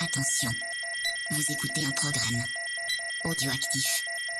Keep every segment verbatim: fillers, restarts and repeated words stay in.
Attention, vous écoutez un programme audioactif.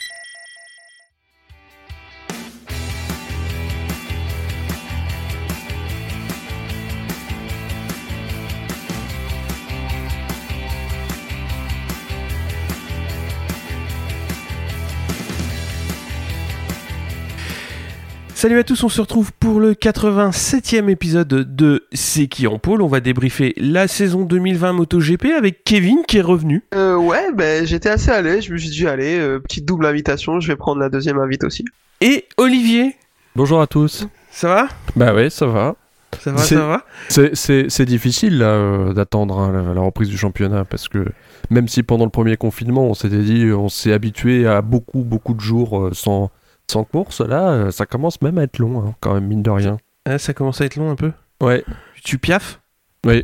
Salut à tous, on se retrouve pour le quatre-vingt-septième épisode de C'est qui en pôle. On va débriefer la saison deux mille vingt MotoGP avec Kevin qui est revenu. Euh, ouais, ben j'étais assez à l'aise, je me suis dit allez, euh, petite double invitation, je vais prendre la deuxième invite aussi. Et Olivier. Bonjour à tous. Ça va ? Bah ouais, ça va. Ça va, c'est, ça va c'est, c'est, c'est difficile là, euh, d'attendre hein, la, la reprise du championnat parce que même si pendant le premier confinement on s'était dit, on s'est habitué à beaucoup beaucoup de jours euh, sans... Sans course, là, ça commence même à être long, hein, quand même, mine de rien. Ah, ça commence à être long un peu. Ouais. Tu piaffes ? Oui.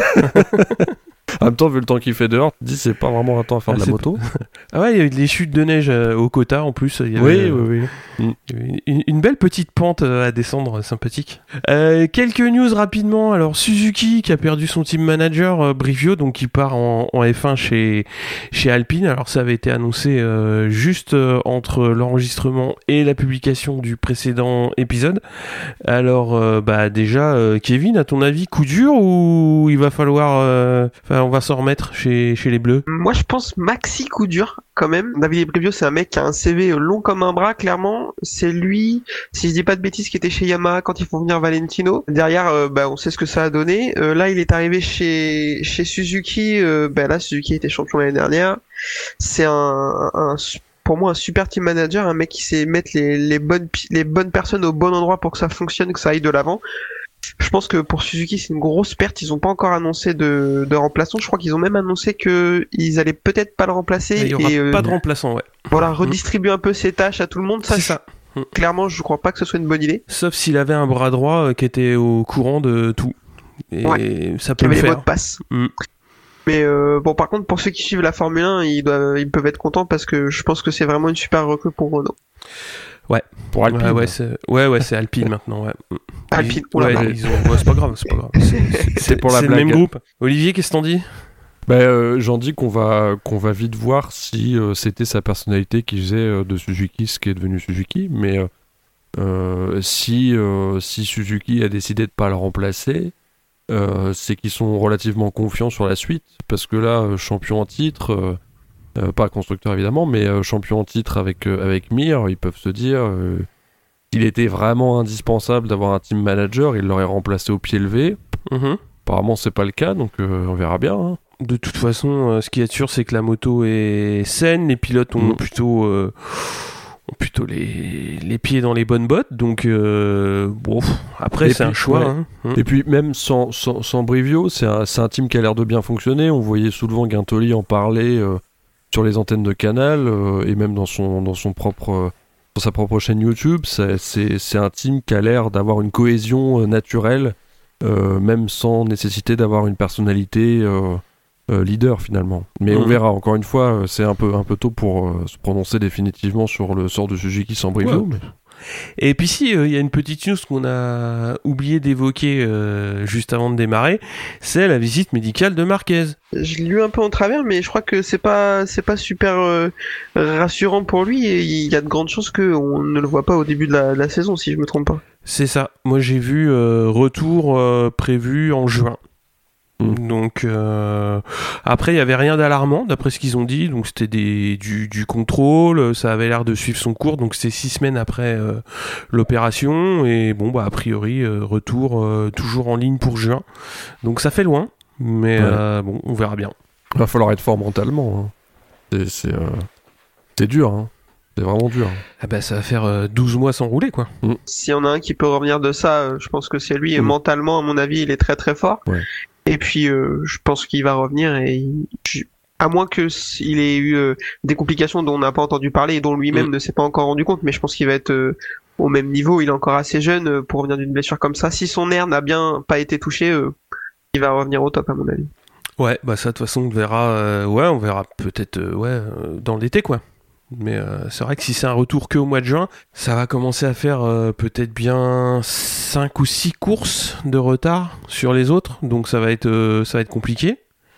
En même temps, vu le temps qu'il fait dehors, tu te dis c'est pas vraiment un temps à faire ah, de la moto. Pas... Ah ouais, il y a eu des chutes de neige euh, au quota en plus. Il y avait, oui, euh, oui, oui. Mm. Une, une belle petite pente euh, à descendre, sympathique. Euh, quelques news rapidement. Alors Suzuki qui a perdu son team manager euh, Brivio, donc qui part en, en F un chez chez Alpine. Alors ça avait été annoncé euh, juste euh, entre l'enregistrement et la publication du précédent épisode. Alors euh, bah déjà, euh, Kevin, à ton avis, coup dur ou il va falloir euh, on va s'en remettre chez, chez les Bleus? Moi, je pense maxi coup dur, quand même. Davide Brivio, c'est un mec qui a un C V long comme un bras, clairement. C'est lui, si je dis pas de bêtises, qui était chez Yamaha quand ils font venir Valentino. Derrière, euh, bah, on sait ce que ça a donné. Euh, là, il est arrivé chez, chez Suzuki. Euh, bah, là, Suzuki était champion l'année dernière. C'est un, un, pour moi, un super team manager, un mec qui sait mettre les, les bonnes, les bonnes personnes au bon endroit pour que ça fonctionne, que ça aille de l'avant. Je pense que pour Suzuki c'est une grosse perte, ils ont pas encore annoncé de, de remplaçant, je crois qu'ils ont même annoncé que ils allaient peut-être pas le remplacer. Il y aura et euh, pas de remplaçant, ouais. Voilà, redistribuer mmh. un peu ses tâches à tout le monde, ça, c'est ça. Je, clairement je crois pas que ce soit une bonne idée. Sauf s'il avait un bras droit euh, qui était au courant de tout. Et ouais. ça peut il le avait faire. Les mots de passe. Mmh. Mais euh, bon, par contre, pour ceux qui suivent la Formule un, ils, doivent, ils peuvent être contents parce que je pense que c'est vraiment une super recrue pour Renault. Ouais, pour Alpine. Ouais, ouais, c'est, ouais, ouais, c'est Alpine maintenant. Ouais. Alpine, ils, ouais, ils ont... ouais, c'est pas grave, c'est pas grave. C'est, c'est, c'est pour la c'est blague. Le même groupe. Olivier, qu'est-ce que t'en dis ? Ben, euh, j'en dis qu'on va, qu'on va vite voir si euh, c'était sa personnalité qui faisait euh, de Suzuki ce qui est devenu Suzuki. Mais euh, euh, si, euh, si Suzuki a décidé de pas le remplacer, euh, c'est qu'ils sont relativement confiants sur la suite. Parce que là, euh, champion en titre. Euh, Euh, pas constructeur évidemment, mais euh, champion en titre avec, euh, avec Mir, ils peuvent se dire euh, qu'il était vraiment indispensable d'avoir un team manager, il l'aurait remplacé au pied levé. Mm-hmm. Apparemment c'est pas le cas, donc euh, on verra bien. Hein. De toute façon, euh, ce qui est sûr, c'est que la moto est saine, les pilotes ont mm. plutôt, euh, ont plutôt les, les pieds dans les bonnes bottes, donc euh, bon, après et c'est puis, un choix. Ouais. Hein. Mm. Et puis même sans, sans, sans Brivio, c'est un, c'est un team qui a l'air de bien fonctionner, on voyait souvent Guintoli en parler... Euh, sur les antennes de Canal euh, et même dans son dans son propre euh, sur sa propre chaîne YouTube, c'est, c'est c'est un team qui a l'air d'avoir une cohésion euh, naturelle, euh, même sans nécessité d'avoir une personnalité euh, euh, leader finalement. Mais mmh. on verra. Encore une fois, euh, c'est un peu un peu tôt pour euh, se prononcer définitivement sur le sort de Suzuki sans Brivio. Ouais. Mais... Et puis si, il euh, y a une petite news qu'on a oublié d'évoquer euh, juste avant de démarrer, c'est la visite médicale de Marquez. Je l'ai lu un peu en travers, mais je crois que c'est pas c'est pas super euh, rassurant pour lui, et il y a de grandes chances qu'on ne le voit pas au début de la, de la saison, si je me trompe pas. C'est ça. Moi j'ai vu euh, retour euh, prévu en juin. Mmh. Donc euh, après il y avait rien d'alarmant d'après ce qu'ils ont dit, donc c'était des, du, du contrôle, ça avait l'air de suivre son cours, donc c'était six semaines après euh, l'opération, et bon bah a priori euh, retour euh, toujours en ligne pour juin, donc ça fait loin, mais ouais. euh, bon on verra bien. Il va falloir être fort mentalement, hein. c'est, c'est, euh, c'est dur, hein. C'est vraiment dur. Ah bah ça va faire euh, douze mois sans rouler quoi. Mmh. S'il y en a un qui peut revenir de ça, euh, je pense que c'est lui, et mmh. mentalement à mon avis il est très très fort. Ouais. Et puis, euh, je pense qu'il va revenir, et il, je, à moins que il ait eu euh, des complications dont on n'a pas entendu parler et dont lui-même mmh. ne s'est pas encore rendu compte, mais je pense qu'il va être euh, au même niveau. Il est encore assez jeune euh, pour revenir d'une blessure comme ça. Si son nerf n'a bien pas été touché, euh, il va revenir au top à mon avis. Ouais, bah ça de toute façon on verra. Euh, ouais, on verra peut-être euh, ouais euh, dans l'été quoi. Mais euh, c'est vrai que si c'est un retour que au mois de juin, ça va commencer à faire euh, peut-être bien cinq ou six courses de retard sur les autres, donc ça va être, euh, ça va être compliqué.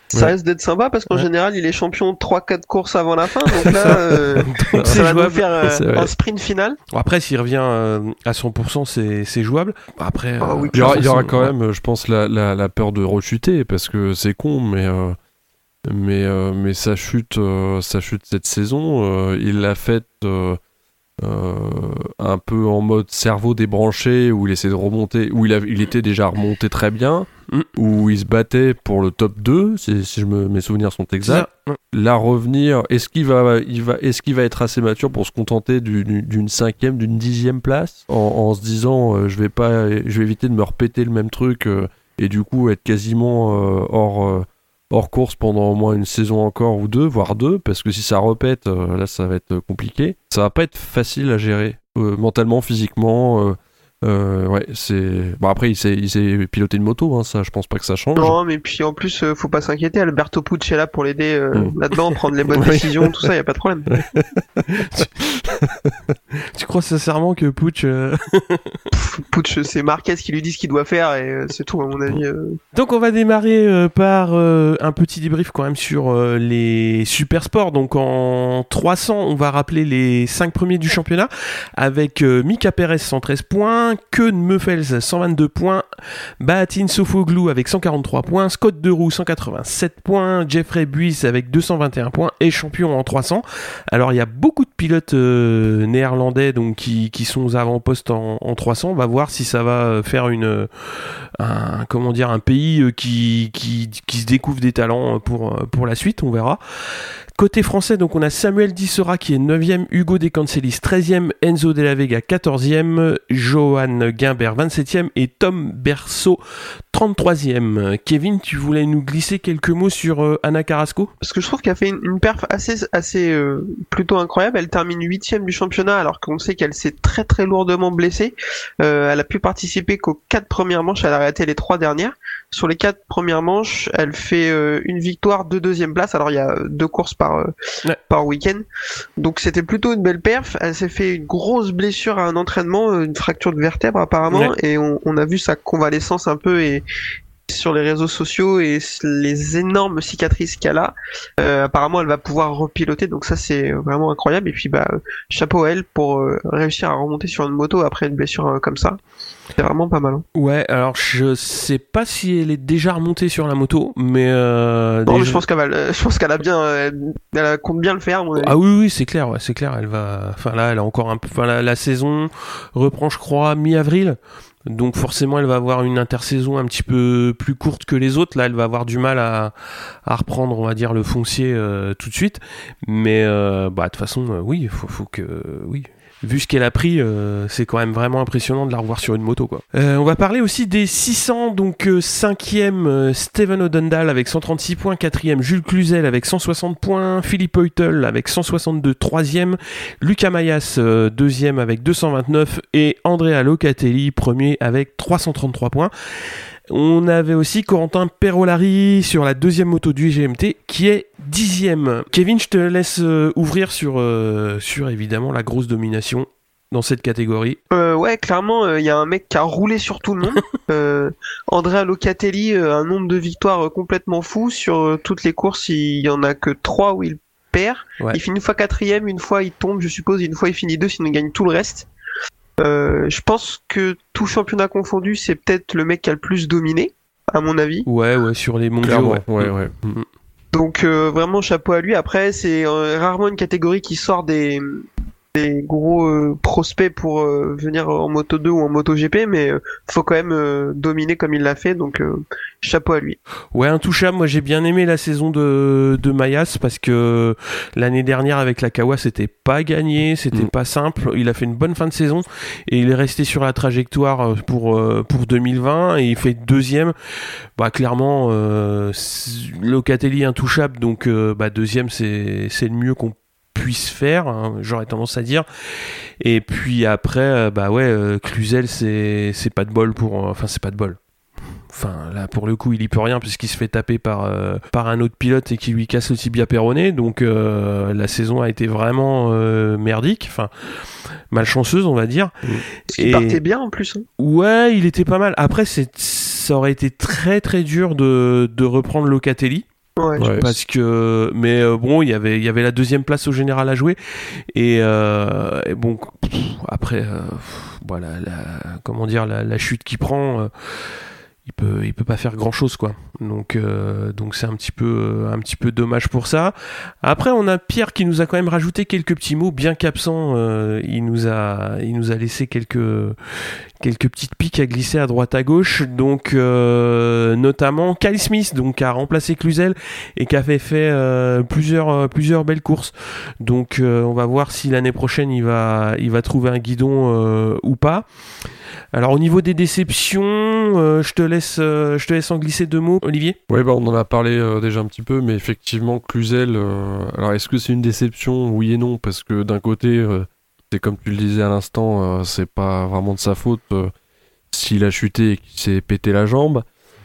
Ça Ouais. risque d'être sympa parce qu'en Ouais. général, il est champion trois quatre courses avant la fin. Donc là, euh, Donc, c'est ça va nous jouable. faire euh, C'est vrai. un sprint final. Bon, après, s'il revient euh, à cent pour cent, c'est, c'est jouable. Après, Ah oui, euh, Il y aura, il y aura c'est- quand même, euh, je pense, la, la, la peur de rechuter, parce que c'est con, mais, euh, mais, euh, mais sa chute, euh, sa chute cette saison, euh, il l'a faite euh, euh, un peu en mode cerveau débranché, où il essaie de remonter, où il, a, il était déjà remonté très bien, Mm. où il se battait pour le top deux, si, si je me, mes souvenirs sont c'est exacts. ça. Là, revenir, est-ce qu'il va, il va, est-ce qu'il va être assez mature pour se contenter d'une, d'une cinquième, d'une dixième place, en, en se disant, euh, je vais pas, je vais éviter de me repéter le même truc euh, et du coup être quasiment euh, hors, euh, hors course pendant au moins une saison encore ou deux, voire deux, parce que si ça repète, euh, là, ça va être compliqué. Ça va pas être facile à gérer, euh, mentalement, physiquement. Euh, euh, ouais, c'est. Bon, après, il sait, il sait piloter une moto, hein, ça, je pense pas que ça change. Non, mais puis en plus, euh, faut pas s'inquiéter. Alberto Pucci est là pour l'aider euh, Mm. là-dedans, prendre les bonnes Oui. décisions, tout ça, y a pas de problème. Tu crois sincèrement que Pooch... euh, Pucci, c'est Marquez qui lui dit ce qu'il doit faire et euh, c'est tout, à mon avis. euh. Donc on va démarrer euh, par euh, un petit débrief quand même sur euh, les super sports. Donc en trois cents, on va rappeler les cinq premiers du championnat avec euh, Mika Perez cent treize points, Koen Meufels cent vingt-deux points, Bahattin Sofoglou avec cent quarante-trois points, Scott Deroux cent quatre-vingt-sept points, Jeffrey Buys avec deux cent vingt et un points et champion en trois cents. Alors il y a beaucoup de pilotes euh, néerlandais donc qui, qui sont aux avant-postes en, en trois cents. On va voir si ça va faire une un, comment dire, un pays euh, qui, qui, qui se découvre des talents pour, pour la suite, on verra. Côté français, donc on a Samuel Dissera qui est neuvième, Hugo De Cancelis treizième, Enzo De La Vega quatorzième, Johan Guimbert vingt-septième et Tom Berceau trente-troisième. Kevin, tu voulais nous glisser quelques mots sur euh, Anna Carrasco ? Parce que je trouve qu'elle fait une, une perf assez, assez euh, plutôt incroyable. Elle termine huitième du championnat alors qu'on sait qu'elle s'est très très lourdement blessée. Euh, elle a pu participer qu'aux quatre premières manches. Elle a arrêté les trois dernières. Sur les quatre premières manches, elle fait euh, une victoire, deux deuxième place. Alors il y a deux courses par euh, Ouais. par week-end. Donc c'était plutôt une belle perf. Elle s'est fait une grosse blessure à un entraînement, une fracture de vertèbre apparemment, Ouais. et on, on a vu sa convalescence un peu et sur les réseaux sociaux et les énormes cicatrices qu'elle a. Euh, apparemment, elle va pouvoir repiloter, donc ça c'est vraiment incroyable. Et puis bah chapeau à elle pour euh, réussir à remonter sur une moto après une blessure euh, comme ça. C'est vraiment pas mal. Hein. Ouais, alors je sais pas si elle est déjà remontée sur la moto, mais, euh, Non, mais déjà- je pense qu'elle va, le- je pense qu'elle a bien, euh, elle compte bien le faire. à mon avis. Ah oui, oui, c'est clair, ouais, c'est clair. Elle va, enfin là, elle a encore un peu, enfin la, la saison reprend, je crois, mi-avril. Donc forcément, elle va avoir une intersaison un petit peu plus courte que les autres. Là, elle va avoir du mal à, à reprendre, on va dire, le foncier euh, tout de suite. Mais euh, bah de toute façon, euh, oui, faut, faut que, oui. Vu ce qu'elle a pris, euh, c'est quand même vraiment impressionnant de la revoir sur une moto, quoi. Euh, on va parler aussi des six cents, donc euh, cinquième euh, Steven Odendal avec cent trente-six points, quatrième Jules Cluzel avec cent soixante points, Philippe Heutel avec cent soixante-deux, troisième, Lucas Mayas euh, deuxième avec deux cent vingt-neuf et Andrea Locatelli premier avec trois cent trente-trois points. On avait aussi Corentin Perolari sur la deuxième moto du G M T qui est dixième. Kevin, je te laisse euh, ouvrir sur, euh, sur évidemment la grosse domination dans cette catégorie. Euh, ouais, clairement, il y a un mec qui a roulé sur tout le monde. euh, Andrea Locatelli, euh, un nombre de victoires euh, complètement fou. Sur euh, toutes les courses, il y en a que trois où il perd. Ouais. Il finit une fois quatrième, une fois il tombe, je suppose, et une fois il finit deux, sinon il gagne tout le reste. Euh, je pense que tout championnat confondu, c'est peut-être le mec qui a le plus dominé, à mon avis. Ouais, ouais, sur les mondiaux. Clairement, Ouais, ouais, ouais. Mm. Donc euh, vraiment chapeau à lui. Après, c'est euh, rarement une catégorie qui sort des, des gros euh, prospects pour euh, venir en moto deux ou en moto G P, mais euh, faut quand même euh, dominer comme il l'a fait, donc euh, chapeau à lui. Ouais, intouchable. Moi, j'ai bien aimé la saison de, de Mayas parce que l'année dernière avec la Kawa, c'était pas gagné, c'était Mm. pas simple. Il a fait une bonne fin de saison et il est resté sur la trajectoire pour, euh, pour deux mille vingt et il fait deuxième. Bah, clairement, euh, Locatelli intouchable, donc euh, bah, deuxième, c'est, c'est le mieux qu'on puisse faire, hein, j'aurais tendance à dire. Et puis après, euh, bah ouais, euh, Cluzel, c'est, c'est pas de bol pour. Enfin, c'est pas de bol. Enfin, là, pour le coup, il y peut rien puisqu'il se fait taper par, euh, par un autre pilote et qui lui casse le tibia péroné. Donc, euh, la saison a été vraiment euh, merdique. Enfin, malchanceuse, on va dire. Parce qu'il Et- partait bien en plus. Hein. Ouais, il était pas mal. Après, c'est, ça aurait été très très dur de, de reprendre Locatelli. Ouais. Ouais. Parce que, mais euh, bon, il y avait, il y avait la deuxième place au général à jouer, et, euh, et bon, pff, après, euh, pff, voilà, la, comment dire, la, la chute qu'il prend, euh, il peut, il peut pas faire grand chose, quoi. Donc, euh, donc c'est un petit peu, un petit peu dommage pour ça. Après, on a Pierre qui nous a quand même rajouté quelques petits mots, bien qu'absent, euh, il nous a, il nous a laissé quelques, quelques petites piques à glisser à droite à gauche. Donc, euh, notamment Kyle Smith, donc qui a remplacé Cluzel et qui a fait, fait euh, plusieurs, euh, plusieurs belles courses. Donc, euh, on va voir si l'année prochaine il va, il va trouver un guidon euh, ou pas. Alors au niveau des déceptions, euh, je te laisse, euh, je te laisse en glisser deux mots, Olivier. Ouais, bah on en a parlé euh, déjà un petit peu, mais effectivement, Cluzel, euh, alors est-ce que c'est une déception? Oui et non, parce que d'un côté, euh, c'est comme tu le disais à l'instant, euh, c'est pas vraiment de sa faute euh, s'il a chuté et qu'il s'est pété la jambe.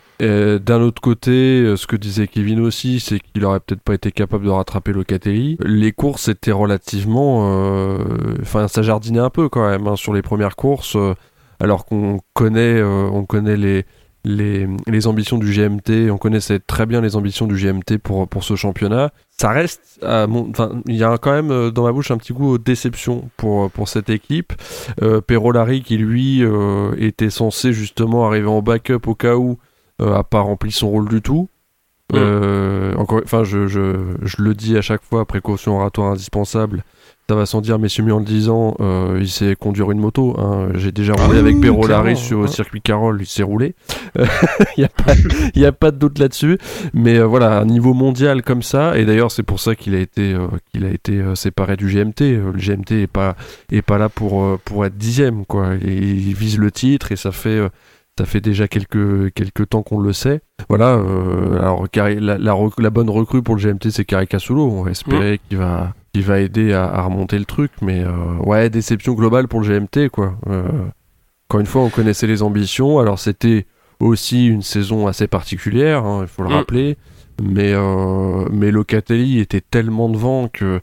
Et d'un autre côté, euh, ce que disait Kevin aussi, c'est qu'il aurait peut-être pas été capable de rattraper Locatelli. Les courses étaient relativement... Enfin, euh, ça jardinait un peu quand même, hein, sur les premières courses, euh, alors qu'on connaît, euh, on connaît les... Les, les ambitions du G M T, on connaissait très bien les ambitions du G M T pour, pour ce championnat. Ça reste, à mon, enfin, il y a quand même dans ma bouche un petit goût de déception pour, pour cette équipe. Euh, Perolari qui lui euh, était censé justement arriver en backup au cas où euh, a pas rempli son rôle du tout. Mmh. Euh, encore, enfin, je, je, je le dis à chaque fois, précaution oratoire indispensable. Ça va sans dire, mais mieux en le disant, euh, il sait conduire une moto. Hein. J'ai déjà roulé ah, avec Perolari sur le circuit Carole, il sait rouler. Il n'y a, a pas de doute là-dessus. Mais euh, voilà, à un niveau mondial comme ça, et d'ailleurs c'est pour ça qu'il a été, euh, qu'il a été euh, séparé du G M T. Le G M T n'est pas, est pas là pour, euh, pour être dixième, quoi. Il, il vise le titre et ça fait... Euh, Ça fait déjà quelques, quelques temps qu'on le sait. Voilà, euh, alors la, la, la bonne recrue pour le G M T, c'est Caricasulo. On va espérer mmh. qu'il va, qu'il va aider à, à remonter le truc. Mais euh, ouais, déception globale pour le G M T, quoi. Euh, encore une fois, on connaissait les ambitions. Alors c'était aussi une saison assez particulière, hein, il faut le mmh. rappeler. Mais, euh, mais Locatelli était tellement devant que...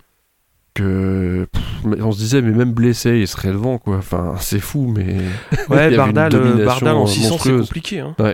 que pff, on se disait mais même blessé il serait devant, quoi. Enfin c'est fou, mais ouais. Bardal, Bardal en six cents c'est compliqué, hein. Ouais.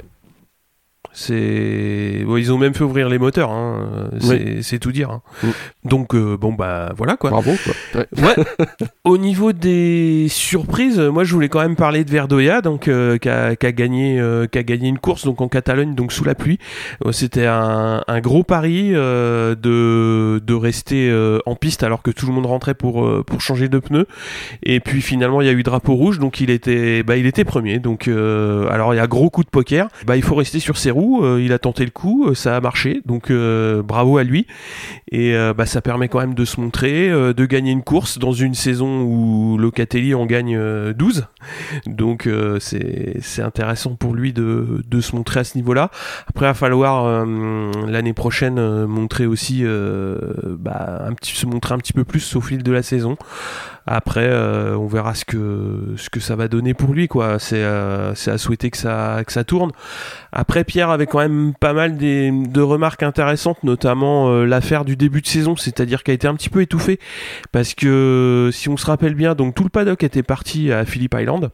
C'est... Ouais, ils ont même fait ouvrir les moteurs, hein. c'est, oui. c'est tout dire, hein. Mm. Donc euh, bon bah voilà, quoi. Bravo, quoi. Ouais. Ouais. Au niveau des surprises, moi je voulais quand même parler de Verdoya, donc euh, qui a, qui a gagné, euh, qui a gagné une course donc en Catalogne, donc sous la pluie. Euh, c'était un, un gros pari euh, de de rester euh, en piste alors que tout le monde rentrait pour euh, pour changer de pneus. Et puis finalement il y a eu drapeau rouge, donc il était bah il était premier. Donc euh, alors il y a gros coup de poker. Bah il faut rester sur ses roues. Euh, il a tenté le coup, euh, ça a marché, donc euh, bravo à lui. Et euh, bah, ça permet quand même de se montrer, euh, de gagner une course dans une saison où Locatelli en gagne euh, douze. Donc euh, c'est, c'est intéressant pour lui de, de se montrer à ce niveau-là. Après, il va falloir euh, l'année prochaine euh, montrer aussi, euh, bah, un petit, se montrer un petit peu plus au fil de la saison. Après, euh, on verra ce que ce que ça va donner pour lui, quoi. C'est euh, c'est à souhaiter que ça que ça tourne. Après, Pierre avait quand même pas mal des, de remarques intéressantes, notamment euh, l'affaire du début de saison, c'est-à-dire qu'elle a été un petit peu étouffée parce que si on se rappelle bien, donc tout le paddock était parti à Phillip Island.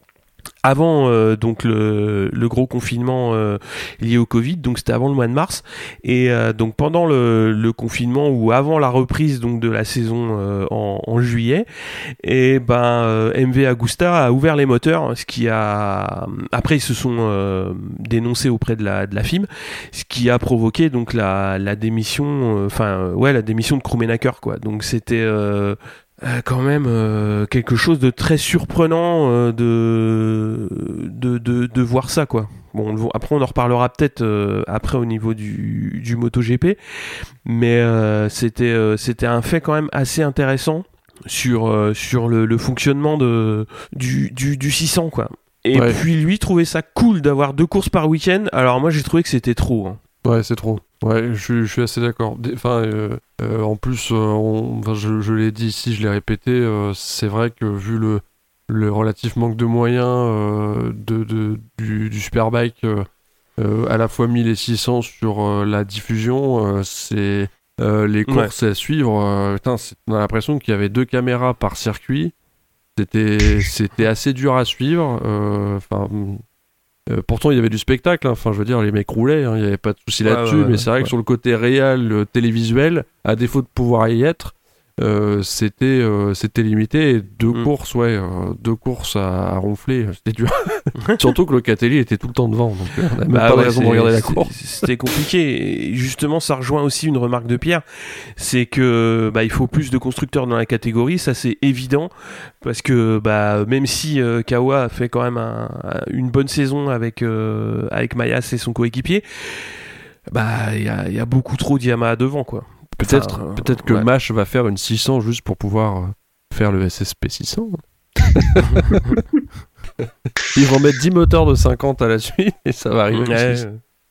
Avant euh, donc le, le gros confinement euh, lié au Covid, donc c'était avant le mois de mars, et euh, donc pendant le, le confinement ou avant la reprise donc de la saison euh, en, en juillet, et ben euh, M V Agusta a ouvert les moteurs, ce qui a après ils se sont euh, dénoncés auprès de la de la F I M, ce qui a provoqué donc la la démission, enfin euh, ouais la démission de Krummenacher, quoi. Donc c'était euh, Euh, quand même euh, quelque chose de très surprenant euh, de, de, de, de voir ça, quoi. Bon, après on en reparlera peut-être euh, après au niveau du, du MotoGP, mais euh, c'était, euh, c'était un fait quand même assez intéressant sur, euh, sur le, le fonctionnement de, du, du, du six cents, quoi. Et ouais. Puis lui trouvait ça cool d'avoir deux courses par week-end, alors moi j'ai trouvé que c'était trop, hein. Ouais, c'est trop. Ouais, je, je suis assez d'accord. Enfin, euh, euh, en plus, euh, on, enfin, je, je l'ai dit ici, je l'ai répété, euh, c'est vrai que vu le, le relatif manque de moyens euh, de, de, du, du Superbike, euh, euh, à la fois mille et six cents sur euh, la diffusion, euh, c'est euh, les courses ouais. à suivre. Euh, putain, c'est, on a l'impression qu'il y avait deux caméras par circuit. C'était, c'était assez dur à suivre. Enfin. Euh, Euh, pourtant, il y avait du spectacle. Hein. Enfin, je veux dire, les mecs roulaient. Hein. Il n'y avait pas de souci ouais, là-dessus. ouais, mais ouais, c'est vrai ouais. que sur le côté réel, euh, télévisuel, à défaut de pouvoir y être, euh, c'était, euh, c'était limité. Et deux Mm. courses, ouais, euh, deux courses à, à ronfler, c'était dur. Surtout que Locatelli était tout le temps devant. Donc, euh, on n'a même Bah pas de ouais, raison de c'est- regarder la c'est- course. C'était compliqué. Et justement, ça rejoint aussi une remarque de Pierre, c'est que bah il faut plus de constructeurs dans la catégorie, ça c'est évident, parce que bah même si euh, Kawa a fait quand même un- une bonne saison avec euh, avec Mayas et son coéquipier, bah il y a, y a beaucoup trop d'Yamaha devant quoi. Peut-être, Enfin, euh, peut-être que ouais. Mash va faire une six cents juste pour pouvoir euh, faire le S S P six cents. Ils vont mettre dix moteurs de cinquante à la suite et ça va arriver. Ouais. aussi.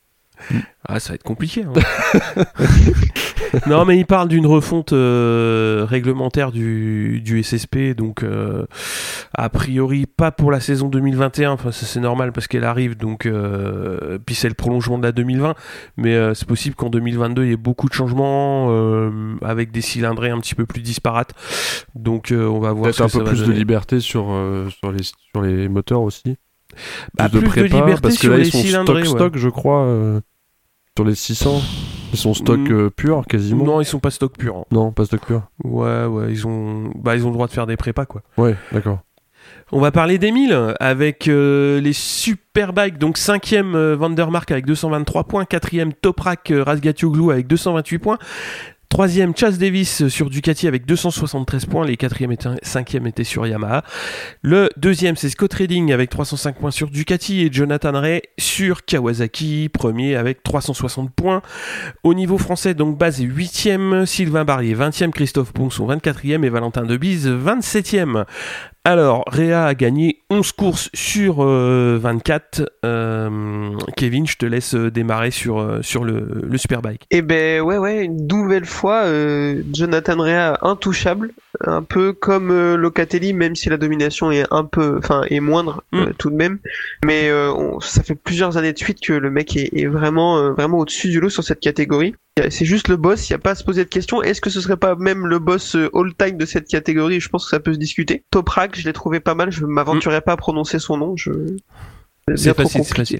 Ah, ça va être compliqué. Hein. Non, mais il parle d'une refonte euh, réglementaire du, du S S P, donc euh, a priori pas pour la saison deux mille vingt et un, enfin ça c'est normal parce qu'elle arrive, donc euh, puis c'est le prolongement de la deux mille vingt, mais euh, c'est possible qu'en deux mille vingt-deux il y ait beaucoup de changements euh, avec des cylindrées un petit peu plus disparates, donc euh, on va voir Peut-être ce un que ça peu va plus de donner. liberté sur, euh, sur, les, sur les moteurs aussi. Bah, Plus plus de liberté parce que sur là les ils sont cylindrées, stock ouais. stock je crois euh, sur les six cents. Ils sont stock Mm. euh, pur quasiment. Non, ils sont pas stock pur. Hein. Non, pas stock pur. Ouais, ouais, ils ont, bah, ils ont le droit de faire des prépas, quoi. Ouais, d'accord. On va parler des mille avec euh, les Superbikes. Donc cinquième euh, Vandermark avec deux cent vingt-trois points, quatrième Toprak euh, Razgatlioglu avec deux cent vingt-huit points, troisième Chas Davis sur Ducati avec deux cent soixante-treize points, les quatrième et cinquième étaient sur Yamaha. Le deuxième c'est Scott Redding avec trois cent cinq points sur Ducati et Jonathan Rea sur Kawasaki, premier avec trois cent soixante points. Au niveau français, donc Baz est huitième, Sylvain Barrier vingtième, Christophe Ponson vingt-quatrième et Valentin Debise vingt-septième. Alors, Réa a gagné onze courses sur euh, vingt-quatre. Euh, Kevin, je te laisse démarrer sur, euh, sur le, le Superbike. Et ben ouais ouais, une nouvelle fois, euh, Jonathan Rea intouchable, un peu comme euh, Locatelli, même si la domination est un peu, enfin est moindre euh, Mm. tout de même. Mais euh, on- ça fait plusieurs années de suite que le mec est, est vraiment euh, vraiment au-dessus du lot sur cette catégorie. C'est juste le boss, il n'y a pas à se poser de questions. Est-ce que ce serait pas même le boss euh, all-time de cette catégorie? Je pense que ça peut se discuter. Toprak, je l'ai trouvé pas mal, je m'aventurerai pas à prononcer son nom. Je... C'est bien trop facile, c'est compliqué.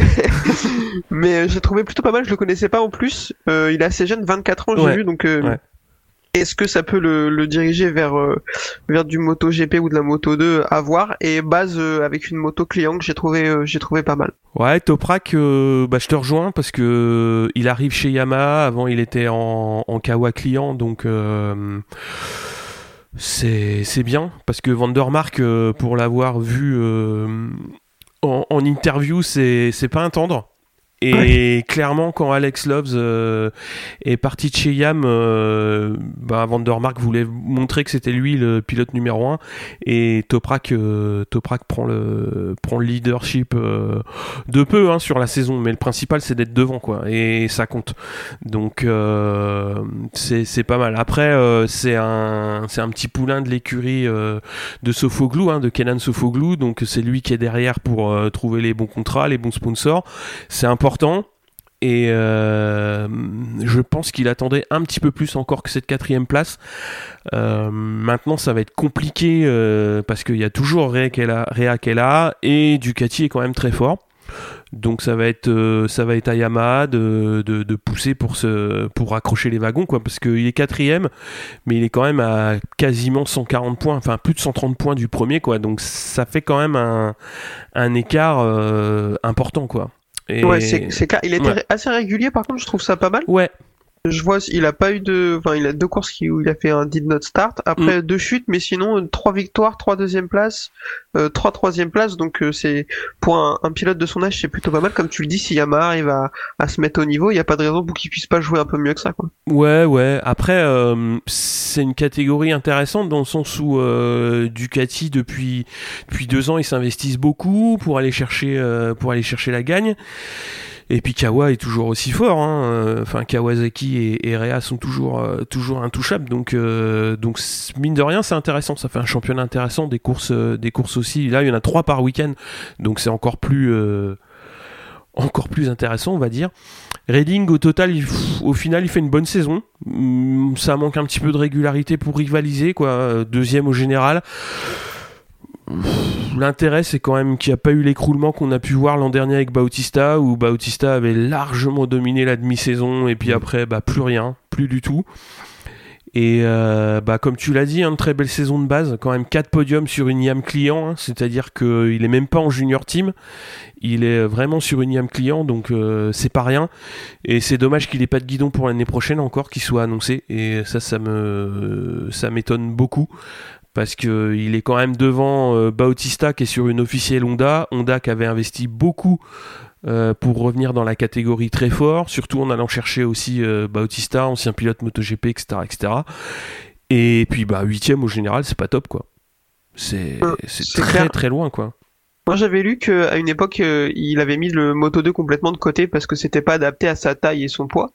facile. Mais euh, j'ai trouvé plutôt pas mal, je le connaissais pas en plus. Euh, il est assez jeune, vingt-quatre ans, j'ai Ouais, vu, donc euh, ouais. est-ce que ça peut le, le diriger vers, euh, vers du Moto G P ou de la Moto deux à voir? Et base euh, avec une moto client que j'ai trouvé, euh, j'ai trouvé pas mal. Ouais, Toprak, euh, bah, je te rejoins parce que euh, il arrive chez Yamaha. Avant, il était en, en Kawa client, donc euh, c'est c'est bien parce que Vandermark, euh, pour l'avoir vu euh, en, en interview, c'est c'est pas un tendre. Et ouais. Clairement, quand Alex Loves euh, est parti de chez Yam, euh, bah, Vandermark voulait montrer que c'était lui le pilote numéro un, et Toprak, euh, Toprak prend le prend le leadership euh, de peu hein, sur la saison, mais le principal c'est d'être devant quoi, et ça compte. Donc euh, c'est c'est pas mal. Après euh, c'est un c'est un petit poulain de l'écurie euh, de Sofoglou, hein, de Kenan Sofoglou, donc c'est lui qui est derrière pour euh, trouver les bons contrats, les bons sponsors. C'est important. Et euh, je pense qu'il attendait un petit peu plus encore que cette quatrième place. Euh, maintenant, ça va être compliqué euh, parce qu'il y a toujours Rea qui est là, Rea qui est là, et Ducati est quand même très fort. Donc ça va être euh, ça va être à Yamaha de, de, de pousser pour se pour accrocher les wagons quoi, parce qu'il est quatrième, mais il est quand même à quasiment cent quarante points, enfin plus de cent trente points du premier quoi. Donc ça fait quand même un un écart euh, important quoi. Et... Ouais, c'est, c'est clair. Il était ouais. assez régulier, par contre, je trouve ça pas mal. Ouais. Je vois, il a pas eu de, enfin, il a deux courses qui, où il a fait un did not start. Après, mm. deux chutes, mais sinon, trois victoires, trois deuxième places, euh, trois troisième places. Donc, euh, c'est, pour un, un pilote de son âge, c'est plutôt pas mal. Comme tu le dis, si Yamaha arrive à, à se mettre au niveau, il y a pas de raison pour qu'il puisse pas jouer un peu mieux que ça, quoi. Ouais, ouais. Après, euh, c'est une catégorie intéressante dans le sens où, euh, Ducati, depuis, depuis deux ans, ils s'investissent beaucoup pour aller chercher, euh, pour aller chercher la gagne. Et puis Kawa est toujours aussi fort, hein. Enfin Kawasaki et, et Rea sont toujours euh, toujours intouchables, donc euh, donc mine de rien c'est intéressant, ça fait un championnat intéressant, des courses euh, des courses aussi. Là il y en a trois par week-end, donc c'est encore plus euh, encore plus intéressant on va dire. Redding au total, il, pff, au final il fait une bonne saison, ça manque un petit peu de régularité pour rivaliser quoi, deuxième au général. l'intérêt, c'est quand même qu'il n'y a pas eu l'écroulement qu'on a pu voir l'an dernier avec Bautista, où Bautista avait largement dominé la demi-saison, et puis après, bah, plus rien, plus du tout. Et euh, bah, comme tu l'as dit, une hein, très belle saison de base, quand même quatre podiums sur une I A M client, hein, c'est-à-dire qu'il est même pas en junior team, il est vraiment sur une I A M client, donc euh, c'est pas rien. Et c'est dommage qu'il ait pas de guidon pour l'année prochaine encore, qu'il soit annoncé, et ça, ça me, ça m'étonne beaucoup. Parce qu'il est quand même devant euh, Bautista qui est sur une officielle Honda, Honda qui avait investi beaucoup euh, pour revenir dans la catégorie très fort, surtout en allant chercher aussi euh, Bautista, ancien pilote MotoGP, et cetera, et cetera. Et puis bah huitième au général, c'est pas top quoi. C'est, euh, c'est, c'est très clair. très loin quoi. Moi j'avais lu qu'à une époque euh, il avait mis le Moto deux complètement de côté parce que c'était pas adapté à sa taille et son poids.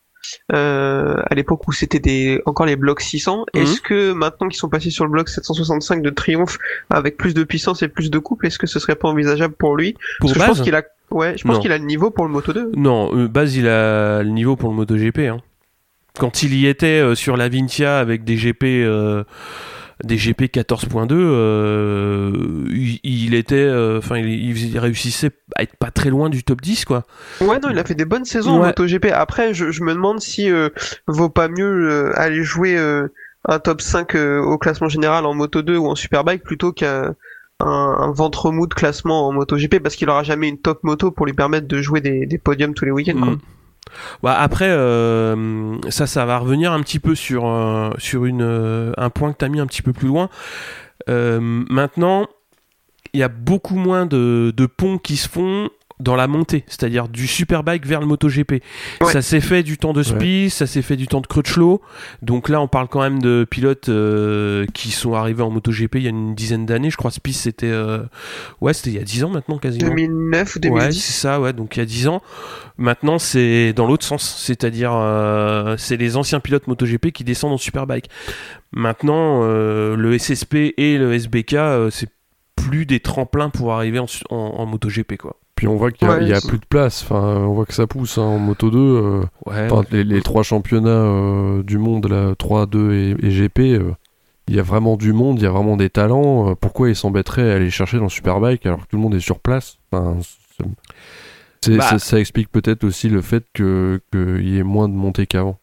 Euh, à l'époque où c'était des encore les blocs six cents, mmh. Est-ce que maintenant qu'ils sont passés sur le bloc sept cent soixante-cinq de Triumph avec plus de puissance et plus de couple, est-ce que ce serait pas envisageable pour lui? Pour Parce que base, je pense qu'il a, ouais, je pense non. qu'il a le niveau pour le Moto deux. Non, euh, base il a le niveau pour le MotoGP. Hein. Quand il y était euh, sur la Vintia avec des G P. Euh... des G P quatorze point deux, euh, il, il était, enfin, euh, il, il réussissait à être pas très loin du top dix, quoi. Ouais, non, il a fait des bonnes saisons ouais. en MotoGP. Après, je, je me demande si euh, vaut pas mieux euh, aller jouer euh, un top cinq euh, au classement général en Moto deux ou en Superbike plutôt qu'un un, un ventre mou de classement en MotoGP parce qu'il aura jamais une top moto pour lui permettre de jouer des, des podiums tous les week-ends, quoi. Mmh. Bah après, euh, ça, ça va revenir un petit peu sur, euh, sur une, euh, un point que tu as mis un petit peu plus loin. Euh, maintenant, il y a beaucoup moins de, de ponts qui se font dans la montée, c'est-à-dire du Superbike vers le MotoGP. Ouais. Ça s'est fait du temps de Spieth, ouais. Ça s'est fait du temps de Crutchlow. Donc là, on parle quand même de pilotes euh, qui sont arrivés en MotoGP il y a une dizaine d'années. Je crois Spieth, c'était, euh... ouais, c'était il y a dix ans maintenant quasiment. deux mille neuf ou deux mille dix. Ouais, c'est ça, ouais. Donc il y a dix ans. Maintenant, c'est dans l'autre sens, c'est-à-dire euh, c'est les anciens pilotes MotoGP qui descendent en Superbike. Maintenant, euh, le S S P et le S B K, euh, c'est plus des tremplins pour arriver en, en, en MotoGP, quoi. Puis on voit qu'il y a, ouais, il y a plus de place, enfin, on voit que ça pousse hein, en Moto deux. Euh, ouais, les, les trois championnats euh, du monde, là, trois, deux et, et G P, euh, il y a vraiment du monde, il y a vraiment des talents. Euh, pourquoi ils s'embêteraient à aller chercher dans le Superbike alors que tout le monde est sur place? Enfin, c'est, c'est, bah. ça, ça explique peut-être aussi le fait que, qu'il y ait moins de montées qu'avant.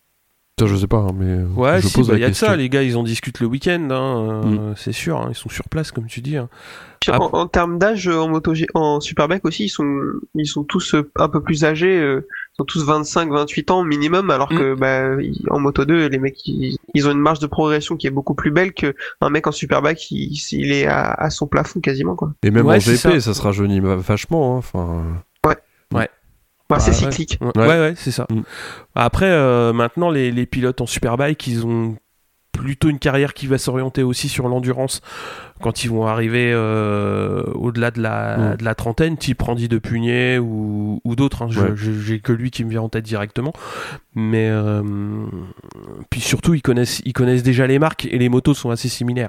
Ça, je sais pas, hein, mais ouais, je si, pose bah, la y a question. De ça, les gars, ils en discutent le week-end, hein, euh, mm. c'est sûr, hein, ils sont sur place, comme tu dis. Hein. En, en termes d'âge, en moto, en Superbike aussi, ils sont, ils sont tous un peu plus âgés, euh, ils sont tous vingt-cinq, vingt-huit ans minimum, alors mm. que bah, en Moto deux, les mecs, ils, ils ont une marge de progression qui est beaucoup plus belle qu'un mec en Superbike, il, il est à, à son plafond quasiment, quoi. Et même ouais, en G P, ça. ça ça se rajeunit vachement, hein, enfin. Ouais. Ouais. Bah, c'est ouais, cyclique. Ouais, ouais, ouais c'est ça. Mm. Après, euh, maintenant, les, les pilotes en Superbike, ils ont plutôt une carrière qui va s'orienter aussi sur l'endurance quand ils vont arriver euh, au-delà de la, mm. de la trentaine, type Randy Depugnet ou, ou d'autres. Hein. Ouais. Je, je, j'ai que lui qui me vient en tête directement. Mais euh, puis surtout, ils connaissent, ils connaissent déjà les marques et les motos sont assez similaires.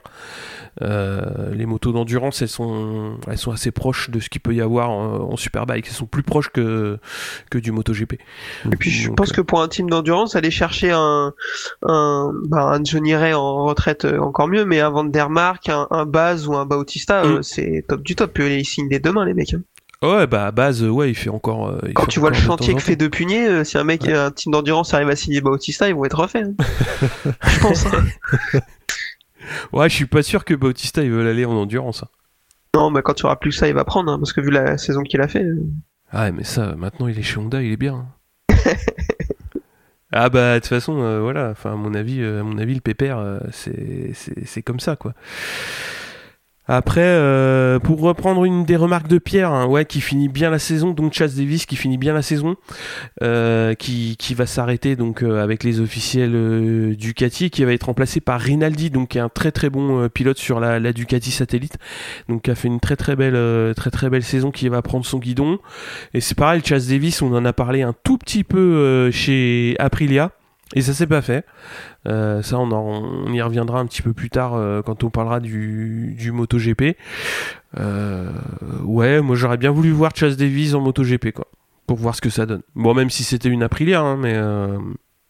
Euh, les motos d'endurance, elles sont, elles sont assez proches de ce qu'il peut y avoir en, en Superbike. Elles sont plus proches que, que du MotoGP. Et puis je Donc, pense que pour un team d'endurance, aller chercher un, un, bah, un Johnny Ray en retraite, euh, encore mieux, mais un Van der Mark, un, un Baz ou un Bautista, mm. euh, c'est top du top. Ils signent dès demain, les mecs. Hein. Ouais, bah à base, ouais, il fait encore. Euh, il Quand fait tu encore vois le chantier que fait Depugnet, euh, si un mec, ouais. un team d'endurance arrive à signer Bautista, ils vont être refaits. Hein. Je pense. Hein. Ouais, je suis pas sûr que Bautista il veut aller en endurance. Hein. Non, mais quand tu auras plus ça, il va prendre, hein, parce que vu la saison qu'il a fait. Euh... Ah, mais ça, maintenant il est chez Honda, il est bien. Hein. Ah bah de toute façon, euh, voilà. Enfin, à mon avis, euh, à mon avis, le pépère, euh, c'est, c'est, c'est comme ça, quoi. Après, euh, pour reprendre une des remarques de Pierre, hein, ouais, qui finit bien la saison, donc Chase Davis qui finit bien la saison, euh, qui, qui va s'arrêter donc euh, avec les officiels euh, Ducati, qui va être remplacé par Rinaldi, donc qui est un très très bon euh, pilote sur la, la Ducati Satellite, donc qui a fait une très très belle euh, très très belle saison, qui va prendre son guidon. Et c'est pareil, Chase Davis, on en a parlé un tout petit peu euh, chez Aprilia. Et ça s'est pas fait. Euh, ça, on, en, on y reviendra un petit peu plus tard euh, quand on parlera du, du MotoGP. Euh, ouais, moi j'aurais bien voulu voir Chase Davis en MotoGP, quoi, pour voir ce que ça donne. Bon, même si c'était une Aprilia, hein, mais. Euh...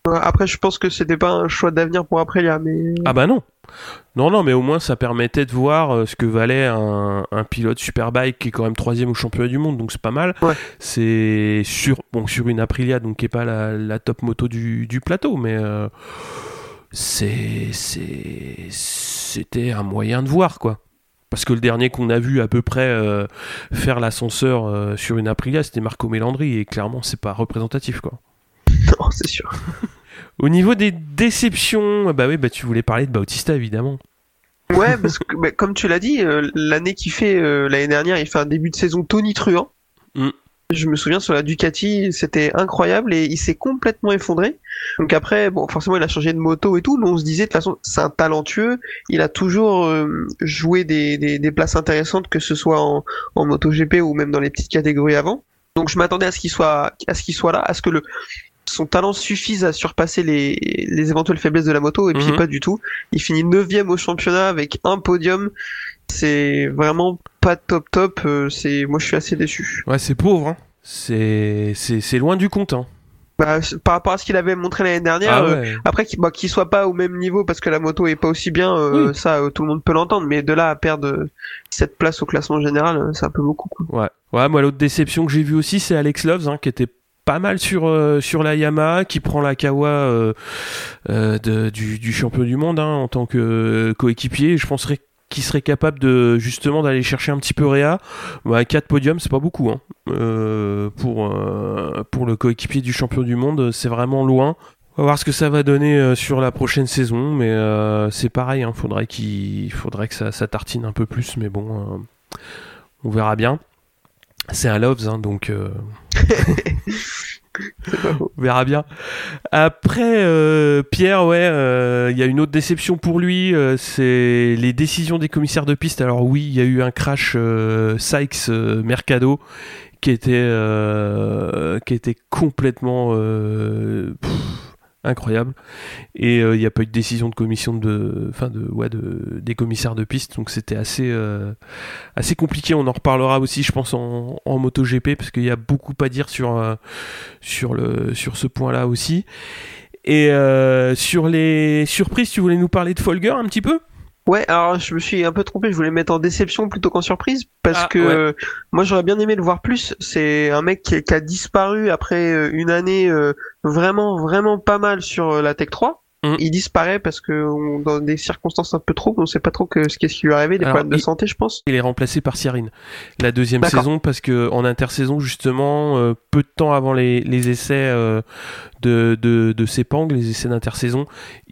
Après, je pense que c'était pas un choix d'avenir pour Aprilia, mais. Ah bah non. Non, non, mais au moins ça permettait de voir euh, ce que valait un, un pilote Superbike qui est quand même troisième au championnat du monde, donc c'est pas mal. Ouais. C'est sur, bon, sur une Aprilia, donc qui est pas la, la top moto du, du plateau, mais euh, c'est, c'est, c'était un moyen de voir, quoi. Parce que le dernier qu'on a vu à peu près euh, faire l'ascenseur euh, sur une Aprilia, c'était Marco Melandri, et clairement c'est pas représentatif, quoi. Non, c'est sûr. Au niveau des déceptions, bah oui, bah tu voulais parler de Bautista évidemment. Ouais, parce que bah, comme tu l'as dit, euh, l'année qu'il fait euh, l'année dernière, il fait un début de saison tonitruant. Mm. Je me souviens sur la Ducati, c'était incroyable et il s'est complètement effondré. Donc après, bon, forcément, il a changé de moto et tout, mais on se disait de toute façon, c'est un talentueux. Il a toujours euh, joué des, des, des places intéressantes, que ce soit en, en MotoGP ou même dans les petites catégories avant. Donc je m'attendais à ce qu'il soit, à ce qu'il soit là, à ce que le son talent suffise à surpasser les, les éventuelles faiblesses de la moto, et puis Mhm. pas du tout. Il finit neuvième au championnat avec un podium. C'est vraiment pas top top. euh, C'est, moi, je suis assez déçu. Ouais, c'est pauvre, hein. C'est, c'est, c'est loin du compte, hein. Bah, c'est- par rapport à ce qu'il avait montré l'année dernière, Ah euh, ouais. après qu'il bah, qu'il soit pas au même niveau parce que la moto est pas aussi bien, euh, Oui. ça, euh, tout le monde peut l'entendre. Mais de là à perdre euh, cette place au classement général, euh, c'est un peu beaucoup, quoi. Ouais. Ouais, moi l'autre déception que j'ai vue aussi, c'est Alex Loves, hein, qui était pas mal sur euh, sur la Yamaha, qui prend la Kawa euh, euh, de, du, du champion du monde, hein, en tant que euh, coéquipier. Je penserais qu'il serait capable de justement d'aller chercher un petit peu Réa. Bah, quatre podiums, c'est pas beaucoup, hein. Euh, pour euh, pour le coéquipier du champion du monde, c'est vraiment loin. On va voir ce que ça va donner euh, sur la prochaine saison, mais euh, c'est pareil, hein, faudrait qu'il faudrait que ça, ça tartine un peu plus, mais bon, euh, on verra bien. C'est un Loves, hein, donc euh, C'est pas faux. on verra bien. Après, euh, Pierre, ouais, il euh, y a une autre déception pour lui, euh, c'est les décisions des commissaires de piste. Alors oui, il y a eu un crash euh, Sykes-Mercado qui était euh, qui était complètement euh, pff, incroyable, et il euh, n'y a pas eu de décision de commission de enfin de ouais de des commissaires de piste, donc c'était assez euh, assez compliqué. On en reparlera aussi, je pense, en, en MotoGP, parce qu'il y a beaucoup à dire sur euh, sur le sur ce point-là aussi. Et euh, sur les surprises, tu voulais nous parler de Folger un petit peu? Ouais, alors je me suis un peu trompé, je voulais mettre en déception plutôt qu'en surprise, parce Ah, que ouais. euh, moi j'aurais bien aimé le voir plus. C'est un mec qui, qui a disparu après euh, une année euh, vraiment vraiment pas mal sur euh, la Tech trois. Mm. Il disparaît parce que on- dans des circonstances un peu troubles, on sait pas trop que, ce qu'est-ce qui lui est arrivé, des Alors, problèmes de il- santé, je pense. Il est remplacé par Cyrine la deuxième D'accord. saison, parce que en intersaison justement, euh, peu de temps avant les, les essais euh, de, de, de Sepang, les essais d'intersaison,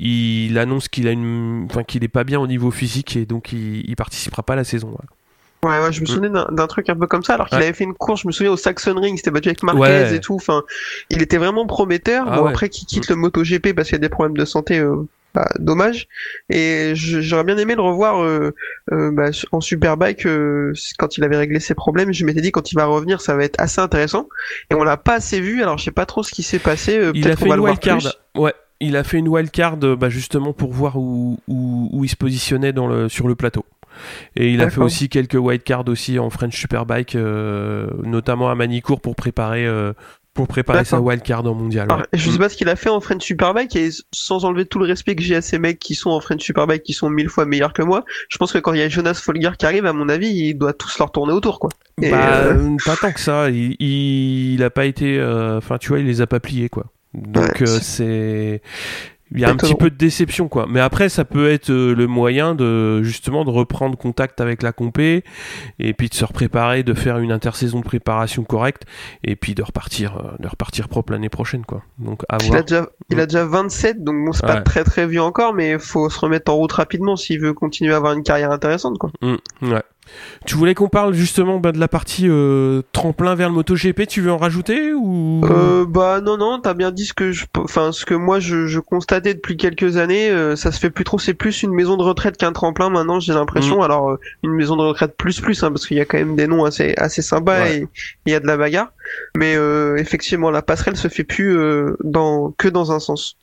il annonce qu'il a une, enfin qu'il est pas bien au niveau physique, et donc il, il participera pas à la saison. Ouais. Ouais, ouais, je me souvenais d'un, d'un truc un peu comme ça, alors qu'il Ouais. avait fait une course, je me souviens au Saxon Ring, c'était battu avec Marquez Ouais. et tout. Enfin, il était vraiment prometteur. Ah bon, ouais. après qu'il quitte le MotoGP parce qu'il y a des problèmes de santé, euh, bah, dommage. Et je- j'aurais bien aimé le revoir euh, euh, bah, en Superbike euh, quand il avait réglé ses problèmes. Je m'étais dit quand il va revenir, ça va être assez intéressant. Et on l'a pas assez vu. Alors je sais pas trop ce qui s'est passé. euh, Il peut-être a qu'on fait va une le voir wildcard. plus. Ouais. Il a fait une wildcard, euh, bah, justement pour voir où, où, où il se positionnait dans le, sur le plateau. Et il a fait D'accord. aussi quelques wildcards aussi en French Superbike, euh, notamment à Manicourt, pour préparer, euh, pour préparer sa D'accord. wildcard en mondial. Alors, Ouais. je sais pas ce qu'il a fait en French Superbike, et sans enlever tout le respect que j'ai à ces mecs qui sont en French Superbike, qui sont mille fois meilleurs que moi, je pense que quand il y a Jonas Folger qui arrive, à mon avis, il doit tous leur tourner autour, quoi. Et, Bah, euh, euh, pas tant que ça. Il, il, il a pas été. Enfin, tu vois, il les a pas pliés, quoi. Donc, Ouais, euh, c'est- c'est. Il y a un étonnant. petit peu de déception, quoi. Mais après, ça peut être euh, le moyen de justement de reprendre contact avec la compé, et puis de se repréparer, de faire une intersaison de préparation correcte, et puis de repartir, euh, de repartir propre l'année prochaine, quoi. Donc à il voir. a déjà, il a déjà vingt-sept, donc bon, c'est Ouais. pas très très vieux encore, mais faut se remettre en route rapidement s'il veut continuer à avoir une carrière intéressante, quoi. Mm, ouais. Tu voulais qu'on parle justement bah, de la partie euh, tremplin vers le MotoGP. Tu veux en rajouter ou Euh, bah non non, t'as bien dit ce que je, enfin ce que moi je, je constatais depuis quelques années, euh, ça se fait plus trop, c'est plus une maison de retraite qu'un tremplin maintenant, j'ai l'impression. Mm. Alors euh, une maison de retraite plus plus, hein, parce qu'il y a quand même des noms assez assez sympas Ouais. et il y a de la bagarre, mais euh, effectivement la passerelle se fait plus euh, dans que dans un sens.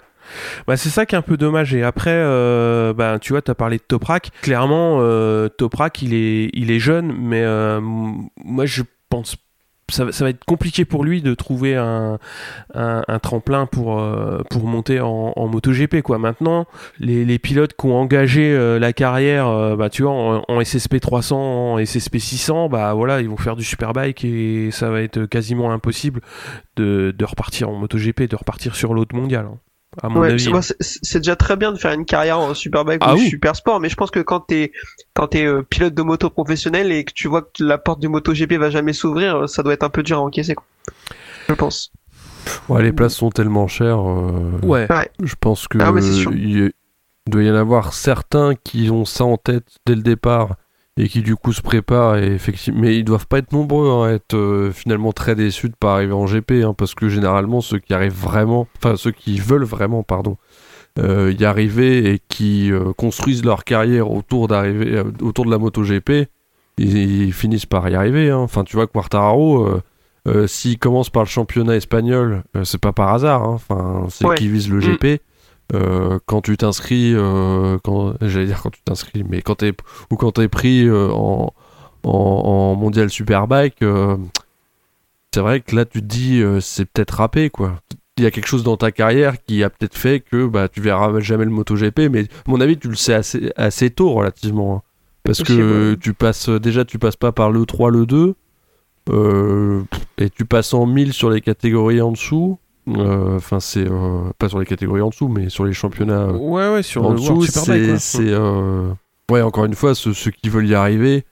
Bah, c'est ça qui est un peu dommage. Et après, euh, bah, tu vois, tu as parlé de Toprak. Clairement, euh, Toprak, il est, il est jeune, mais euh, m- moi, je pense ça, ça va être compliqué pour lui de trouver un, un, un tremplin pour, euh, pour monter en, en MotoGP, quoi. Maintenant, les, les pilotes qui ont engagé euh, la carrière, euh, bah, tu vois, en, en S S P trois cents, en S S P six cents, bah voilà, ils vont faire du Superbike et ça va être quasiment impossible de, de repartir en MotoGP, de repartir sur l'autre mondial. Hein. À mon ouais, avis. C'est, moi, c'est, c'est déjà très bien de faire une carrière en Superbike Ah ou oui. Super Sport, mais je pense que quand t'es quand t'es euh, pilote de moto professionnel et que tu vois que la porte du MotoGP va jamais s'ouvrir, ça doit être un peu dur à encaisser, quoi. Je pense. Ouais, les places sont tellement chères. Euh, Ouais. Ouais. Je pense que Ah, mais c'est sûr. il doit y en avoir certains qui ont ça en tête dès le départ et qui du coup se préparent. Et effectivement, mais ils doivent pas être nombreux hein, à être euh, finalement très déçus de pas arriver en G P, hein, parce que généralement ceux qui arrivent vraiment, enfin ceux qui veulent vraiment, pardon, euh, y arriver et qui euh, construisent leur carrière autour d'arriver, euh, autour de la MotoGP, ils, ils finissent par y arriver. Hein. Enfin, tu vois, Quartararo. Euh, Euh, s'il commence par le championnat espagnol, euh, c'est pas par hasard, hein. Enfin, c'est Ouais. qu'il vise le G P. Mmh. Euh, quand tu t'inscris, euh, quand, j'allais dire quand tu t'inscris, mais quand t'es ou quand t'es pris euh, en, en, en mondial Superbike, euh, c'est vrai que là tu te dis euh, c'est peut-être râpé quoi. Il y a quelque chose dans ta carrière qui a peut-être fait que bah tu verras jamais le MotoGP, mais à mon avis tu le sais assez, assez tôt relativement, hein. Parce Possible, que ouais. tu passes déjà tu passes pas par le trois, le deux. Euh, et tu passes en mille sur les catégories en dessous. Enfin, euh, c'est euh, pas sur les catégories en dessous, mais sur les championnats euh, Ouais, ouais, sur en le dessous. World Superbike, C'est, quoi. c'est euh... ouais, encore une fois, ceux, ceux qui veulent y arriver,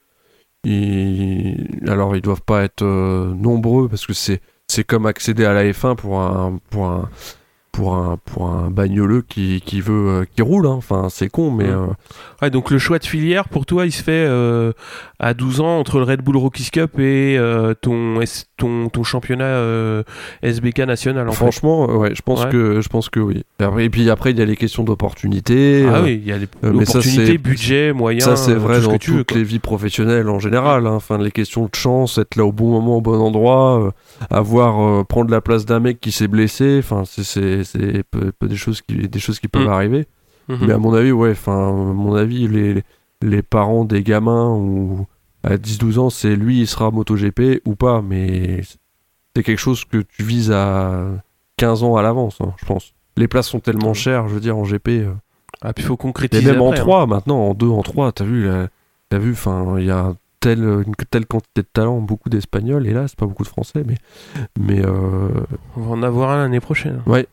ils... alors ils doivent pas être euh, nombreux parce que c'est c'est comme accéder à la F un pour un pour un pour un pour un bagnoleux qui qui veut euh, qui roule. Hein. Enfin, c'est con, mais. Mmh. Euh... Ouais, donc le choix de filière, pour toi, il se fait euh, à douze ans entre le Red Bull Rookies Cup et euh, ton, S- ton, ton championnat euh, S B K national, en Franchement, fait. ouais, je pense Ouais. que je pense que oui. Et, après, et puis après, il y a les questions d'opportunité. Ah euh, oui, il y a les euh, mais ça, opportunités, c'est- budget, moyens, Ça, c'est vrai tout ce dans que tu veux, toutes quoi. les vies professionnelles en général. Hein. Enfin, les questions de chance, être là au bon moment, au bon endroit, euh, avoir euh, prendre la place d'un mec qui s'est blessé. Enfin, c'est c'est c'est peu, peu des choses qui des choses qui peuvent Mm. arriver. Mhm. Mais à mon avis, ouais. Enfin, à mon avis, les les parents des gamins ou à dix douze ans, c'est lui, il sera MotoGP ou pas. Mais c'est quelque chose que tu vises à quinze ans à l'avance, hein, je pense. Les places sont tellement chères, je veux dire, en G P. euh, Ah, puis il faut et concrétiser même en après, hein. trois, maintenant, en deux, en trois, t'as vu, là, t'as vu, enfin, il y a telle, une telle quantité de talent, beaucoup d'Espagnols, et là, c'est pas beaucoup de Français, mais, mais euh, On va en avoir un l'année prochaine. ouais.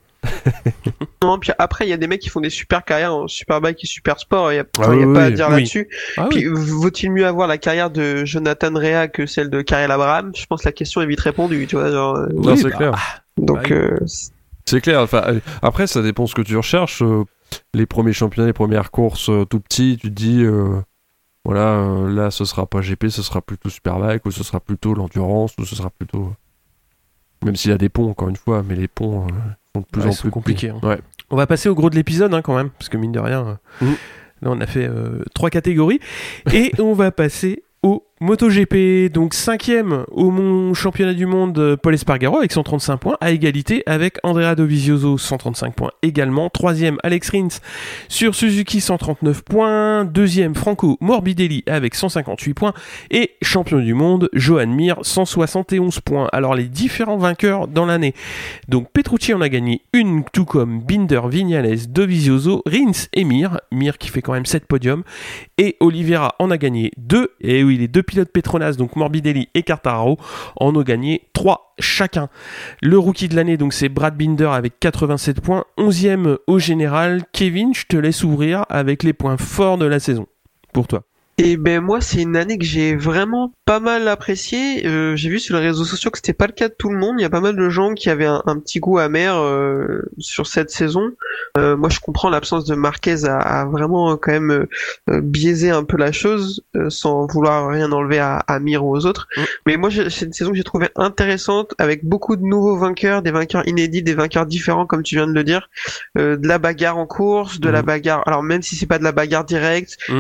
Non, puis après, il y a des mecs qui font des super carrières en Superbike et Super Sport. Il y a, Ah enfin, il y a oui, pas oui. à dire Oui. là-dessus. Ah Puis, oui. vaut-il mieux avoir la carrière de Jonathan Rea que celle de Karel Abraham? Je pense que la question est vite répondue, tu vois. Genre, euh, Non, Oui, c'est bah, clair. donc, bah oui. euh, c'est- C'est clair. Enfin, euh, après, ça dépend ce que tu recherches. euh, les premiers championnats, les premières courses, euh, tout petit, tu te dis, euh, voilà, euh, là, ce sera pas G P, ce sera plutôt Superbike, ou ce sera plutôt l'endurance, ou ce sera plutôt. Même s'il y a des ponts, encore une fois, mais les ponts euh, sont de plus Ouais, en ils sont plus compliqués, petits. hein. Ouais. On va passer au gros de l'épisode, hein, quand même, parce que mine de rien, euh, Mhm. là, on a fait euh, trois catégories. Et on va passer au MotoGP. Donc, cinquième au mon championnat du monde, euh, Paul Espargaro avec cent trente-cinq points, à égalité avec Andrea Dovizioso, cent trente-cinq points également. Troisième, Alex Rins sur Suzuki, cent trente-neuf points. Deuxième, Franco Morbidelli avec cent cinquante-huit points. Et champion du monde, Johan Mir, cent soixante et onze points. Alors, les différents vainqueurs dans l'année. Donc, Petrucci en a gagné une, tout comme Binder, Viñales, Dovizioso, Rins et Mir. Mir qui fait quand même sept podiums. Et Oliveira en a gagné deux. Et oui, les deux pilotes Petronas, donc Morbidelli et Quartararo, en ont gagné trois chacun. Le rookie de l'année, donc c'est Brad Binder avec quatre-vingt-sept points. onzième au général. Kevin, je te laisse ouvrir avec les points forts de la saison. Pour toi. Et ben moi, c'est une année que j'ai vraiment pas mal appréciée. Euh, j'ai vu sur les réseaux sociaux que c'était pas le cas de tout le monde. Il y a pas mal de gens qui avaient un, un petit goût amer euh, sur cette saison. Euh, moi, je comprends l'absence de Marquez a, a vraiment euh, quand même euh, biaisé un peu la chose, euh, sans vouloir rien enlever à, à Mir ou aux autres. Mm. Mais moi, j'ai- c'est une saison que j'ai trouvée intéressante, avec beaucoup de nouveaux vainqueurs, des vainqueurs inédits, des vainqueurs différents, comme tu viens de le dire, euh, de la bagarre en course, de Mm. la bagarre. Alors même si c'est pas de la bagarre directe. Mmh. Euh,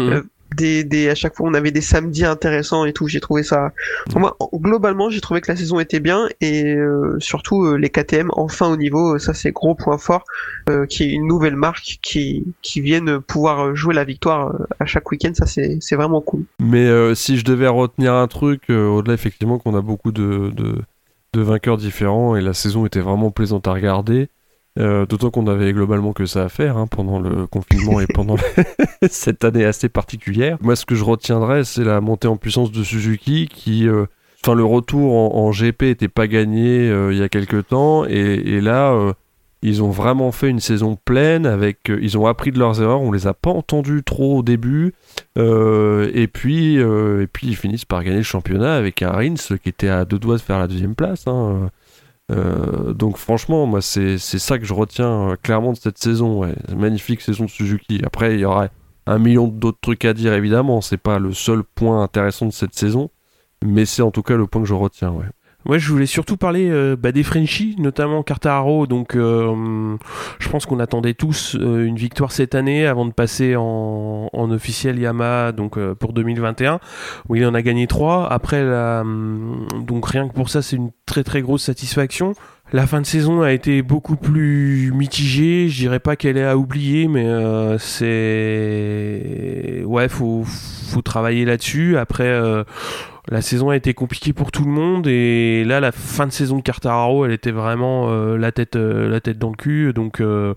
des, des, à chaque fois on avait des samedis intéressants et tout. J'ai trouvé ça. Pour moi, globalement, j'ai trouvé que la saison était bien et euh, surtout euh, les K T M enfin au niveau. Ça c'est gros point fort, euh, qui est une nouvelle marque qui qui viennent pouvoir jouer la victoire euh, à chaque week-end. Ça c'est c'est vraiment cool. Mais euh, si je devais retenir un truc, euh, au-delà effectivement qu'on a beaucoup de, de de vainqueurs différents et la saison était vraiment plaisante à regarder. Euh, d'autant qu'on avait globalement que ça à faire hein, pendant le confinement et pendant le... cette année assez particulière. Moi, ce que je retiendrai, c'est la montée en puissance de Suzuki qui, euh... enfin, le retour en, en G P était pas gagné euh, il y a quelques temps et, et là, euh, ils ont vraiment fait une saison pleine avec, euh, ils ont appris de leurs erreurs. On les a pas entendus trop au début euh, et puis, euh, et puis ils finissent par gagner le championnat avec un Rins qui était à deux doigts de faire la deuxième place. Hein. Euh, donc franchement moi c'est, c'est ça que je retiens euh, clairement de cette saison ouais. Magnifique saison de Suzuki. Après il y aurait un million d'autres trucs à dire évidemment, c'est pas le seul point intéressant de cette saison mais c'est en tout cas le point que je retiens ouais. Moi, je voulais surtout parler euh, bah, des Frenchies, notamment Quartararo. Donc, euh, je pense qu'on attendait tous euh, une victoire cette année avant de passer en, en officiel Yamaha, donc euh, pour deux mille vingt et un, où il en a gagné trois. Après, la, donc rien que pour ça, c'est une très très grosse satisfaction. La fin de saison a été beaucoup plus mitigée. Je dirais pas qu'elle est à oublier, mais euh, c'est ouais, faut faut travailler là-dessus. Après. Euh, La saison a été compliquée pour tout le monde et là la fin de saison de Quartararo elle était vraiment euh, la tête euh, la tête dans le cul donc euh,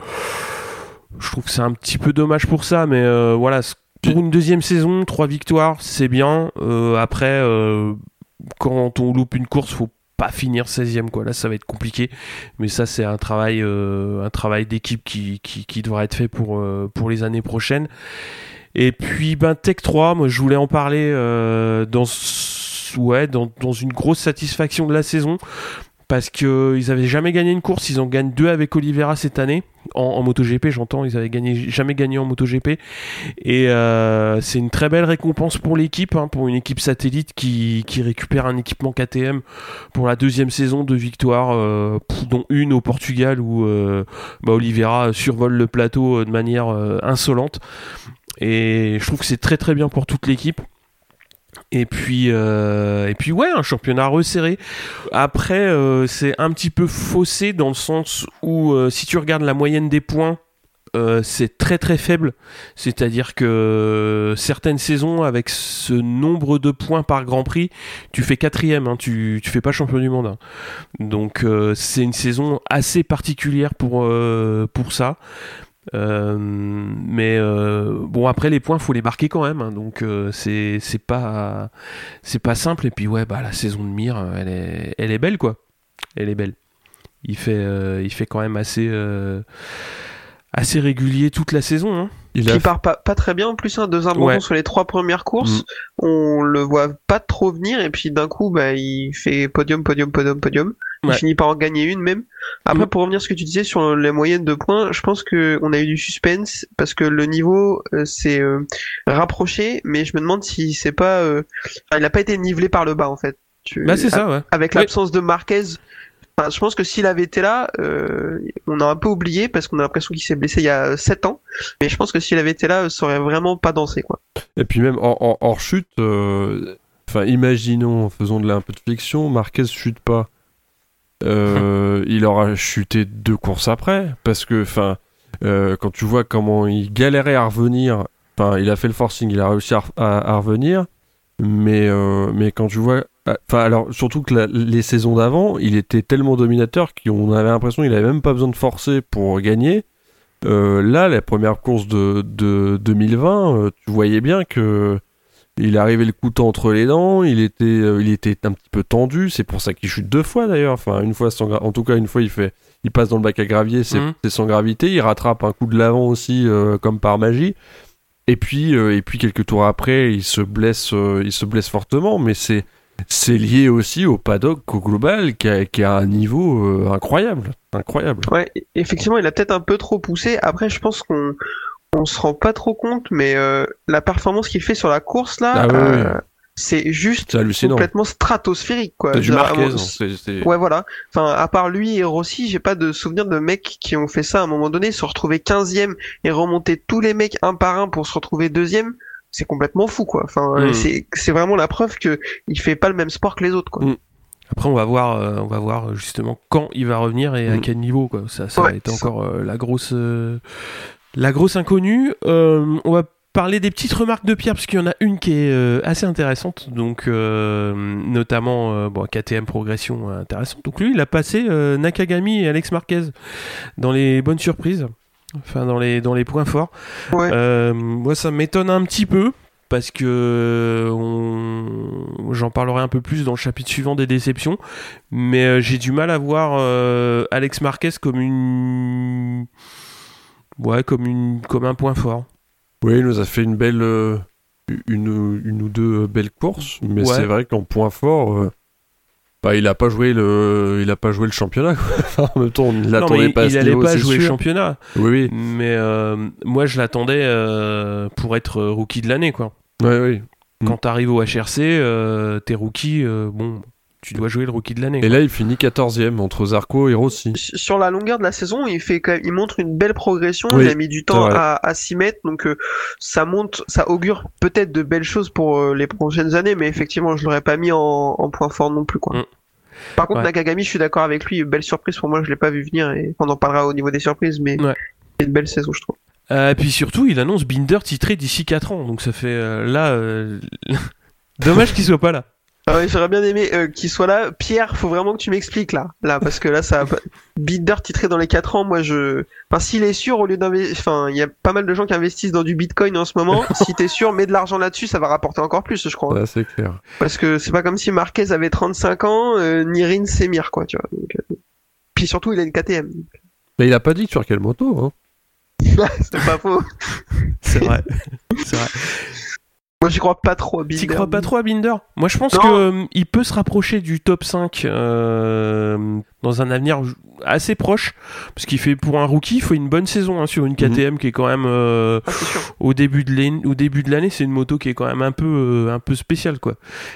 je trouve que c'est un petit peu dommage pour ça mais euh, voilà pour une deuxième saison trois victoires c'est bien euh, après euh, quand on loupe une course faut pas finir seizième quoi là ça va être compliqué mais ça c'est un travail euh, un travail d'équipe qui, qui, qui devra être fait pour, euh, pour les années prochaines. Et puis ben Tech trois moi je voulais en parler euh, dans ouais dans dans une grosse satisfaction de la saison parce que ils avaient jamais gagné une course, ils en gagnent deux avec Oliveira cette année en, en MotoGP j'entends, ils avaient gagné jamais gagné en MotoGP et euh, c'est une très belle récompense pour l'équipe hein, pour une équipe satellite qui qui récupère un équipement K T M pour la deuxième saison de victoire euh, dont une au Portugal où euh, bah, Oliveira survole le plateau de manière euh, insolente. Et je trouve que c'est très très bien pour toute l'équipe. Et puis, euh, et puis ouais, un championnat resserré. Après, euh, c'est un petit peu faussé dans le sens où euh, si tu regardes la moyenne des points, euh, c'est très très faible. C'est-à-dire que certaines saisons, avec ce nombre de points par Grand Prix, tu fais quatrième, hein, tu tu fais pas champion du monde. Hein. Donc euh, c'est une saison assez particulière pour euh, pour ça. Euh, mais euh, bon après les points faut les marquer quand même hein, donc euh, c'est c'est pas c'est pas simple et puis ouais bah la saison de Mir elle est elle est belle quoi elle est belle il fait euh, il fait quand même assez euh, assez régulier toute la saison hein. Il qui a... part pas, pas très bien en plus, hein, deux abandons ouais. sur les trois premières courses, mmh. on le voit pas trop venir et puis d'un coup bah il fait podium, podium, podium, podium, il ouais. finit par en gagner une même. Après mmh. pour revenir à ce que tu disais sur les moyennes de points, je pense que on a eu du suspense parce que le niveau euh, s'est euh, rapproché, mais je me demande si c'est pas, euh... enfin, il a pas été nivelé par le bas en fait. Tu... Bah c'est ça ouais. Avec l'absence oui. de Marquez. Enfin, je pense que s'il avait été là, euh, on a un peu oublié parce qu'on a l'impression qu'il s'est blessé il y a sept ans. Mais je pense que s'il avait été là, ça aurait vraiment pas dansé, quoi. Et puis même hors, hors, hors chute, euh, enfin imaginons, faisons de là un peu de fiction, Marquez chute pas, euh, il aura chuté deux courses après, parce que enfin euh, quand tu vois comment il galérait à revenir, enfin il a fait le forcing, il a réussi à, à, à revenir, mais euh, mais quand tu vois Enfin, alors, surtout que la, les saisons d'avant, il était tellement dominateur qu'on avait l'impression qu'il avait même pas besoin de forcer pour gagner. Euh, là, la première course de, de deux mille vingt, euh, tu voyais bien que il arrivait le couteau entre les dents, il était, euh, il était un petit peu tendu, c'est pour ça qu'il chute deux fois d'ailleurs. Enfin, une fois sans gra- en tout cas, une fois il fait, il passe dans le bac à gravier, c'est, mmh. c'est sans gravité, il rattrape un coup de l'avant aussi, euh, comme par magie. Et puis, euh, et puis quelques tours après, il se blesse, euh, il se blesse fortement, mais c'est C'est lié aussi au paddock, au global, qui a, qui a un niveau euh, incroyable, incroyable. Ouais, effectivement, il a peut-être un peu trop poussé. Après, je pense qu'on on se rend pas trop compte, mais euh, la performance qu'il fait sur la course là, ah, oui, euh, oui. c'est juste c'est complètement stratosphérique, quoi. C'est du Marquez, c'est, c'est... Ouais, voilà. Enfin, à part lui et Rossi, j'ai pas de souvenir de mecs qui ont fait ça à un moment donné, se retrouver quinzième et remonter tous les mecs un par un pour se retrouver deuxième. c'est complètement fou, quoi. Enfin, Mmh. c'est, c'est vraiment la preuve que il fait pas le même sport que les autres, quoi. Mmh. Après, on va voir, euh, on va voir justement quand il va revenir et à Mm. quel niveau, quoi. Ça, ça Ouais, va être c'est encore euh, la grosse, euh, la grosse inconnue. Euh, on va parler des petites remarques de Pierre parce qu'il y en a une qui est euh, assez intéressante, donc euh, notamment euh, bon, K T M progression euh, intéressante. Donc lui, il a passé euh, Nakagami et Alex Marquez dans les bonnes surprises, enfin dans les dans les points forts. Ouais. Euh, moi, ça m'étonne un petit peu. Parce que on... j'en parlerai un peu plus dans le chapitre suivant des déceptions, mais euh, j'ai du mal à voir euh, Alex Marquez comme une, ouais, comme une, comme un point fort. Oui, il nous a fait une belle, euh, une, une ou deux belles courses, mais Ouais. c'est vrai qu'en point fort, euh, bah, il a pas joué le, il a pas joué le championnat. Enfin, en même temps, on Non, l'attendait mais pas à il ce allait niveau, pas c'est jouer le sûr. championnat, Oui, oui, mais euh, moi je l'attendais euh, pour être rookie de l'année, quoi. oui, oui. Quand t'arrives au H R C, euh, t'es rookie, euh, bon, tu dois jouer le rookie de l'année. Et quoi. là, il finit quatorzième entre Zarco et Rossi. Sur la longueur de la saison, il fait quand même, il montre une belle progression. Oui, il a mis du temps c'est vrai. à, à s'y mettre, donc euh, ça monte, ça augure peut-être de belles choses pour euh, les prochaines années, mais effectivement, je l'aurais pas mis en, en point fort non plus, quoi. Mm. Par contre, Ouais. Nakagami, je suis d'accord avec lui. Belle surprise pour moi, je l'ai pas vu venir et on en parlera au niveau des surprises, mais Ouais. c'est une belle saison, je trouve. Euh, et puis surtout, il annonce Binder titré d'ici quatre ans, donc ça fait euh, là. Euh... Dommage qu'il soit pas là. Ah ouais, j'aurais bien aimé euh, qu'il soit là. Pierre, faut vraiment que tu m'expliques là, là, parce que là, ça, Binder titré dans les quatre ans, moi je, enfin, s'il est sûr, au lieu d'investir, enfin, il y a pas mal de gens qui investissent dans du Bitcoin en ce moment. Si t'es sûr, mets de l'argent là-dessus, ça va rapporter encore plus, je crois. Là, c'est clair. Parce que c'est pas comme si Marquez avait trente-cinq ans, euh, ni Rins Semir, quoi, tu vois. Donc, euh... Puis surtout, il a une K T M. Mais il a pas dit sur quelle moto, hein. C'est pas faux. C'est vrai. C'est vrai. Moi, j'y crois pas trop à Binder. T'y crois pas trop à Binder? Moi, je pense Non. que euh, il peut se rapprocher du top cinq euh, dans un avenir assez proche, parce qu'il fait pour un rookie, il faut une bonne saison hein, sur une K T M qui est quand même euh, Ah, c'est sûr. au début de l'année, au début de l'année, c'est une moto qui est quand même un peu euh, un peu spéciale quoi.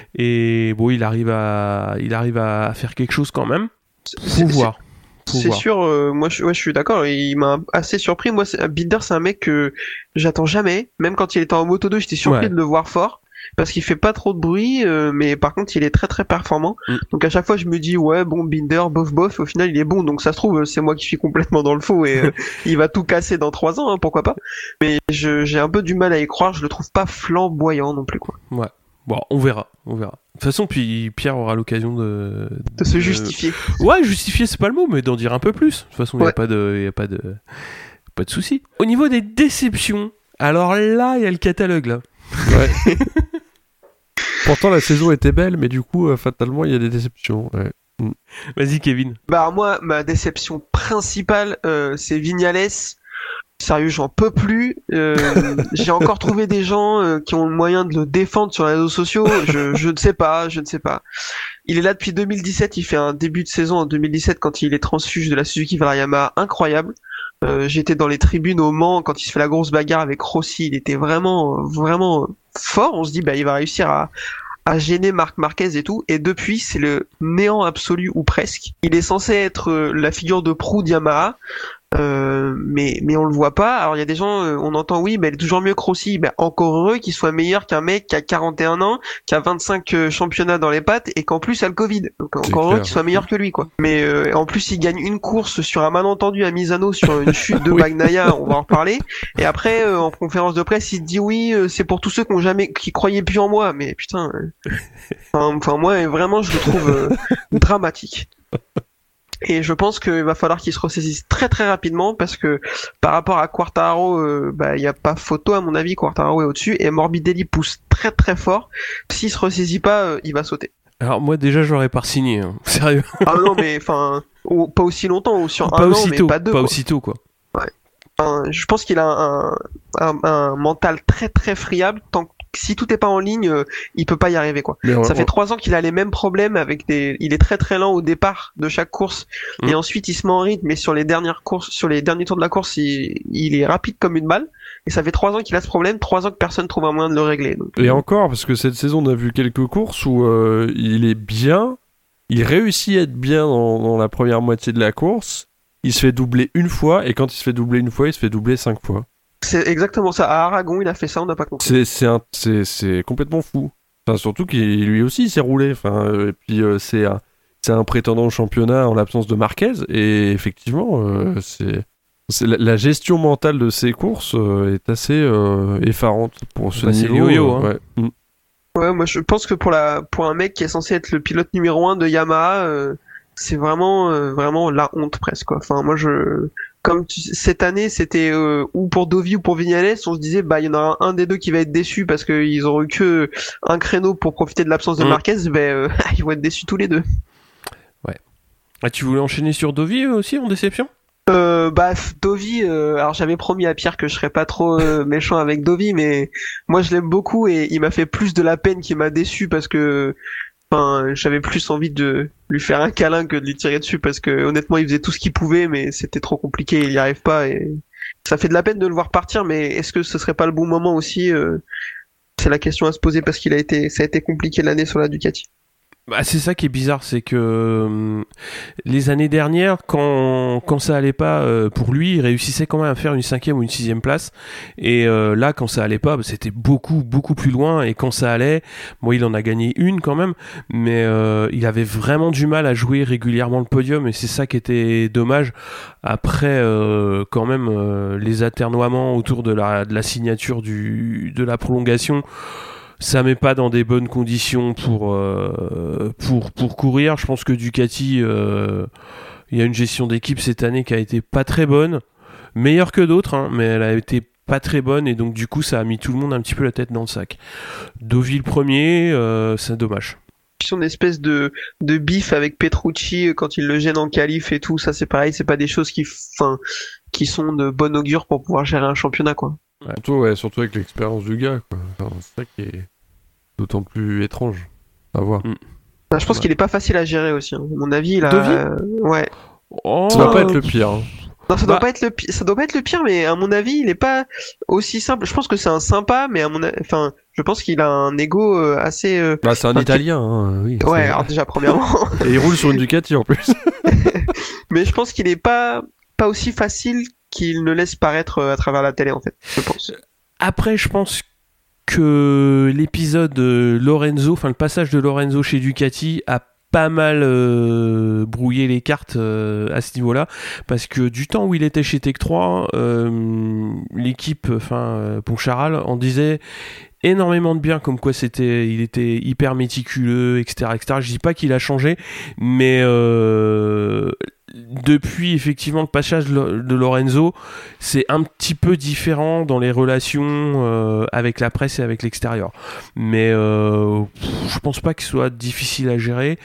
Et bon, il arrive à il arrive à faire quelque chose quand même. C'est- Faut c'est- voir. Faut C'est voir. sûr, euh, moi je, ouais, je suis d'accord, il m'a assez surpris. Moi, c'est, Binder, c'est un mec que j'attends jamais. Même quand il était en moto deux, j'étais surpris Ouais. de le voir fort. Parce qu'il fait pas trop de bruit, euh, mais par contre, il est très très performant. Mm. Donc à chaque fois, je me dis, ouais, bon, Binder, bof bof, au final, il est bon. Donc ça se trouve, c'est moi qui suis complètement dans le faux et euh, il va tout casser dans trois ans, hein, pourquoi pas. Mais je, j'ai un peu du mal à y croire, je le trouve pas flamboyant non plus, quoi. Bon, on verra, on verra. De toute façon, puis Pierre aura l'occasion de De se justifier. Ouais, justifier, c'est pas le mot, mais d'en dire un peu plus. De toute façon, il n'y a Ouais. pas de, y a pas de, pas de souci. Au niveau des déceptions, alors là, il y a le catalogue là. Ouais. Pourtant, la saison était belle, mais du coup, euh, fatalement, il y a des déceptions. Ouais. Vas-y, Kevin. Bah moi, ma déception principale, euh, c'est Vignales. Sérieux, j'en peux plus. Euh, j'ai encore trouvé des gens euh, qui ont le moyen de le défendre sur les réseaux sociaux. Je, je ne sais pas, je ne sais pas. Il est là depuis deux mille dix-sept. Il fait un début de saison en deux mille dix-sept quand il est transfuge de la Suzuki vers la Yamaha incroyable. Euh, j'étais dans les tribunes au Mans quand il se fait la grosse bagarre avec Rossi. Il était vraiment, vraiment fort. On se dit, bah, il va réussir à à gêner Marc Marquez et tout, et depuis c'est le néant absolu ou presque. Il est censé être euh, la figure de proue d'Yamaha, euh, mais mais on le voit pas. Alors il y a des gens, euh, on entend oui, mais il est toujours mieux que Rossi. Ben encore heureux qu'il soit meilleur qu'un mec qui a quarante et un ans, qui a vingt-cinq euh, championnats dans les pattes et qu'en plus a le Covid. Donc C'est encore heureux clair. qu'il soit meilleur que lui quoi. Mais euh, en plus il gagne une course sur un malentendu à Misano sur une chute de Oui. Bagnaia, on va en reparler. Et après euh, en conférence de presse il dit oui, euh, c'est pour tous ceux qui ont jamais, qui croyaient plus en moi. Mais putain. euh, Enfin, enfin, moi, vraiment, je le trouve euh, dramatique. Et je pense qu'il va falloir qu'il se ressaisisse très très rapidement parce que par rapport à Quartararo, euh, bah il y a pas photo à mon avis. Quartararo est au-dessus et Morbidelli pousse très très fort. S'il se ressaisit pas, euh, il va sauter. Alors moi déjà, j'aurais pas signé, hein. Sérieux. Ah non, mais enfin, au- pas aussi longtemps ou sur Pas un an, aussitôt, mais pas deux. pas quoi. aussitôt quoi. Enfin, je pense qu'il a un, un, un mental très très friable. Tant que si tout est pas en ligne, euh, il peut pas y arriver quoi. Mais on- Ça fait on- trois ans qu'il a les mêmes problèmes avec des. Il est très très lent au départ de chaque course Mm. et ensuite il se met en rythme. Mais sur les dernières courses, sur les derniers tours de la course, il, il est rapide comme une balle. Et ça fait trois ans qu'il a ce problème, trois ans que personne trouve un moyen de le régler. Donc, Et encore, parce que cette saison, on a vu quelques courses où euh, il est bien, il réussit à être bien dans, dans la première moitié de la course, il se fait doubler une fois, et quand il se fait doubler une fois, il se fait doubler cinq fois. C'est exactement ça. À Aragon, il a fait ça, on n'a pas compris. C'est, c'est, un, c'est, c'est complètement fou. Enfin, surtout qu'il lui aussi il s'est roulé. Enfin, euh, et puis euh, c'est, un, c'est un prétendant au championnat en l'absence de Marquez. Et effectivement, euh, c'est, c'est la, la gestion mentale de ces courses euh, est assez euh, effarante pour ce bah, niveau. C'est le yo-yo, hein. Ouais. Mm. Ouais, moi je pense que pour la pour un mec qui est censé être le pilote numéro un de Yamaha, euh, c'est vraiment euh, vraiment la honte presque quoi. Enfin moi je comme tu... cette année c'était euh, ou pour Dovi ou pour Vignales, on se disait bah il y en aura un des deux qui va être déçu parce qu'ils auront eu que un créneau pour profiter de l'absence de Mm. Marquez, ben euh, ils vont être déçus tous les deux. Ah, tu voulais enchaîner sur Dovi aussi en déception? Euh, bah Dovi, euh, alors j'avais promis à Pierre que je serais pas trop euh, méchant avec Dovi, mais moi je l'aime beaucoup et il m'a fait plus de la peine qu'il m'a déçu parce que, enfin, j'avais plus envie de lui faire un câlin que de lui tirer dessus parce que honnêtement il faisait tout ce qu'il pouvait, mais c'était trop compliqué, il y arrive pas et ça fait de la peine de le voir partir, mais est-ce que ce serait pas le bon moment aussi euh, c'est la question à se poser parce qu'il a été, ça a été compliqué l'année sur la Ducati. Bah, c'est ça qui est bizarre, c'est que euh, les années dernières, quand, quand ça allait pas euh, pour lui, il réussissait quand même à faire une cinquième ou une sixième place. Et euh, là, quand ça allait pas, bah, c'était beaucoup, beaucoup plus loin. Et quand ça allait, bon, il en a gagné une quand même, mais euh, il avait vraiment du mal à jouer régulièrement le podium. Et c'est ça qui était dommage. Après, euh, quand même, euh, les aternoiements autour de la, de la signature du, de la prolongation, ça met pas dans des bonnes conditions pour euh, pour pour courir. Je pense que Ducati, euh, il y a une gestion d'équipe cette année qui a été pas très bonne, meilleure que d'autres, hein, mais elle a été pas très bonne et donc du coup ça a mis tout le monde un petit peu la tête dans le sac. Deauville premier, euh, c'est dommage. Son espèce de de bif avec Petrucci quand il le gêne en qualif et tout, ça c'est pareil, c'est pas des choses qui, enfin, qui sont de bon augure pour pouvoir gérer un championnat quoi. Ouais. Surtout, ouais, surtout avec l'expérience du gars, quoi. Enfin, c'est ça qui est d'autant plus étrange à voir. Mm. Enfin, je pense Ouais. qu'il est pas facile à gérer aussi. Hein. À mon avis, il a. Deauville euh, ouais. Oh, Ça doit pas être le pire. Hein. Non, ça doit Bah- pas être le pire. Ça doit pas être le pire, mais à mon avis, il est pas aussi simple. Je pense que c'est un sympa, mais à mon, a- enfin, je pense qu'il a un ego euh, assez. euh, Bah, c'est un Ok. Italien, hein, oui. Ouais, c'est- alors déjà premièrement, Et il roule sur une Ducati en plus. mais je pense qu'il est pas pas aussi facile qu'il ne laisse paraître euh, à travers la télé en fait. Je pense. Après, je pense que l'épisode euh, Lorenzo, enfin le passage de Lorenzo chez Ducati a pas mal euh, brouillé les cartes euh, à ce niveau-là, parce que du temps où il était chez Tech trois, euh, l'équipe, enfin euh, Poncharal, en disait énormément de bien, comme quoi c'était, il était hyper méticuleux, et cetera, et cetera. Je dis pas qu'il a changé, mais euh, depuis effectivement le passage de Lorenzo, c'est un petit peu différent dans les relations euh, avec la presse et avec l'extérieur. Mais euh, pff, je pense pas qu'il soit difficile à gérer.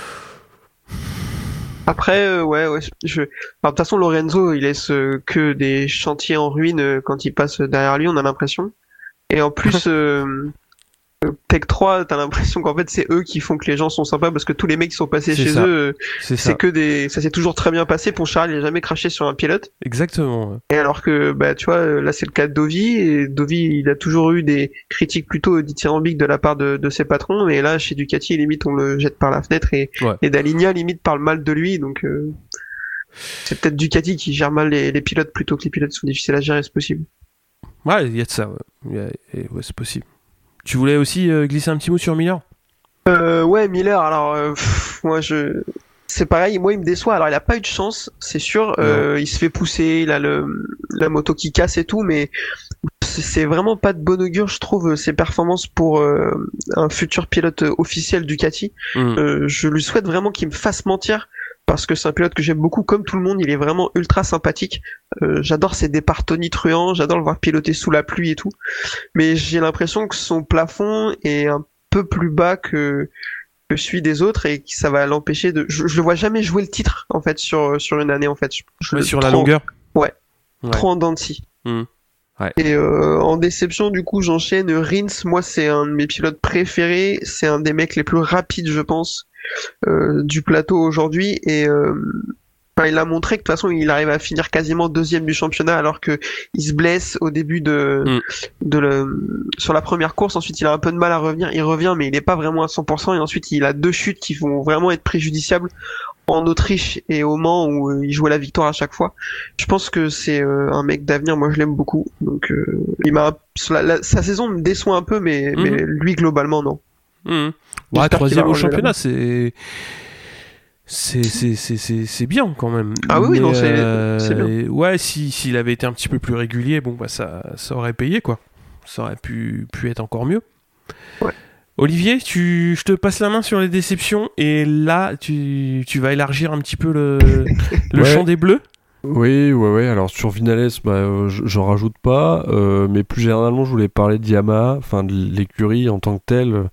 Après, euh, ouais, ouais, je. Enfin, de toute façon, Lorenzo, il laisse euh, que des chantiers en ruine euh, quand il passe derrière lui, on a l'impression. Et en plus, euh, euh, Tech trois, t'as l'impression qu'en fait, c'est eux qui font que les gens sont sympas parce que tous les mecs qui sont passés C'est chez ça. eux, euh, C'est ça. c'est que des. Ça s'est toujours très bien passé. Poncharal, il a jamais craché sur un pilote. Exactement. Ouais. Et alors que, bah, tu vois, euh, là, c'est le cas de Dovi. Et Dovi, il a toujours eu des critiques plutôt dithyrambiques de la part de, de ses patrons. Mais là, chez Ducati, limite, on le jette par la fenêtre et, Ouais. et Daligna, limite, parle mal de lui. Donc, euh, c'est peut-être Ducati qui gère mal les, les pilotes plutôt que les pilotes sont difficiles à gérer, c'est possible. Ouais, il y a de ça. Ouais, Il y a- et ouais, c'est possible. Tu voulais aussi euh, glisser un petit mot sur Miller? Euh, ouais, Miller, alors, euh, pff, moi, je, c'est pareil, moi, il me déçoit. Alors, il a pas eu de chance, c'est sûr. Euh, il se fait pousser, il a le, la moto qui casse et tout, mais c'est c'est vraiment pas de bon augure, je trouve, ses performances pour euh, un futur pilote officiel Ducati. Mmh. Euh, je lui souhaite vraiment qu'il me fasse mentir. Parce que c'est un pilote que j'aime beaucoup, comme tout le monde, il est vraiment ultra sympathique. Euh, j'adore ses départs tonitruants, j'adore le voir piloter sous la pluie et tout. Mais j'ai l'impression que son plafond est un peu plus bas que, que celui des autres et que ça va l'empêcher de. Je, je le vois jamais jouer le titre en fait sur sur une année en fait. Je, je Ouais, le sur la trop- longueur. Ouais. Ouais. Trop en dents de scie. Mmh. Ouais. Et euh, en déception, du coup, j'enchaîne. Rins, moi, c'est un de mes pilotes préférés. C'est un des mecs les plus rapides, je pense, euh, du plateau aujourd'hui. Et euh, enfin, il a montré que de toute façon, il arrive à finir quasiment deuxième du championnat, alors que il se blesse au début de, Mm. de le, sur la première course. Ensuite, il a un peu de mal à revenir. Il revient, mais il est pas vraiment à cent pour cent. Et ensuite, il a deux chutes qui vont vraiment être préjudiciables en Autriche et au Mans où euh, il jouait la victoire à chaque fois. Je pense que c'est euh, un mec d'avenir. Moi, je l'aime beaucoup. Donc, euh, il m'a la, la, sa saison me déçoit un peu, mais, mmh. mais lui globalement non. Mmh. Ouais, troisième au championnat, c'est c'est c'est c'est c'est c'est bien quand même. Ah oui, mais, oui non, c'est euh... c'est bien. Ouais, si s'il avait été un petit peu plus régulier, bon bah ça ça aurait payé quoi. Ça aurait pu pu être encore mieux. Ouais. Olivier, tu, je te passe la main sur les déceptions et là, tu, tu vas élargir un petit peu le, le ouais. champ des Bleus. Oui, ouais, ouais. Alors sur Viñales, bah, euh, j'en rajoute pas, euh, mais plus généralement, je voulais parler de Yamaha, enfin de l'écurie en tant que telle.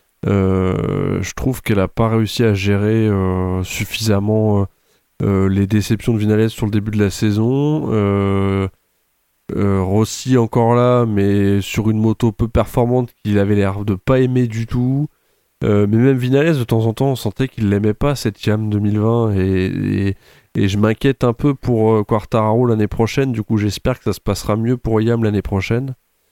Euh, je trouve qu'elle a pas réussi à gérer euh, suffisamment euh, les déceptions de Viñales sur le début de la saison. Euh, Euh, Rossi encore là, mais sur une moto peu performante qu'il avait l'air de pas aimer du tout. Euh, mais même Viñales, de temps en temps, on sentait qu'il l'aimait pas cette Yam deux mille vingt et, et, et je m'inquiète un peu pour euh, Quartararo l'année prochaine. Du coup, j'espère que ça se passera mieux pour Yam l'année prochaine.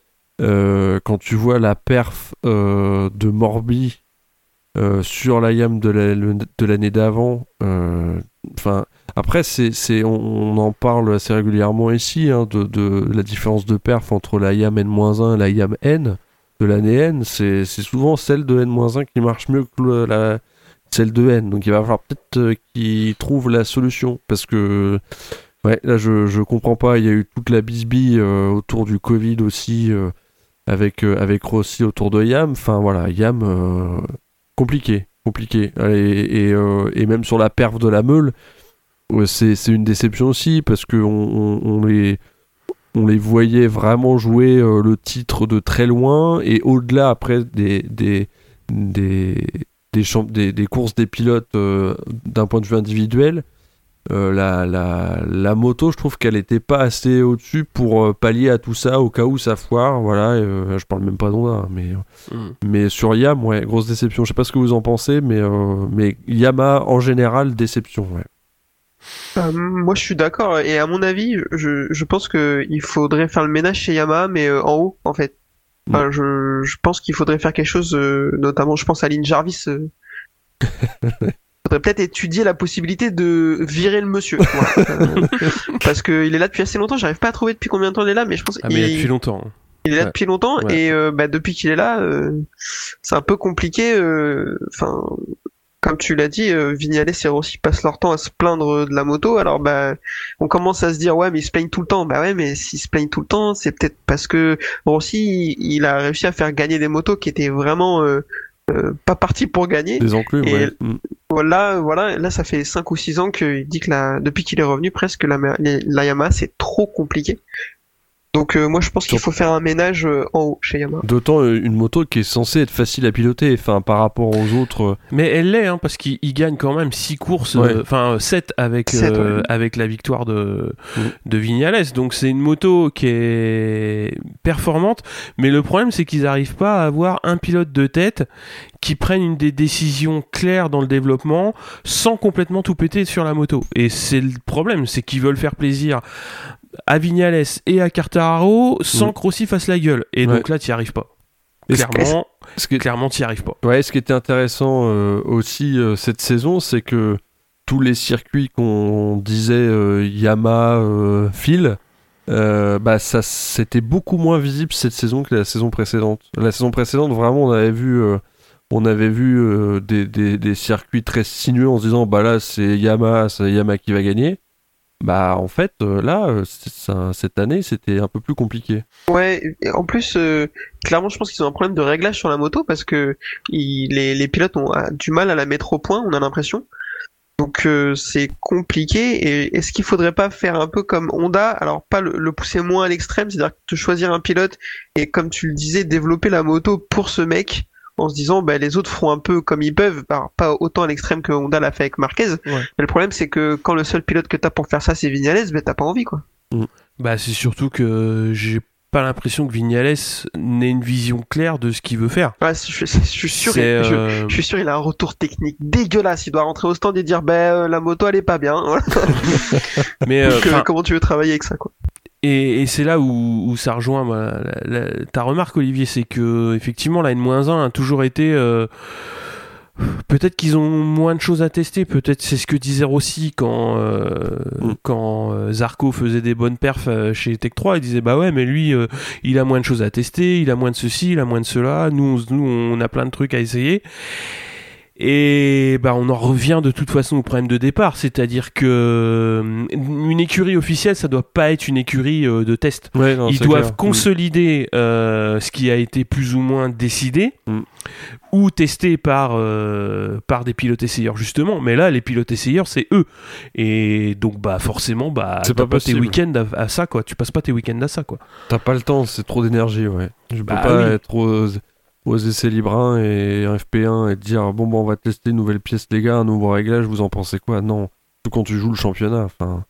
Euh, quand tu vois la perf euh, de Morbi euh, sur la Yam de, la, de l'année d'avant, enfin. Euh, Après, c'est, c'est, on, on en parle assez régulièrement ici, hein, de, de la différence de perf entre la Yam N moins un et la Yam N de l'année N. C'est, c'est souvent celle de N moins un qui marche mieux que le, la, celle de N. Donc il va falloir peut-être euh, qu'ils trouvent la solution. Parce que, ouais, là, je, je comprends pas. Il y a eu toute la bisbille euh, autour du Covid aussi, euh, avec, euh, avec Rossi autour de Yam. Enfin, voilà, Yam, euh, compliqué. Compliqué. Et, et, euh, et même sur la perf de la meule, C'est, c'est une déception aussi parce qu'on on, on les, on les voyait vraiment jouer euh, le titre de très loin et au-delà après des, des, des, des, champ- des, des courses des pilotes euh, d'un point de vue individuel. Euh, la, la, la moto, je trouve qu'elle n'était pas assez au-dessus pour euh, pallier à tout ça au cas où ça foire. Voilà, euh, je parle même pas d'Honda, mais, mm. mais sur Yam, ouais, grosse déception. Je sais pas ce que vous en pensez, mais, euh, mais Yamaha en général, déception, ouais. Euh, moi je suis d'accord et à mon avis je, je pense que il faudrait faire le ménage chez Yamaha mais euh, en haut en fait. Enfin, mmh. je, je pense qu'il faudrait faire quelque chose euh, notamment je pense à Lynn Jarvis. Euh... faudrait peut-être étudier la possibilité de virer le monsieur. euh, parce que il est là depuis assez longtemps, j'arrive pas à trouver depuis combien de temps il est là mais je pense ah mais il est depuis longtemps. Il est là ouais. depuis longtemps ouais. et euh, bah, depuis qu'il est là euh, c'est un peu compliqué enfin euh, comme tu l'as dit, euh, Viñales et Rossi passent leur temps à se plaindre de la moto. Alors bah, on commence à se dire ouais, mais ils se plaignent tout le temps. Bah ouais, mais s'ils se plaignent tout le temps, c'est peut-être parce que Rossi, il, il a réussi à faire gagner des motos qui étaient vraiment euh, euh, pas parties pour gagner. Des enclumes. Et ouais. voilà, voilà, là ça fait cinq ou six ans qu'il dit que la, depuis qu'il est revenu presque la, la Yamaha c'est trop compliqué. Donc euh, moi je pense qu'il faut faire un ménage euh, en haut chez Yamaha. D'autant euh, une moto qui est censée être facile à piloter, enfin par rapport aux autres. Euh... Mais elle l'est, hein, parce qu'il gagne quand même six courses, enfin ouais. sept avec sept, euh, ouais. avec la victoire de mmh. de Viñales. Donc c'est une moto qui est performante, mais le problème c'est qu'ils n'arrivent pas à avoir un pilote de tête qui prenne une des décisions claires dans le développement sans complètement tout péter sur la moto. Et c'est le problème, c'est qu'ils veulent faire plaisir à Viñales et à Quartararo sans mmh. que Rossi fasse la gueule. Et ouais. donc là, tu n'y arrives pas. Et clairement, ce que... clairement, tu n'y arrives pas. Ouais, ce qui était intéressant euh, aussi euh, cette saison, c'est que tous les circuits qu'on disait euh, Yamaha, euh, Phil, euh, bah, ça, c'était beaucoup moins visible cette saison que la saison précédente. La saison précédente, vraiment, on avait vu... Euh, on avait vu euh, des, des, des circuits très sinueux en se disant bah là, c'est Yamaha, c'est Yamaha qui va gagner. Bah en fait euh, là euh, ça, cette année c'était un peu plus compliqué. Ouais, et en plus euh, clairement je pense qu'ils ont un problème de réglage sur la moto parce que il, les, les pilotes ont a, du mal à la mettre au point, on a l'impression. Donc euh, c'est compliqué et est-ce qu'il faudrait pas faire un peu comme Honda, alors pas le, le pousser moins à l'extrême, c'est-à-dire te choisir un pilote et comme tu le disais développer la moto pour ce mec en se disant bah les autres feront un peu comme ils peuvent, bah, pas autant à l'extrême que Honda l'a fait avec Marquez. Ouais. Mais le problème c'est que quand le seul pilote que t'as pour faire ça c'est Viñales, bah t'as pas envie quoi. Mmh. Bah c'est surtout que j'ai pas l'impression que Viñales n'ait une vision claire de ce qu'il veut faire. Ouais, je, je, je suis sûr, il, euh... je, je suis sûr il a un retour technique dégueulasse. Il doit rentrer au stand et dire bah euh, la moto elle est pas bien. Mais Donc, euh, comment tu veux travailler avec ça quoi. Et, et c'est là où, où ça rejoint bah, la, la, ta remarque Olivier, c'est que effectivement la N moins un a toujours été euh, Peut-être qu'ils ont moins de choses à tester. Peut-être c'est ce que disait Rossi quand euh, mm. quand euh, Zarco faisait des bonnes perfs euh, chez Tech trois. Il disait bah ouais, mais lui, euh, il a moins de choses à tester, il a moins de ceci, il a moins de cela. Nous, on, nous, on a plein de trucs à essayer. Et bah on en revient de toute façon au problème de départ, c'est-à-dire que une écurie officielle, ça doit pas être une écurie euh, de test. Ouais, non, Ils doivent clair. consolider euh, ce qui a été plus ou moins décidé mm. ou testé par euh, par des pilotes essayeurs justement. Mais là, les pilotes essayeurs, c'est eux. Et donc bah forcément, bah c'est t'as pas, pas tes week-ends à, à ça quoi. Tu passes pas tes week-ends à ça quoi. T'as pas le temps, c'est trop d'énergie, ouais. Je peux bah, pas oui. être aux, aux essais libres un et un F P un et te dire bon bon on va tester une nouvelle pièce les gars, un nouveau réglage, vous en pensez quoi? Non, tout quand tu joues le championnat. Enfin.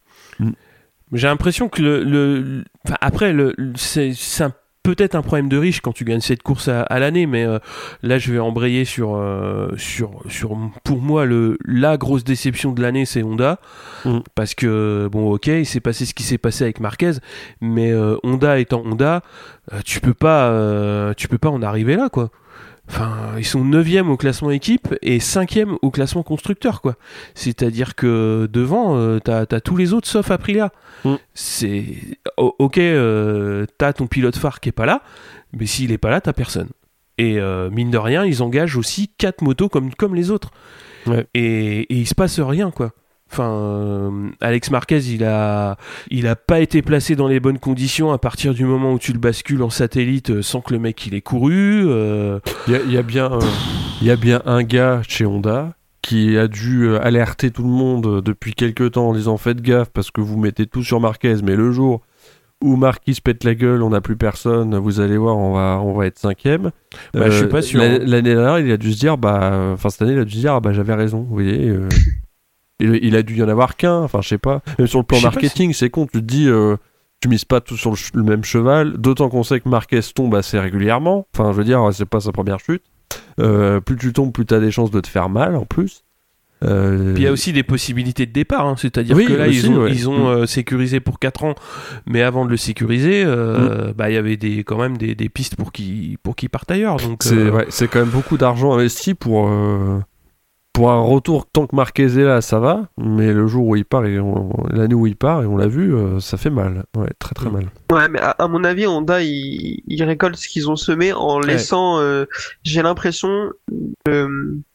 J'ai l'impression que le, le enfin après le, le c'est, c'est un, peut-être un problème de riche quand tu gagnes cette course à, à l'année, mais euh, là je vais embrayer sur euh, sur sur pour moi le la grosse déception de l'année c'est Honda mm. parce que bon ok il s'est passé ce qui s'est passé avec Marquez, mais euh, Honda étant Honda, euh, tu peux pas euh, tu peux pas en arriver là quoi. Enfin, ils sont neuvième au classement équipe et cinquième au classement constructeur, quoi. C'est-à-dire que devant, euh, t'as, t'as tous les autres sauf Aprilia. Mm. C'est oh, ok, euh, t'as ton pilote phare qui est pas là, mais s'il est pas là, t'as personne. Et euh, mine de rien, ils engagent aussi quatre motos comme comme les autres. Ouais. Et, et il se passe rien, quoi. Enfin, euh, Alex Marquez, il a, il a pas été placé dans les bonnes conditions à partir du moment où tu le bascules en satellite euh, sans que le mec il ait couru. Il euh... y, a, y a bien, euh, y a bien un gars chez Honda qui a dû euh, alerter tout le monde euh, depuis quelques temps en disant faites gaffe parce que vous mettez tout sur Marquez, mais le jour où Marquis pète la gueule, on n'a plus personne, vous allez voir, on va, on va être cinquième. Bah, euh, je suis pas sûr. L'année dernière, il a dû se dire, bah, enfin cette année, il a dû se dire, ah, bah j'avais raison, vous voyez. Euh... Il, il a dû y en avoir qu'un, enfin je sais pas. Même sur le plan marketing, si... c'est con, tu te dis, euh, tu mises pas tout sur le, le même cheval, d'autant qu'on sait que Marquez tombe assez régulièrement. Enfin, je veux dire, c'est pas sa première chute. Euh, plus tu tombes, plus t'as des chances de te faire mal en plus. Euh... Puis il y a aussi des possibilités de départ, hein. C'est-à-dire oui, que là, aussi, ils ont, ouais. ils ont euh, sécurisé pour quatre ans, mais avant de le sécuriser, euh, mm. bah, il y avait des, quand même des, des pistes pour qu'ils pour qu'ils partent ailleurs. Donc, c'est, euh... ouais, c'est quand même beaucoup d'argent investi pour. Euh... Pour un retour, tant que Marquez est là, ça va, mais le jour où il part, et on, l'année où il part, et on l'a vu, euh, ça fait mal. Ouais, très très mal. Ouais, mais à, à mon avis, Honda, ils, ils récoltent ce qu'ils ont semé en ouais. laissant, euh, j'ai l'impression, euh,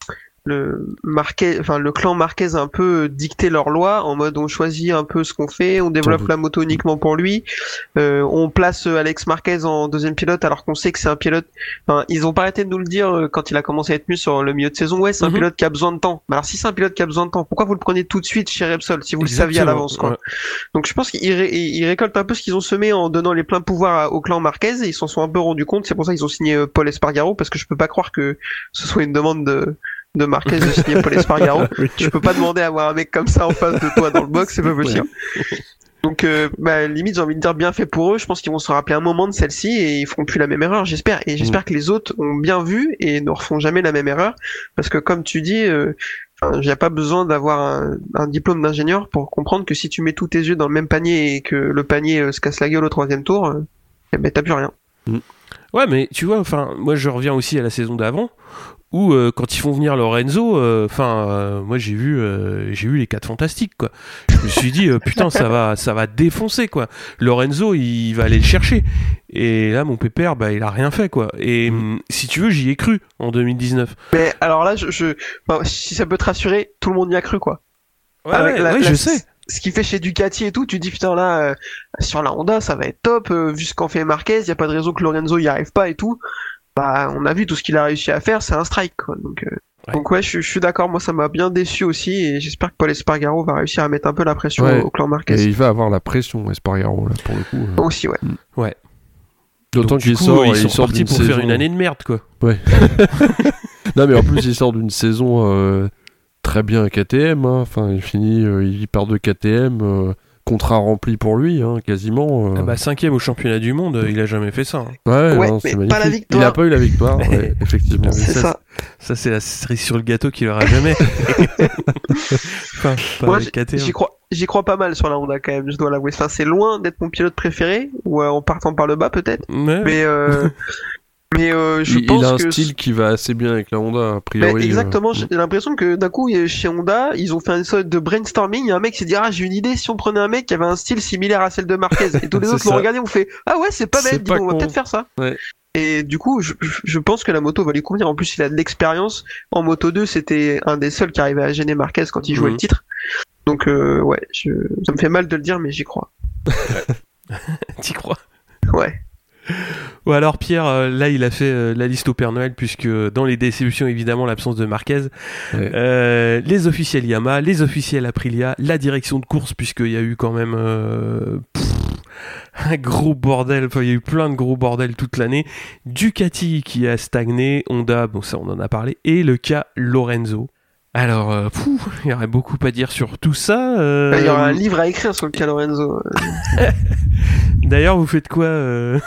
le Marquez, enfin le clan Marquez un peu dicter leurs lois en mode on choisit un peu ce qu'on fait, on développe la moto uniquement pour lui, euh, on place Alex Marquez en deuxième pilote alors qu'on sait que c'est un pilote. Enfin, ils ont pas arrêté de nous le dire quand il a commencé à être mis sur le milieu de saison. Ouais, c'est un mm-hmm. pilote qui a besoin de temps. Mais alors si c'est un pilote qui a besoin de temps, pourquoi vous le prenez tout de suite chez Repsol si vous Exactement. le saviez à l'avance quoi. Ouais. Donc je pense qu'ils ré- ils récoltent un peu ce qu'ils ont semé en donnant les pleins pouvoirs au clan Marquez et ils s'en sont un peu rendus compte. C'est pour ça qu'ils ont signé Paul Espargaro parce que je peux pas croire que ce soit une demande de de Marquez de signer Paul Espargaro. oui. Tu peux pas demander à avoir un mec comme ça en face de toi dans le box, c'est pas possible. Ouais. Donc, euh, bah, limite, j'ai envie de dire bien fait pour eux. Je pense qu'ils vont se rappeler un moment de celle-ci et ils feront plus la même erreur, j'espère. Et j'espère mmh. que les autres ont bien vu et ne refont jamais la même erreur. Parce que comme tu dis, euh, il n'y a pas besoin d'avoir un, un diplôme d'ingénieur pour comprendre que si tu mets tous tes yeux dans le même panier et que le panier euh, se casse la gueule au troisième tour, euh, eh ben, t'as plus rien. Mmh. Ouais, mais tu vois, enfin, moi je reviens aussi à la saison d'avant. Où euh, quand ils font venir Lorenzo, enfin, euh, euh, moi j'ai vu, euh, j'ai vu les quatre fantastiques quoi. Je me suis dit euh, putain ça va, ça va défoncer quoi. Lorenzo il va aller le chercher. Et là mon pépère bah il a rien fait quoi. Et mmh. si tu veux j'y ai cru en deux mille dix-neuf. Mais alors là je, je... Enfin, si ça peut te rassurer, tout le monde y a cru quoi. Ouais, Avec ouais, la, ouais la, je sais. Ce qu'il fait chez Ducati et tout, tu te dis putain là euh, sur la Honda ça va être top. Euh, vu ce qu'en fait Marquez, y a pas de raison que Lorenzo y arrive pas et tout. Bah, on a vu tout ce qu'il a réussi à faire, c'est un strike quoi. Donc, euh, ouais. donc ouais, je, je suis d'accord. Moi, ça m'a bien déçu aussi, et j'espère que Paul Espargaro va réussir à mettre un peu la pression ouais. au, au clan Marquez. Et il va avoir la pression, Espargaro là pour le coup. Euh... Aussi, ouais. Ouais. D'autant donc, qu'il coup, sort, ils sont il sort partis pour saison... faire une année de merde quoi. Ouais. Non mais en plus il sort d'une saison euh, très bien à K T M. Hein. Enfin, il finit, euh, il part de K T M. Euh... Contrat rempli pour lui, hein, quasiment. Euh... Ah bah cinquième au championnat du monde, il a jamais fait ça. Hein. Ouais, ouais non, mais c'est pas magnifique. la victoire. Il a pas eu la victoire, ouais, effectivement. C'est ça. Ça, ça c'est la cerise sur le gâteau qu'il aura jamais. Enfin, moi, j'y crois, j'y crois pas mal sur la Honda quand même. Je dois l'avouer. Enfin, c'est loin d'être mon pilote préféré, ou euh, en partant par le bas peut-être. Ouais. Mais euh, Mais euh, je il, pense il a un que style qui va assez bien avec la Honda, a priori. bah, exactement, euh. j'ai l'impression que d'un coup chez Honda, ils ont fait une sorte de brainstorming, il y a un mec qui s'est dit ah j'ai une idée, si on prenait un mec qui avait un style similaire à celle de Marquez, et tous les C'est autres l'ont ça. regardé, ont fait ah ouais c'est pas C'est bête, dis pas donc, on va con. peut-être faire ça. Ouais. Et du coup, je, je- je pense que la moto va lui convenir. En plus, il a de l'expérience. En Moto deux, c'était un des seuls qui arrivait à gêner Marquez quand il jouait Mhm. le titre. Donc euh, ouais, je... ça me fait mal de le dire, mais j'y crois. T'y crois? Ouais. Ou alors Pierre, euh, là il a fait euh, la liste au Père Noël, puisque dans les déceptions évidemment l'absence de Marquez, Ouais. euh, les officiels Yamaha, les officiels Aprilia, la direction de course, puisqu'il y a eu quand même euh, pff, un gros bordel, enfin il y a eu plein de gros bordels toute l'année, Ducati qui a stagné, Honda, bon ça on en a parlé, et le cas Lorenzo. Alors, euh, pfff, il y aurait beaucoup à dire sur tout ça. euh, Il y aura un livre à écrire sur le cas Lorenzo. D'ailleurs, vous faites quoi euh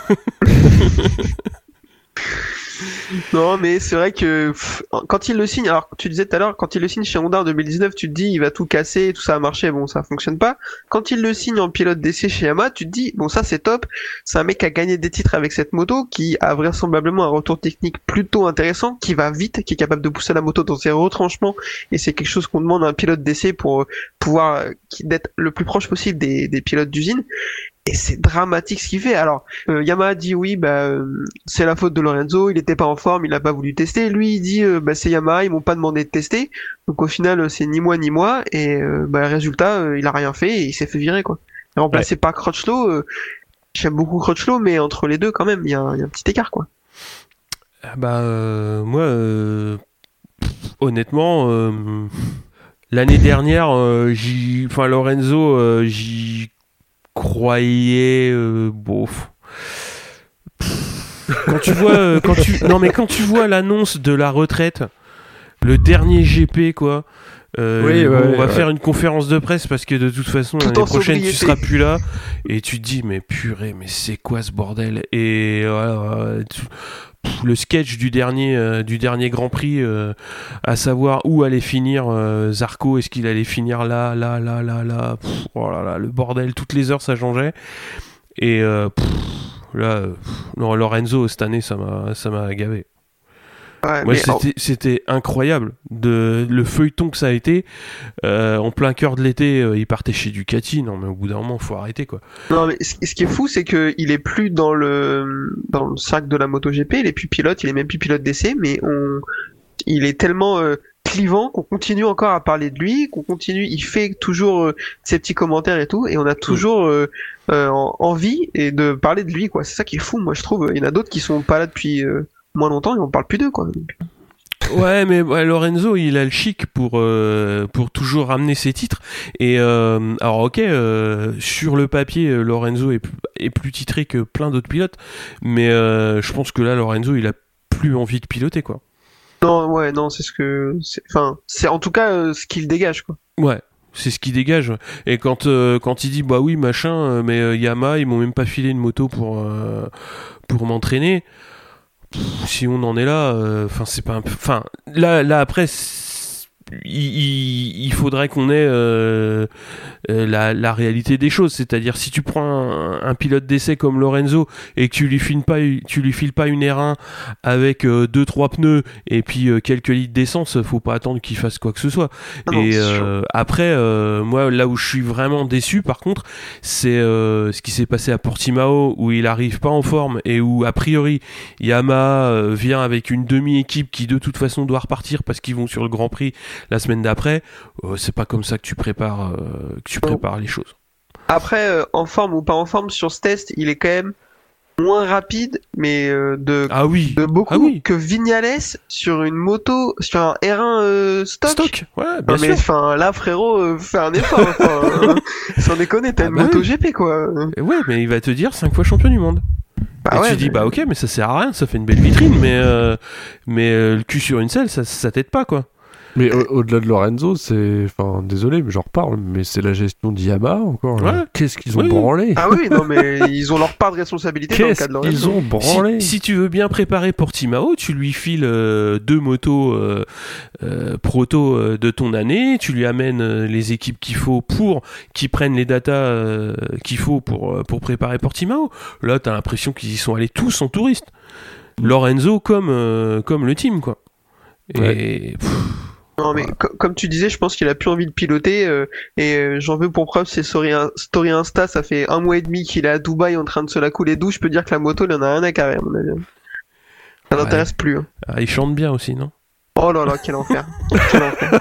Non, mais c'est vrai que pff, quand il le signe, alors tu disais tout à l'heure, quand il le signe chez Honda en deux mille dix-neuf, tu te dis il va tout casser, tout ça a marché, bon ça fonctionne pas. Quand il le signe en pilote d'essai chez Yamaha, tu te dis bon ça c'est top, c'est un mec qui a gagné des titres avec cette moto, qui a vraisemblablement un retour technique plutôt intéressant, qui va vite, qui est capable de pousser la moto dans ses retranchements, et c'est quelque chose qu'on demande à un pilote d'essai pour pouvoir euh, qui- d'être le plus proche possible des, des pilotes d'usine. Et c'est dramatique ce qu'il fait. Alors, euh, Yamaha dit oui, bah euh, c'est la faute de Lorenzo, il était pas en forme, il a pas voulu tester. Lui, il dit euh, bah c'est Yamaha, ils m'ont pas demandé de tester. Donc au final, euh, c'est ni moi ni moi. Et euh, bah résultat, euh, il a rien fait et il s'est fait virer quoi. Et remplacé par Crutchlow. Euh, J'aime beaucoup Crutchlow, mais entre les deux quand même, il y, a un- il y a un petit écart quoi. Ah Bah euh, moi, euh, pff, honnêtement, euh, l'année dernière, euh, j'y, enfin Lorenzo, euh, j'y croyais, euh, bof. Pff, Quand tu vois, euh, quand tu, non mais quand tu vois l'annonce de la retraite, le dernier G P quoi. Euh, Oui, bon, ouais, on va ouais. faire une conférence de presse parce que de toute façon Tout l'année en prochaine tu sobriété. seras plus là et tu te dis mais purée mais c'est quoi ce bordel et voilà, euh, tu- pff, le sketch du dernier euh, du dernier Grand Prix euh, à savoir où allait finir euh, Zarco, est-ce qu'il allait finir là là là là là pff, oh là là le bordel, toutes les heures ça changeait et euh, pff, là euh, pff, non, Lorenzo cette année ça m'a ça m'a gavé. Ouais, Moi, mais en- c'était, c'était incroyable de le feuilleton que ça a été euh, en plein cœur de l'été. Euh, il partait chez Ducati, non mais au bout d'un moment faut arrêter quoi. non, mais ce ce qui est fou, c'est que il est plus dans le dans le cercle de la MotoGP, il est plus pilote, il est même plus pilote d'essai, mais on il est tellement euh, clivant qu'on continue encore à parler de lui, qu'on continue, il fait toujours euh, ses petits commentaires et tout, et on a toujours euh, euh, en- envie et de parler de lui quoi. C'est ça qui est fou, moi je trouve. Il y en a d'autres qui sont pas là depuis euh, moins longtemps et on parle plus d'eux quoi. Donc, Ouais, mais ouais, Lorenzo, il a le chic pour euh, pour toujours ramener ses titres. Et euh, alors ok, euh, sur le papier, euh, Lorenzo est, p- est plus titré que plein d'autres pilotes, mais euh, je pense que là, Lorenzo, il a plus envie de piloter quoi. non, ouais, non, c'est ce que, c'est- enfin, c'est en tout cas euh, ce qu'il dégage quoi. Ouais. C'est ce qui dégage. Et quand euh, quand il dit bah oui machin, euh, mais euh, Yamaha ils m'ont même pas filé une moto pour euh, pour m'entraîner. Pff, si on en est là, enfin c'est pas, enfin là là après c'est- il, il, il faudrait qu'on ait euh, euh, la, la réalité des choses, c'est-à-dire si tu prends un, un pilote d'essai comme Lorenzo et que tu lui files pas tu lui files pas une R un avec euh, deux trois pneus et puis euh, quelques litres d'essence, faut pas attendre qu'il fasse quoi que ce soit. Ah non, et c'est euh, après euh, moi là où je suis vraiment déçu par contre c'est euh, ce qui s'est passé à Portimao où il arrive pas en forme et où a priori Yamaha euh, vient avec une demi-équipe qui de toute façon doit repartir parce qu'ils vont sur le Grand Prix la semaine d'après. Euh, c'est pas comme ça que tu prépares euh, que tu prépares les choses. Après, euh, en forme ou pas en forme, sur ce test, il est quand même moins rapide, mais euh, de, Ah oui, de beaucoup ah oui. que Vignales sur une moto, sur un R un euh, stock. Stock, ouais, Non bien mais sûr. enfin là frérot, euh, fais un effort. Enfin, euh, sans déconner, t'as Ah une bah moto oui. G P quoi. Ouais, mais il va te dire cinq fois champion du monde. Bah et ouais, tu dis mais- bah ok, mais ça sert à rien, ça fait une belle vitrine, mais euh, mais euh, le cul sur une selle, ça ça t'aide pas quoi. Mais au- au-delà de Lorenzo, c'est. Enfin, désolé, mais j'en reparle, mais c'est la gestion d'Yamaha encore. là. Ouais. Qu'est-ce qu'ils ont Oui. branlé Ah oui, non mais ils ont leur part de responsabilité dans le Qu'est-ce cas de qu'ils Lorenzo. ont branlé Si, si tu veux bien préparer Portimao, tu lui files euh, deux motos euh, euh, proto euh, de ton année, tu lui amènes euh, les équipes qu'il faut pour qu'ils prennent les datas euh, qu'il faut pour, euh, pour préparer Portimao. Là, t'as l'impression qu'ils y sont allés tous en touriste. Lorenzo comme, euh, comme le team, quoi. Et... Ouais. Pff, Non mais co- comme tu disais, je pense qu'il a plus envie de piloter euh, et euh, j'en veux pour preuve ses story, story Insta, ça fait un mois et demi qu'il est à Dubaï en train de se la couler douce. Je peux dire que la moto, il en a rien à carrer à mon avis. Ça Ouais. l'intéresse plus. Hein. ah, il chante bien aussi, non? Oh là là, quel enfer. Quel enfer.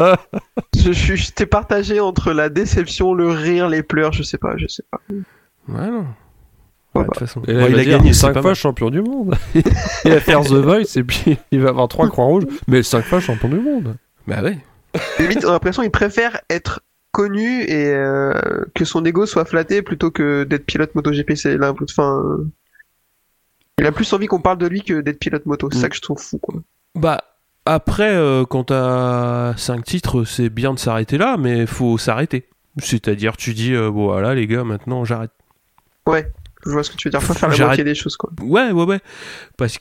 Je suis, j'étais partagé entre la déception, le rire, les pleurs, je sais pas, je sais pas. Ouais, non. Ouais, Ouais, de bah. toute façon. Et Ouais, là, il a dire, gagné, c'est cinq pas fois mal. champion du monde. Il va faire The Voice et puis il va avoir trois croix rouges, mais cinq fois champion du monde. Bah ouais. Limite, on a l'impression qu'il préfère être connu et euh, que son ego soit flatté plutôt que d'être pilote MotoGP. C'est là, enfin, euh, il a plus envie qu'on parle de lui que d'être pilote moto. C'est Mm. ça que je trouve fou, quoi. Bah, après, euh, quand t'as cinq titres, c'est bien de s'arrêter là, mais faut s'arrêter. C'est-à-dire, tu dis, euh, bon, voilà, les gars, maintenant, j'arrête. Ouais, je vois ce que tu veux dire. Faut faire la J'arrête. moitié des choses, quoi. Ouais, ouais, ouais. Parce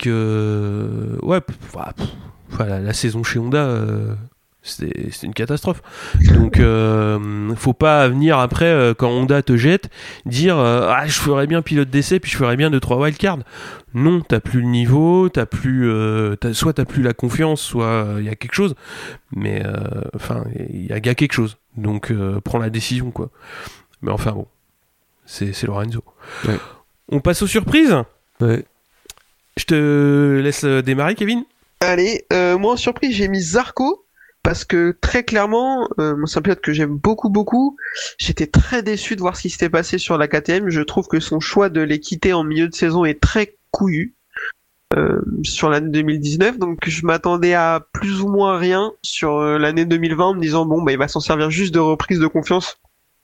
que, ouais, pff, voilà, pff, voilà, la saison chez Honda, euh, c'est c'est une catastrophe. Donc, euh, faut pas venir après, euh, quand Honda te jette, dire euh, ah, je ferais bien pilote d'essai, puis je ferais bien deux trois wildcards. Non, t'as plus le niveau, t'as plus, euh, t'as, soit t'as plus la confiance, soit il y a quelque chose. Mais, enfin, il y a, y a quelque chose. Donc, euh, prends la décision, quoi. Mais enfin, bon, c'est, c'est Lorenzo. Ouais. On passe aux surprises. Ouais. Je te laisse démarrer, Kevin. Allez, euh, moi en surprise, j'ai mis Zarco. Parce que très clairement, euh, moi c'est un pilote que j'aime beaucoup beaucoup. J'étais très déçu de voir ce qui s'était passé sur la K T M. Je trouve que son choix de les quitter en milieu de saison est très couillu euh, sur l'année deux mille dix-neuf. Donc je m'attendais à plus ou moins rien sur euh, l'année deux mille vingt en me disant bon bah il va s'en servir juste de reprise de confiance.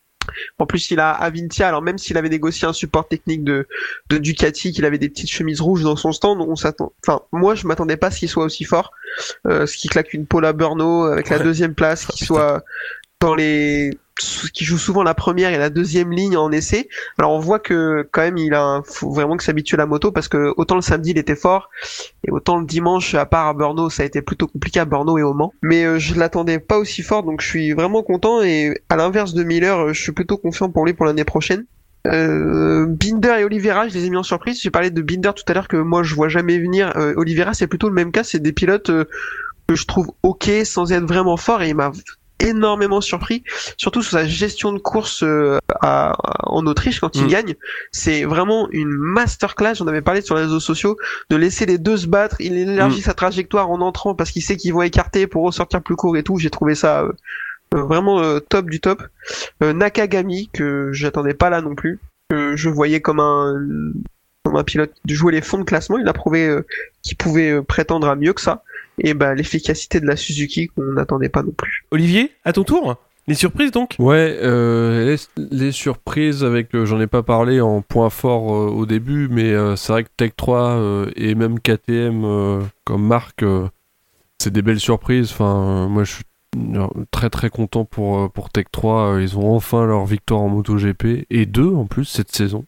En plus, il a Avintia, alors même s'il avait négocié un support technique de, de Ducati, qu'il avait des petites chemises rouges dans son stand, on s'attend, enfin, moi, je m'attendais pas à ce qu'il soit aussi fort, euh, ce qui claque une pole à Brno avec Ouais. la deuxième place, Oh, qui putain. soit dans les, qui joue souvent la première et la deuxième ligne en essai. Alors, on voit que, quand même, il a, un, faut vraiment que s'habitue à la moto parce que autant le samedi, il était fort, et autant le dimanche, à part à Brno, ça a été plutôt compliqué à Brno et au Mans. Mais euh, je l'attendais pas aussi fort, donc je suis vraiment content. Et à l'inverse de Miller, euh, je suis plutôt confiant pour lui pour l'année prochaine. Euh, Binder et Oliveira, je les ai mis en surprise. J'ai parlé de Binder tout à l'heure que moi je vois jamais venir. Euh, Oliveira, c'est plutôt le même cas. C'est des pilotes euh, que je trouve ok sans être vraiment fort, et il m'a énormément surpris, surtout sur sa gestion de course euh, à, à- en Autriche quand il Mm. gagne. C'est vraiment une masterclass. J'en avais parlé sur les réseaux sociaux, de laisser les deux se battre. Il élargit Mm. sa trajectoire en entrant parce qu'il sait qu'ils vont écarter pour ressortir plus court et tout. J'ai trouvé ça euh, euh, vraiment euh, top du top. Euh, Nakagami, que j'attendais pas là non plus, que je voyais comme un comme un pilote de jouer les fonds de classement. Il a prouvé euh, qu'il pouvait euh, prétendre à mieux que ça. Et ben l'efficacité de la Suzuki qu'on n'attendait pas non plus. Olivier, à ton tour. Les surprises, donc. Ouais, euh, les, les surprises avec, euh, j'en ai pas parlé en point fort euh, au début, mais euh, c'est vrai que Tech trois euh, et même K T M euh, comme marque, euh, c'est des belles surprises. Enfin, euh, moi je suis euh, très très content pour, euh, pour Tech trois. Euh, ils ont enfin leur victoire en MotoGP, et deux en plus cette saison.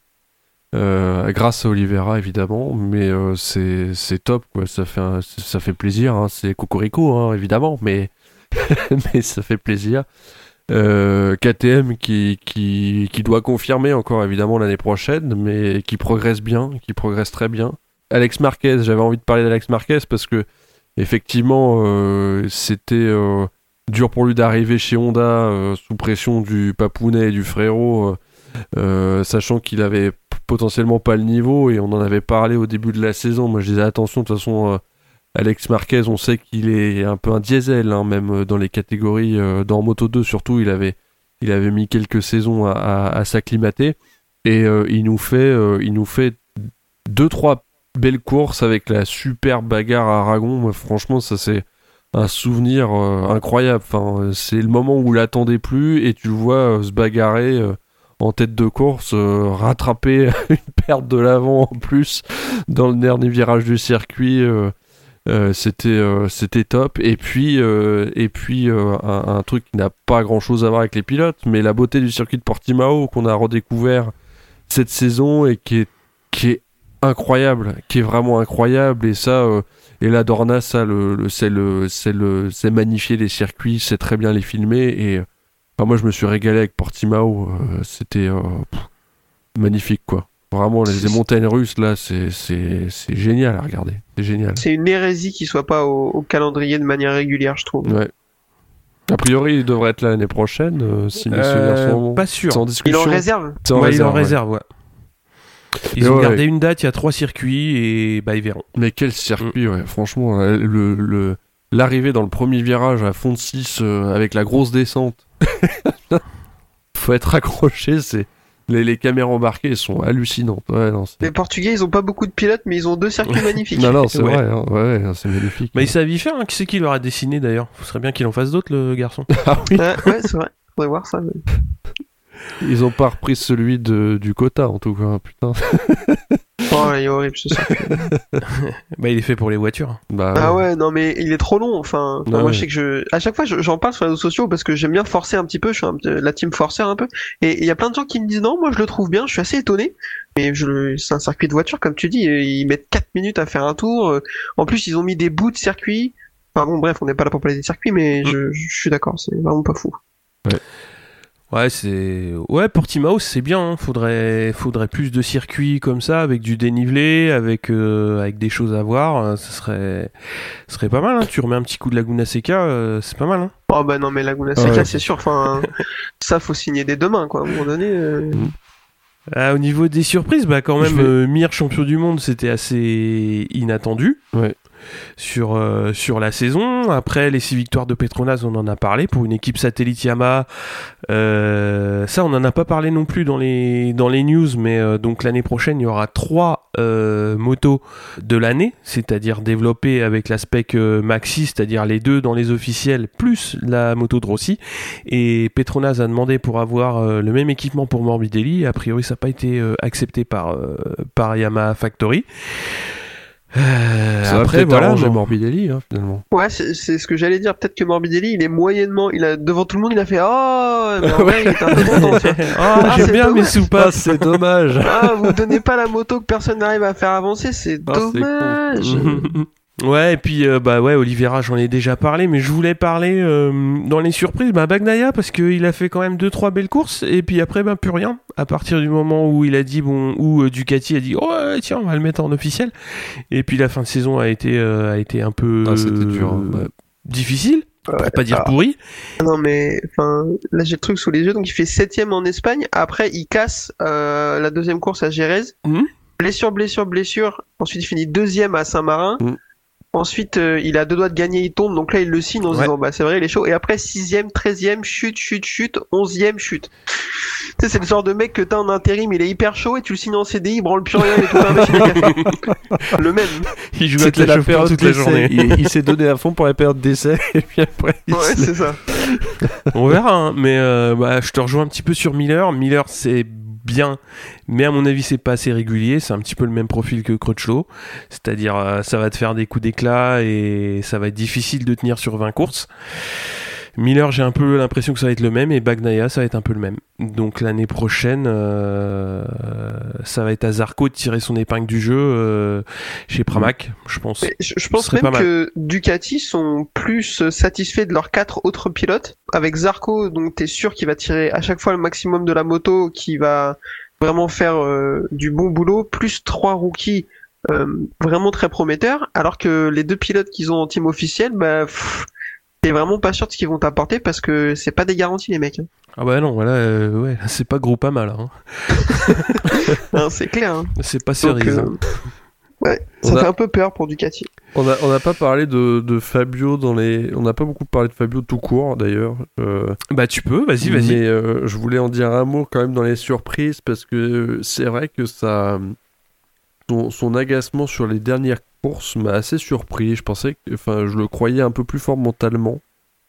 Euh, grâce à Oliveira évidemment, mais euh, c'est, c'est top quoi, ça fait, un- ça fait plaisir, hein. C'est cocorico hein, évidemment, mais, mais ça fait plaisir. Euh, K T M qui, qui, qui doit confirmer encore évidemment l'année prochaine, mais qui progresse bien, qui progresse très bien. Alex Marquez, j'avais envie de parler d'Alex Marquez parce que effectivement euh, c'était euh, dur pour lui d'arriver chez Honda euh, sous pression du Papounet et du frérot, euh, euh, sachant qu'il avait p- potentiellement pas le niveau, et on en avait parlé au début de la saison. Moi je disais attention, de toute façon euh, Alex Marquez, on sait qu'il est un peu un diesel, hein, même euh, dans les catégories, euh, dans Moto deux surtout, il avait, il avait mis quelques saisons à, à, à s'acclimater, et euh, il nous fait, euh, il nous fait deux trois belles courses avec la super bagarre à Aragon. Moi, franchement, ça c'est un souvenir euh, incroyable. Enfin, euh, c'est le moment où il l'attendait plus, et tu le vois euh, se bagarrer euh, en tête de course, euh, rattraper une perte de l'avant en plus dans le dernier virage du circuit. Euh, euh, c'était euh, c'était top. Et puis euh, et puis euh, un, un truc qui n'a pas grand chose à voir avec les pilotes, mais la beauté du circuit de Portimao qu'on a redécouvert cette saison, et qui est qui est incroyable, qui est vraiment incroyable. Et ça euh, et la Dorna, ça le, le c'est le c'est le c'est magnifier les circuits, c'est très bien les filmer. Et enfin, moi je me suis régalé avec Portimao, euh, c'était euh, pff, magnifique quoi. Vraiment, les, les montagnes russes, là, c'est, c'est, c'est génial à regarder. C'est génial. C'est une hérésie qu'il soit pas au, au calendrier de manière régulière, je trouve. Ouais. A priori, il devrait être là l'année prochaine, euh, si mes Euh, souvenirs sont pas sûr. c'est en Il est discussion. en réserve. C'est en Ouais, il est en réserve, ouais. réserve, ouais. Ils Mais ont ouais, gardé ouais. une date, il y a trois circuits et bah ils verront. Mais quel circuit, ouais. Franchement, euh, le, le, l'arrivée dans le premier virage à fond de six euh, avec la grosse descente. Faut être accroché, c'est... Les, les caméras embarquées sont hallucinantes. Ouais, non, c'est... Les Portugais, ils ont pas beaucoup de pilotes, mais ils ont deux circuits magnifiques. non, non, c'est Ouais. vrai, hein. ouais, ouais, c'est magnifique. Bah ils savent y faire, hein. Qui c'est qui leur a dessiné d'ailleurs? Ce serait bien qu'il en fasse d'autres, le garçon. Ah oui, Ouais, ouais, c'est vrai. Faudrait voir ça. mais- ils ont pas repris celui de, du quota, en tout cas, putain. Oh, il est horrible, ce circuit. Bah il est fait pour les voitures. Bah, Ah ouais, non, mais il est trop long. Enfin, enfin, Ah moi, ouais. je sais que je, à chaque fois, je- j'en parle sur les réseaux sociaux parce que j'aime bien forcer un petit peu. Je suis un, peu- la team forcer un peu. Et il y a plein de gens qui me disent non, moi, je le trouve bien. Je suis assez étonné. Mais je, le- c'est un circuit de voiture, comme tu dis. Ils mettent quatre minutes à faire un tour. En plus, ils ont mis des bouts de circuit. Enfin bon, bref, on n'est pas là pour parler des circuits, mais je, je suis d'accord. C'est vraiment pas fou. Ouais, c'est ouais, Portimao, c'est bien, hein. Faudrait faudrait plus de circuits comme ça avec du dénivelé, avec euh, avec des choses à voir, euh, ça serait ça serait pas mal, hein. Tu remets un petit coup de Laguna Seca, euh, c'est pas mal, hein. Oh bah non, mais Laguna Ah Seca, ouais. c'est sûr. Enfin, ça, faut signer dès demain, quoi. À un moment donné. euh, Ah, au niveau des surprises, bah quand Je même vais- euh, Mir champion du monde, c'était assez inattendu. Ouais. Sur, euh, sur la saison. Après, les six victoires de Petronas, on en a parlé. Pour une équipe satellite Yamaha, euh, ça, on n'en a pas parlé non plus dans les, dans les news, mais euh, donc l'année prochaine, il y aura trois euh, motos de l'année, c'est-à-dire développées avec la spec euh, Maxi, c'est-à-dire les deux dans les officiels, plus la moto de Rossi. Et Petronas a demandé pour avoir euh, le même équipement pour Morbidelli. A priori, ça n'a pas été euh, accepté par, euh, par Yamaha Factory. Euh, ça va après, peut-être voilà, arranger non. Morbidelli, hein, finalement. Ouais, c'est c'est ce que j'allais dire. Peut-être que Morbidelli, il est moyennement, il a devant tout le monde, il a fait oh, mais en vrai, il était un peu content. tu vois. Ah, Ah, j'aime c'est bien mes dommage. soupapes. c'est dommage. Ah, vous donnez pas la moto que personne n'arrive à faire avancer, c'est Ah, c'est dommage. Ouais, et puis euh, bah ouais, Oliveira, j'en ai déjà parlé, mais je voulais parler euh, dans les surprises, bah Bagnaia, parce qu'il a fait quand même deux trois belles courses, et puis après bah plus rien. À partir du moment où il a dit bon, où euh, Ducati a dit oh ouais, tiens, on va le mettre en officiel, et puis la fin de saison a été euh, a été un peu Ah, c'était dur, hein, euh, ouais. difficile, pour Ouais, pas dire ah. pourri. Non mais, enfin, là j'ai le truc sous les yeux, donc il fait septième en Espagne. Après, il casse euh, la deuxième course à Jerez. Mhm. Blessure, blessure, blessure. Ensuite, il finit deuxième à Saint-Marin. Mhm. Ensuite, euh, il a deux doigts de gagner, il tombe. Donc là, il le signe en se Ouais. disant bah c'est vrai, il est chaud. Et après, sixième, treizième, chute, chute, chute, onzième, chute. Tu sais, c'est le genre de mec que t'as en intérim, il est hyper chaud et tu le signes en C D I, il branle plus rien, il est tout à la machine à café. Le même. Il joue avec C'était la la chauffeur période toute la d'essai. journée. Il, il s'est donné à fond pour la période d'essai, et puis après, il Ouais, se- c'est ça. On verra, hein, mais euh, bah, je te rejoins un petit peu sur Miller. Miller, c'est bien, mais à mon avis, c'est pas assez régulier. C'est un petit peu le même profil que Crutchlow, c'est-à-dire euh, ça va te faire des coups d'éclat et ça va être difficile de tenir sur vingt courses. Miller, j'ai un peu l'impression que ça va être le même, et Bagnaia, ça va être un peu le même. Donc l'année prochaine, euh, ça va être à Zarco de tirer son épingle du jeu euh, chez Pramac, je pense. Mais je, je pense serait même pas mal. que Ducati sont plus euh, satisfaits de leurs quatre autres pilotes. Avec Zarco, donc t'es sûr qu'il va tirer à chaque fois le maximum de la moto, qui va vraiment faire euh, du bon boulot, plus trois rookies euh, vraiment très prometteurs, alors que les deux pilotes qu'ils ont en team officiel, bah pff, t'es vraiment pas sûr de ce qu'ils vont t'apporter parce que c'est pas des garanties les mecs. Hein. Ah bah non, voilà, euh, ouais, c'est pas Groupama là. Hein. Hein, c'est clair. Hein. C'est pas Donc, cerise. euh, hein. ouais, ça On a- fait un peu peur pour Ducati. On a- on n'a pas parlé de, de Fabio dans les. On n'a pas beaucoup parlé de Fabio tout court d'ailleurs. Euh, Bah tu peux, vas-y, vas-y. Mais euh, je voulais en dire un mot quand même dans les surprises parce que c'est vrai que ça. Son, son agacement sur les dernières courses m'a assez surpris. Je pensais que. Enfin, je le croyais un peu plus fort mentalement.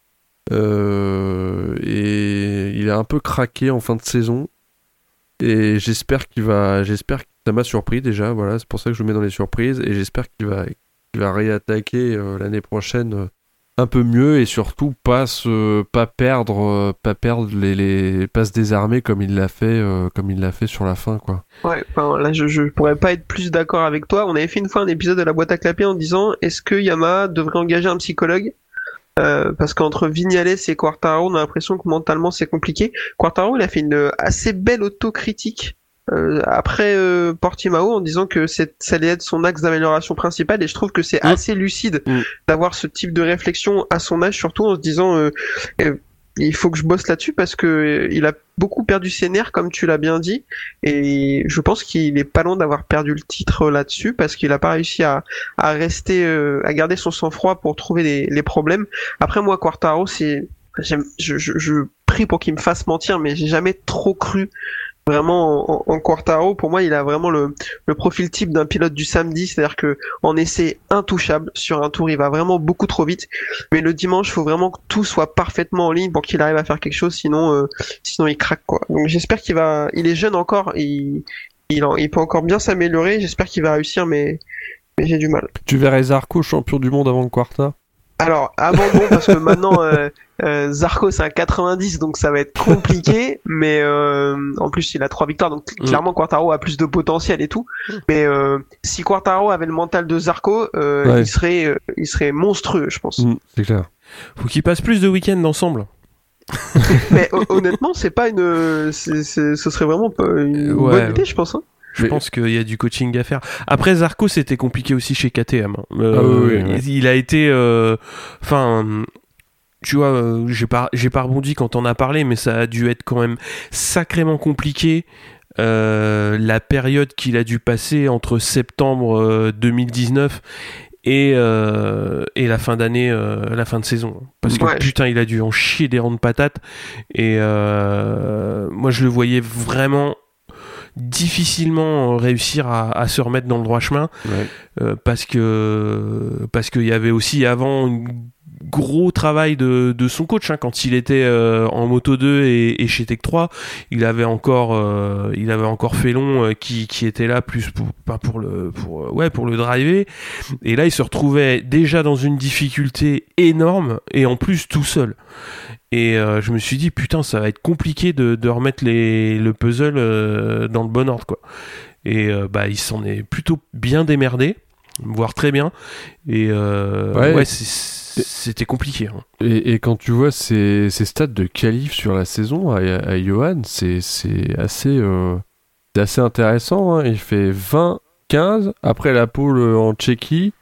Euh, et il a un peu craqué en fin de saison. Et j'espère qu'il va. J'espère que ça m'a surpris déjà. Voilà, c'est pour ça que je le mets dans les surprises. Et j'espère qu'il va, qu'il va réattaquer euh, l'année prochaine euh, un peu mieux et surtout pas se, pas perdre, euh, pas perdre les, les pas se désarmer comme il l'a fait, euh, comme il l'a fait sur la fin, quoi. Ouais, enfin, là je, je pourrais pas être plus d'accord avec toi. On avait fait une fois un épisode de la boîte à clapper en disant est-ce que Yamaha devrait engager un psychologue euh, parce qu'entre Vignales et Quartaro, on a l'impression que mentalement c'est compliqué. Quartaro, il a fait une assez belle autocritique euh, après euh, Portimao en disant que c'est, ça allait être son axe d'amélioration principal, et je trouve que c'est mmh. assez lucide mmh. d'avoir ce type de réflexion à son âge, surtout en se disant euh, euh, il faut que je bosse là-dessus parce que euh, il a beaucoup perdu ses nerfs, comme tu l'as bien dit, et je pense qu'il est pas loin d'avoir perdu le titre là-dessus parce qu'il a pas réussi à, à rester, euh, à garder son sang-froid pour trouver les, les problèmes. Après moi, Quartaro, c'est, j'aime, je, je, je prie pour qu'il me fasse mentir, mais j'ai jamais trop cru vraiment en, en Quartaro. Pour moi, il a vraiment le, le profil type d'un pilote du samedi, c'est-à-dire que en essai intouchable sur un tour, il va vraiment beaucoup trop vite. Mais le dimanche, il faut vraiment que tout soit parfaitement en ligne pour qu'il arrive à faire quelque chose, sinon, euh, sinon il craque quoi. Donc j'espère qu'il va, il est jeune encore, il, il, il peut encore bien s'améliorer. J'espère qu'il va réussir, mais, mais j'ai du mal. Tu verrais Zarco champion du monde avant Quarta? Alors, avant non, parce que maintenant, euh, euh, Zarco c'est un quatre-vingt-dix, donc ça va être compliqué, mais euh, en plus il a trois victoires, donc mmh. clairement Quartaro a plus de potentiel et tout, mais euh, si Quartaro avait le mental de Zarco, euh, ouais. il serait euh, il serait monstrueux, je pense. Mmh, c'est clair. Faut qu'ils passent plus de week-ends ensemble. Mais honnêtement, c'est pas une, c'est, c'est, ce serait vraiment pas une ouais, bonne idée, je pense. Hein. Je mais... pense qu'il y a du coaching à faire. Après, Zarco, c'était compliqué aussi chez K T M. Euh, ah oui, oui, oui. Il, il a été... Enfin... Euh, tu vois, euh, j'ai pas, j'ai pas rebondi quand on a parlé, mais ça a dû être quand même sacrément compliqué. Euh, la période qu'il a dû passer entre septembre euh, deux mille dix-neuf et, euh, et la fin d'année, euh, la fin de saison. Parce que ouais. putain, il a dû en chier des rangs de patates. Et euh, moi, je le voyais vraiment... difficilement réussir à, à se remettre dans le droit chemin ouais. euh, parce que parce qu'il y avait aussi avant un gros travail de, de son coach hein, quand il était euh, en Moto deux et, et chez Tech trois, il avait encore euh, il avait encore Félon euh, qui, qui était là plus pour, pas pour le pour ouais pour le driver, et là il se retrouvait déjà dans une difficulté énorme et en plus tout seul. Et euh, je me suis dit putain, ça va être compliqué de, de remettre les, le puzzle euh, dans le bon ordre quoi. Et euh, bah il s'en est plutôt bien démerdé, voire très bien. Et euh, ouais, ouais c'est, c'était compliqué. Hein. Et, et quand tu vois ces, ces stats de qualif sur la saison à, à Johan, c'est, c'est assez euh, c'est assez intéressant. Hein. Il fait vingt quinze après la pole en Tchéquie,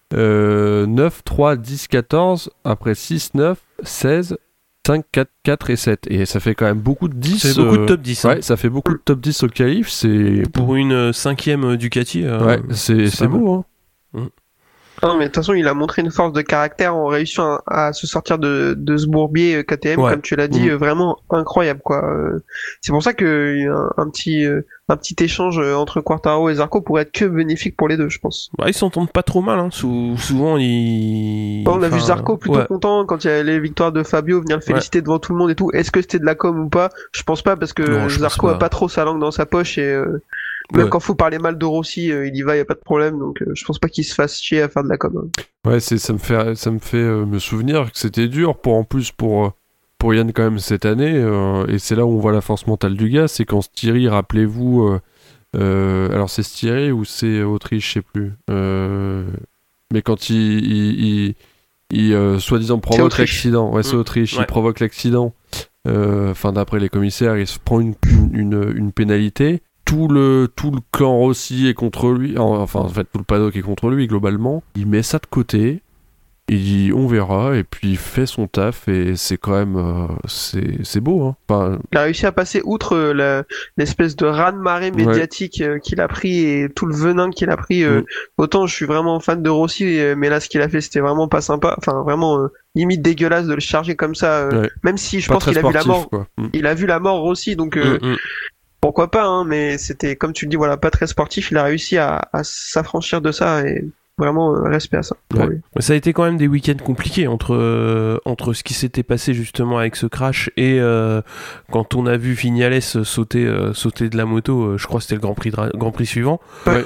euh, neuf trois dix quatorze après six neuf seize cinq, quatre, quatre et sept. Et ça fait quand même beaucoup de dix. Ça fait beaucoup de top dix. Euh... Hein. Ouais, ça fait beaucoup de top dix au qualif. C'est... Pour une cinquième Ducati. Euh, ouais, c'est, c'est, c'est beau. Hein. Mmh. Ah non, mais de toute façon, il a montré une force de caractère en réussissant à, à se sortir de, de ce bourbier K T M, ouais. comme tu l'as dit, mmh. vraiment incroyable, quoi. C'est pour ça que un, un petit, un petit échange entre Quartaro et Zarco pourrait être que bénéfique pour les deux, je pense. Ouais, ils s'entendent pas trop mal, hein. Sou- souvent, ils... Bon, on a enfin, vu Zarco plutôt ouais. content quand il y a les victoires de Fabio, venir le féliciter ouais. devant tout le monde et tout. Est-ce que c'était de la com ou pas? Je pense pas, parce que non, Zarco pas. a pas trop sa langue dans sa poche et, euh, même ouais. quand faut parler mal de Rossi, euh, il y va, y a pas de problème, donc euh, je pense pas qu'il se fasse chier à faire de la com. Hein. Ouais, c'est ça me fait ça me fait euh, me souvenir que c'était dur pour en plus pour pour Yann quand même cette année, euh, et c'est là où on voit la force mentale du gars, c'est quand Styrie, rappelez-vous, euh, euh, alors c'est Styrie ou c'est Autriche, je sais plus, euh, mais quand il il, il, il euh, soi-disant provoque l'accident, ouais c'est mmh. Autriche, ouais. il provoque l'accident, enfin euh, d'après les commissaires, il se prend une une, une, une pénalité. Tout le, tout le clan Rossi est contre lui, enfin en fait tout le paddock est contre lui globalement. Il met ça de côté, il dit on verra, et puis il fait son taf, et c'est quand même euh, c'est, c'est beau. Hein. Enfin, il a réussi à passer outre la, l'espèce de raz-de-marée médiatique ouais. qu'il a pris et tout le venin qu'il a pris. Euh, mm. Autant je suis vraiment fan de Rossi, mais là ce qu'il a fait c'était vraiment pas sympa, enfin vraiment euh, limite dégueulasse de le charger comme ça, euh, ouais. même si je pas pense qu'il a sportif, vu la mort. Mm. Il a vu la mort Rossi, donc... Euh, mm, mm. Pourquoi pas, hein, mais c'était, comme tu le dis, voilà, pas très sportif. Il a réussi à, à s'affranchir de ça, et vraiment euh, respect à ça. Ouais. Lui. Ça a été quand même des week-ends compliqués entre, euh, entre ce qui s'était passé justement avec ce crash et euh, quand on a vu Vignales sauter, euh, sauter de la moto, euh, je crois que c'était le Grand Prix, de, Grand Prix suivant. Ouais.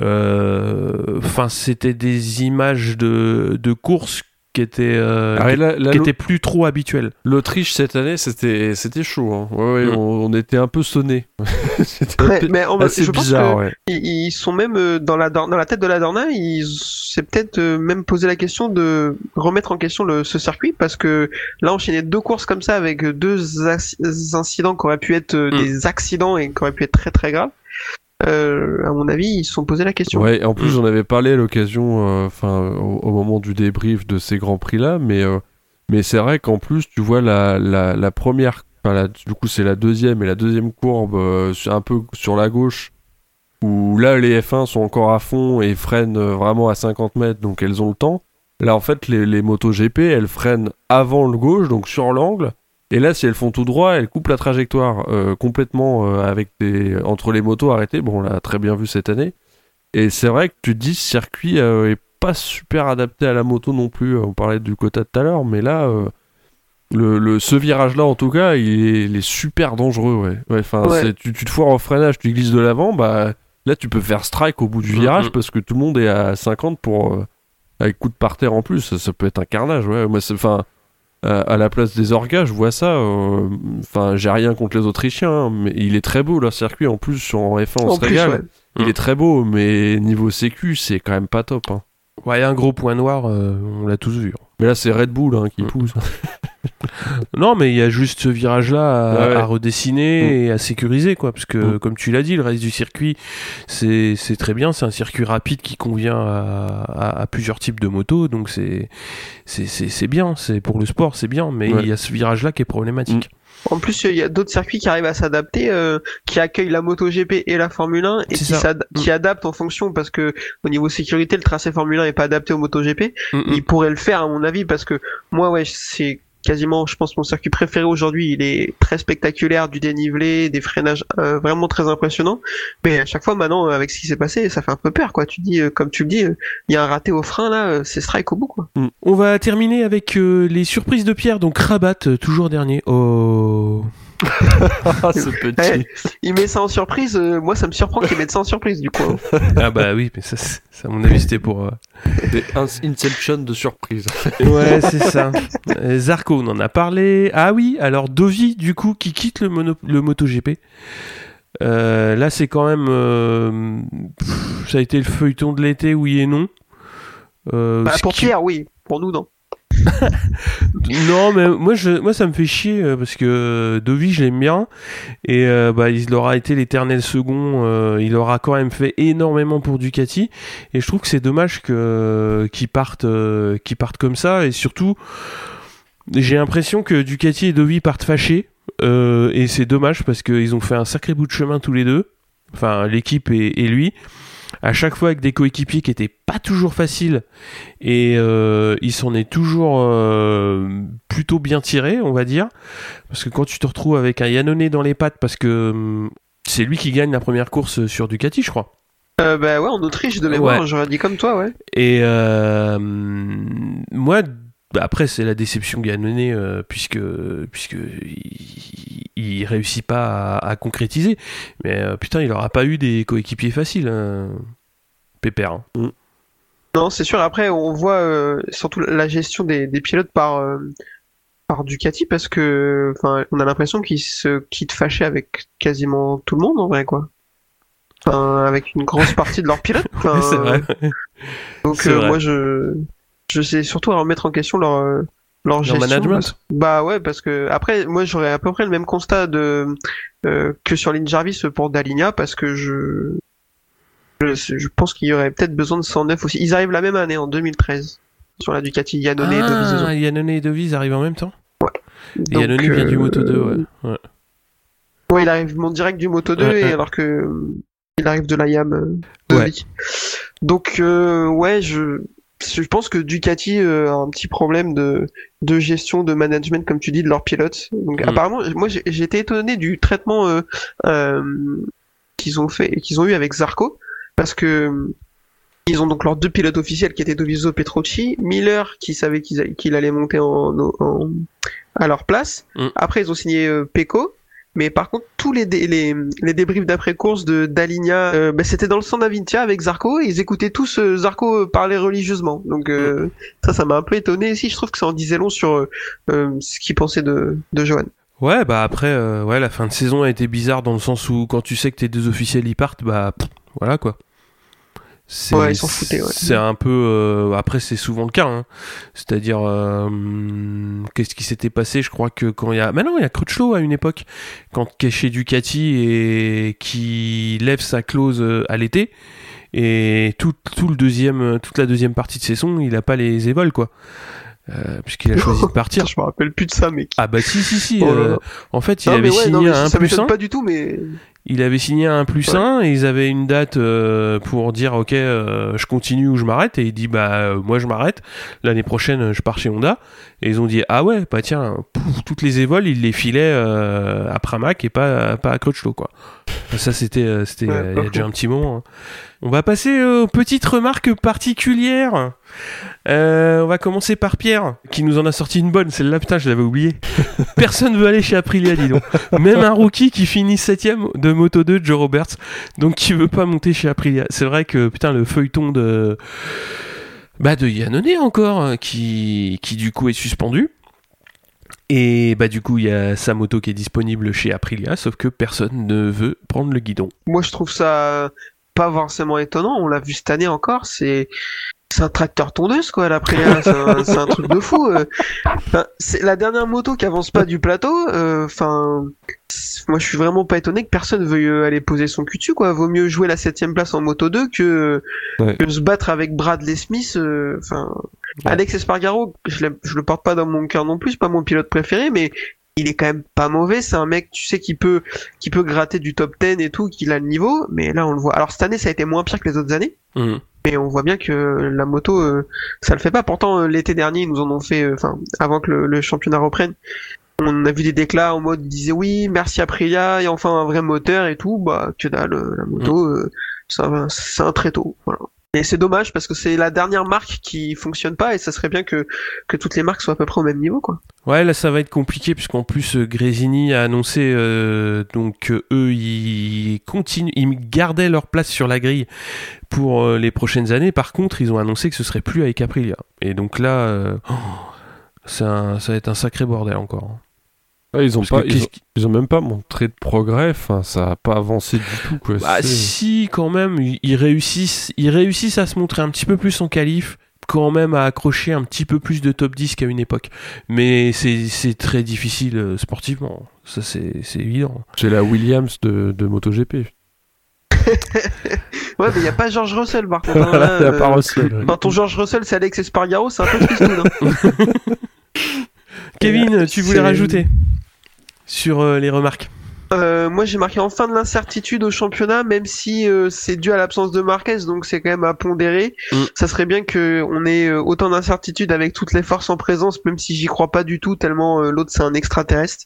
Enfin, euh, c'était des images de, de course qui était euh, ah, qui, là, là, qui était plus trop habituel. L'Autriche cette année c'était c'était chaud hein. Ouais, ouais, mm. on, on était un peu sonné. C'était ouais, mais on, assez je bizarre. Pense que ouais. ils, ils sont même dans la dans la tête de la Dorna, ils s'est peut-être même posé la question de remettre en question le ce circuit, parce que là enchaîner deux courses comme ça avec deux ac- incidents qui auraient pu être mm. des accidents et qui auraient pu être très très graves. euh, à mon avis, ils se sont posé la question. Ouais, et en plus, j'en avais parlé à l'occasion, enfin, au, au moment du débrief de ces grands prix-là, mais, euh, mais c'est vrai qu'en plus, tu vois la, la, la première, enfin, la, du coup, c'est la deuxième et la deuxième courbe, euh, un peu sur la gauche, où là, les F un sont encore à fond et freinent vraiment à cinquante mètres, donc elles ont le temps. Là, en fait, les, les motos G P, elles freinent avant le gauche, donc sur l'angle. Et là, si elles font tout droit, elles coupent la trajectoire euh, complètement euh, avec des... entre les motos arrêtées. Bon, on l'a très bien vu cette année. Et c'est vrai que tu te dis, ce circuit euh, est pas super adapté à la moto non plus. On parlait du quota tout à l'heure, mais là, euh, le, le, ce virage-là, en tout cas, il est, il est super dangereux. Ouais. Ouais, Ouais. c'est, tu, tu te foires en freinage, tu glisses de l'avant, bah, là, tu peux faire strike au bout du virage Mm-hmm. parce que tout le monde est à cinquante pour, euh, avec coup de par terre en plus. Ça, ça peut être un carnage. Ouais. Moi, c'est, 'fin, Euh, à la place des orgas, je vois ça. Enfin, euh, j'ai rien contre les Autrichiens, hein, mais il est très beau leur circuit. En plus, sur en F un, on En se plus, régale. ouais. Il Mm. est très beau, mais niveau sécu, c'est quand même pas top. Hein. Ouais, un gros point noir, euh, on l'a tous vu. Mais là, c'est Red Bull hein, qui Mm. pousse. Non, mais il y a juste ce virage-là à, Ouais, ouais. à redessiner Mm. et à sécuriser, quoi. Parce que, Mm. comme tu l'as dit, le reste du circuit, c'est, c'est très bien. C'est un circuit rapide qui convient à, à, à plusieurs types de motos. Donc, c'est, c'est, c'est, c'est bien. C'est, pour le sport, c'est bien. Mais Ouais. il y a ce virage-là qui est problématique. En plus, il y a d'autres circuits qui arrivent à s'adapter, euh, qui accueillent la MotoGP et la Formule un et C'est qui, ça. s'ad- Mm. qui adaptent en fonction parce que au niveau sécurité, le tracé Formule un est pas adapté au MotoGP. Mm, mm. Ils pourraient le faire à mon avis parce que moi, ouais, c'est quasiment, je pense, mon circuit préféré aujourd'hui. Il est très spectaculaire, du dénivelé, des freinages euh, vraiment très impressionnants. Mais à chaque fois, maintenant, avec ce qui s'est passé, ça fait un peu peur, quoi. Tu dis, euh, comme tu le dis, euh, il y a un raté au frein là, euh, c'est strike au bout, quoi. On va terminer avec euh, les surprises de Pierre. Donc, Rabat, euh, toujours dernier. Oh. Ah, ce petit. Ouais. Il met ça en surprise. euh, moi, ça me surprend qu'il mette ça en surprise, du coup. hein. Ah bah oui, mais ça, c'est- ça à mon avis, c'était pour... euh, Des ins- Inception de surprise. Ouais, c'est ça. Euh, Zarco, on en a parlé. Ah oui, alors Dovi, du coup, qui quitte le, mono, le MotoGP. Euh, là, c'est quand même... euh, pff, ça a été le feuilleton de l'été, oui et non. Euh, Bah, ce pour qui- Pierre, oui. Pour nous, non. Non, mais moi, je, moi, ça me fait chier euh, parce que Dovi, je l'aime bien. Et euh, bah, il aura été l'éternel second. Euh, il aura quand même fait énormément pour Ducati. Et je trouve que c'est dommage que, qu'il parte, euh, qu'il parte comme ça. Et surtout, j'ai l'impression que Ducati et Dovi partent fâchés. Euh, et c'est dommage parce qu'ils ont fait un sacré bout de chemin tous les deux. Enfin, l'équipe et, et lui. À chaque fois avec des coéquipiers qui étaient pas toujours faciles et euh, il s'en est toujours euh, plutôt bien tiré, on va dire, parce que quand tu te retrouves avec un Yannone dans les pattes, parce que hum, c'est lui qui gagne la première course sur Ducati, je crois. Euh, bah ouais, en Autriche, de mémoire, Ouais. j'aurais dit comme toi, ouais. Et euh, moi, bah après c'est la déception Yannone euh, puisque puisque il, il réussit pas à, à concrétiser. Mais euh, putain, il aura pas eu des coéquipiers faciles, hein. Pépère. Hein. Non, c'est sûr. Après, on voit euh, surtout la gestion des, des pilotes par euh, par Ducati parce que, enfin, on a l'impression qu'ils se quittent fâchés avec quasiment tout le monde en vrai, quoi. Enfin, avec une grosse partie de leurs pilotes. Enfin, Ouais, c'est vrai. Donc C'est euh, vrai. moi, je je sais surtout à remettre en question leur euh, leur gestion. management. parce- Bah ouais, parce que après, moi, j'aurais à peu près le même constat de euh, que sur Lynn Jarvis pour Dalinha parce que je je, je pense qu'il y aurait peut-être besoin de cent neuf aussi. Ils arrivent la même année, en deux mille treize, sur la Ducati Yannone et Dovizioso. Ah, Yannone et Dovi arrivent en même temps. Et Donc, Yannone vient du euh, Moto deux, ouais. ouais. Ouais, il arrive mon direct du Moto deux, Ouais, et ouais. alors que euh, il arrive de la Yam euh, Dovi. Donc euh, ouais, je je pense que Ducati euh, a un petit problème de de gestion, de management, comme tu dis, de leurs pilotes. Donc Mm. apparemment, moi j'ai j'ai été étonné du traitement euh, euh, qu'ils ont fait, qu'ils ont eu avec Zarco, parce que ils ont donc leurs deux pilotes officiels qui étaient Dovizioso, Petrucci, Miller qui savait qu'il a- qu'il allait monter en, en- à leur place. Mm. Après ils ont signé euh, Pecco. Mais par contre, tous les, dé- les, les débriefs d'après-course de Dalinha, euh, bah, c'était dans le San Avintia avec Zarco, et ils écoutaient tous euh, Zarco parler religieusement. Donc euh, ça, ça m'a un peu étonné aussi. Je trouve que ça en disait long sur euh, euh, ce qu'il pensait de, de Johan. Ouais, bah après, euh, ouais, la fin de saison a été bizarre dans le sens où quand tu sais que tes deux officiels y partent, bah pff, voilà quoi. C'est, ouais, ils s'en foutaient, ouais. C'est un peu... Euh, après, c'est souvent le cas. Hein. C'est-à-dire, euh, qu'est-ce qui s'était passé? Je crois que quand il y a... Maintenant, il y a Crutchlow à une époque, quand chez Ducati et qui lève sa clause à l'été, et tout, tout le deuxième, toute la deuxième partie de saison, il a pas les évols, quoi. Euh, puisqu'il a choisi de partir. Je me rappelle plus de ça, mec. Ah bah si, si, si. Oh euh, en fait, il non, avait ouais, signé non, un ça plus un. pas du tout, mais... Il avait signé un plus ouais. un et ils avaient une date euh, pour dire ok euh, je continue ou je m'arrête, et il dit bah euh, moi je m'arrête, l'année prochaine je pars chez Honda, et ils ont dit ah ouais bah tiens pouf, toutes les évols il les filait euh, à Pramac et pas, pas à Crutchlow, quoi. Ça c'était, euh, c'était ouais, euh, il y a déjà un petit moment. Hein. On va passer aux petites remarques particulières. Euh, on va commencer par Pierre, qui nous en a sorti une bonne. Celle-là, putain, je l'avais oublié. Personne veut aller chez Aprilia, dis donc. Même un rookie qui finit septième de Moto deux, Joe Roberts, donc qui veut pas monter chez Aprilia. C'est vrai que, putain, le feuilleton de... Bah, de Iannone encore, qui, qui du coup est suspendu. Et bah du coup il y a sa moto qui est disponible chez Aprilia, sauf que personne ne veut prendre le guidon. Moi je trouve ça pas forcément étonnant, on l'a vu cette année encore, c'est c'est un tracteur tondeuse quoi l'Aprilia, c'est un, c'est un truc de fou. Enfin, c'est la dernière moto qui avance pas du plateau, enfin euh, moi je suis vraiment pas étonné que personne veuille aller poser son cul dessus, quoi. Vaut mieux jouer la septième place en moto deux que, ouais. que se battre avec Bradley Smith, enfin euh, ouais. Alex Espargaro, je, je le porte pas dans mon cœur non plus, c'est pas mon pilote préféré, mais il est quand même pas mauvais, c'est un mec, tu sais, qui peut, qui peut gratter du top dix et tout, qu'il a le niveau, mais là on le voit. Alors cette année ça a été moins pire que les autres années, mmh. mais on voit bien que la moto, euh, ça le fait pas. Pourtant euh, l'été dernier ils nous en ont fait, enfin euh, avant que le, le championnat reprenne, on a vu des déclats en mode, ils disaient oui, merci Aprilia, et enfin un vrai moteur et tout, bah que dalle, la moto, mmh. euh, ça, c'est un tréteau, voilà. Et c'est dommage parce que c'est la dernière marque qui fonctionne pas, et ça serait bien que, que toutes les marques soient à peu près au même niveau, quoi. Ouais, là ça va être compliqué puisqu'en plus Gresini a annoncé euh, donc euh, eux ils continuent, ils gardaient leur place sur la grille pour euh, les prochaines années. Par contre, ils ont annoncé que ce serait plus avec Aprilia. Et donc là, euh, oh, c'est un, ça va être un sacré bordel encore. Ouais, ils ont pas, ils ont, ils ont même pas montré de progrès. Enfin, ça a pas avancé du tout, quoi. Bah c'est... si, quand même, ils réussissent, ils réussissent à se montrer un petit peu plus en qualif, quand même à accrocher un petit peu plus de top dix qu'à une époque. Mais c'est, c'est très difficile euh, sportivement. Ça, c'est, c'est évident. C'est la Williams de, de MotoGP. Ouais, mais il n'y a pas George Russell, par contre. Voilà, il n'y a euh, pas Russell. Ouais. Enfin, ton George Russell, c'est Alex Espargaro, c'est un peu tristoun. Hein. Kevin, tu voulais c'est... rajouter sur euh, les remarques? Euh, moi j'ai marqué en fin de l'incertitude au championnat, même si euh, c'est dû à l'absence de Marquez, donc c'est quand même à pondérer. Mm. Ça serait bien que on ait euh, autant d'incertitude avec toutes les forces en présence, même si j'y crois pas du tout, tellement euh, l'autre c'est un extraterrestre.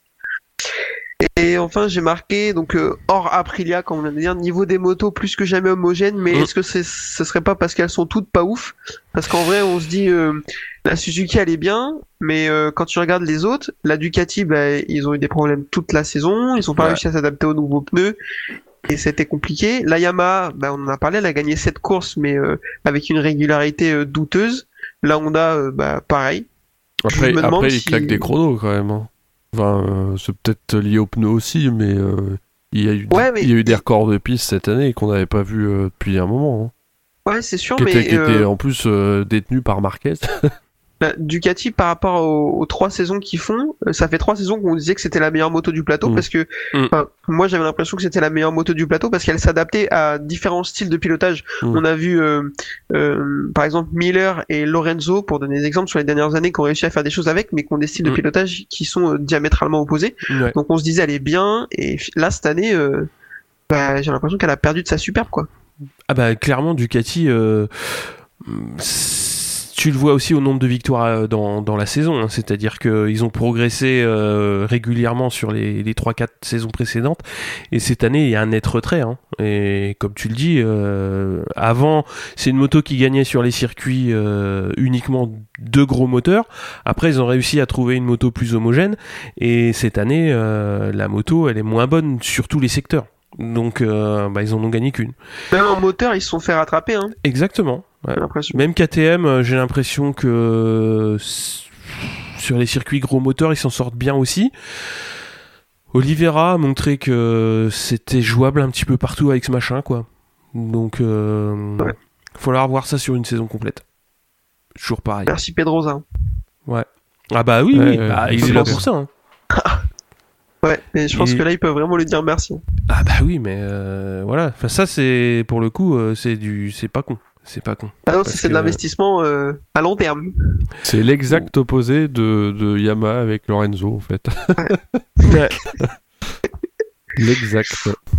Et enfin j'ai marqué donc euh, hors Aprilia, comme on vient de dire, niveau des motos plus que jamais homogène, mais mm. est-ce que c'est, ce serait pas parce qu'elles sont toutes pas ouf? Parce qu'en vrai on se dit euh, la Suzuki elle est bien, mais euh, quand tu regardes les autres, la Ducati bah, ils ont eu des problèmes toute la saison, ils ont pas ouais. réussi à s'adapter aux nouveaux pneus et c'était compliqué. La Yamaha, bah, on en a parlé, elle a gagné sept courses mais euh, avec une régularité euh, douteuse. La Honda euh, bah pareil. Après, après si... ils claquent des chronos quand même. Hein. Enfin, euh, c'est peut-être lié aux pneus aussi, mais euh, il y a eu ouais, mais... il y a eu des records de piste cette année qu'on n'avait pas vu euh, depuis un moment. Hein. Ouais, c'est sûr, qui mais était, qui euh... était en plus euh, détenu par Marquez. La Ducati, par rapport aux, aux trois saisons qu'ils font, ça fait trois saisons qu'on disait que c'était la meilleure moto du plateau, mmh. parce que mmh. moi j'avais l'impression que c'était la meilleure moto du plateau parce qu'elle s'adaptait à différents styles de pilotage. Mmh. On a vu euh, euh, par exemple Miller et Lorenzo, pour donner des exemples sur les dernières années, qui ont réussi à faire des choses avec, mais qui ont des styles mmh. de pilotage qui sont euh, diamétralement opposés. Ouais. Donc on se disait elle est bien, et là cette année, euh, bah, j'ai l'impression qu'elle a perdu de sa superbe, quoi. Ah bah clairement Ducati... Euh... Tu le vois aussi au nombre de victoires dans, dans la saison, hein. C'est-à-dire qu'ils ont progressé euh, régulièrement sur les, les trois quatre saisons précédentes, et cette année il y a un net retrait, hein. Et comme tu le dis, euh, avant c'est une moto qui gagnait sur les circuits euh, uniquement deux gros moteurs, après ils ont réussi à trouver une moto plus homogène, et cette année euh, la moto elle est moins bonne sur tous les secteurs. Donc euh, bah, ils en ont gagné qu'une. Même en moteur ils se sont fait rattraper, hein. Exactement. Ouais. Même K T M, j'ai l'impression que sur les circuits gros moteurs, ils s'en sortent bien aussi. Oliveira a montré que c'était jouable un petit peu partout avec ce machin, quoi. Donc, euh, ouais. falloir voir ça sur une saison complète. Toujours pareil. Merci Pedrosa. Ouais. Ah bah oui, Ouais, oui. euh, Bah, il je est là pense. pour ça. Hein. Ouais, mais je pense Et- que là ils peuvent vraiment lui dire merci. Ah bah oui, mais euh, voilà. Enfin ça c'est pour le coup, euh, c'est du, c'est pas con. C'est pas con. Ah non, Parce c'est que- de l'investissement euh, à long terme. C'est l'exact opposé de, de Yamaha avec Lorenzo, en fait. Ouais. L'exact.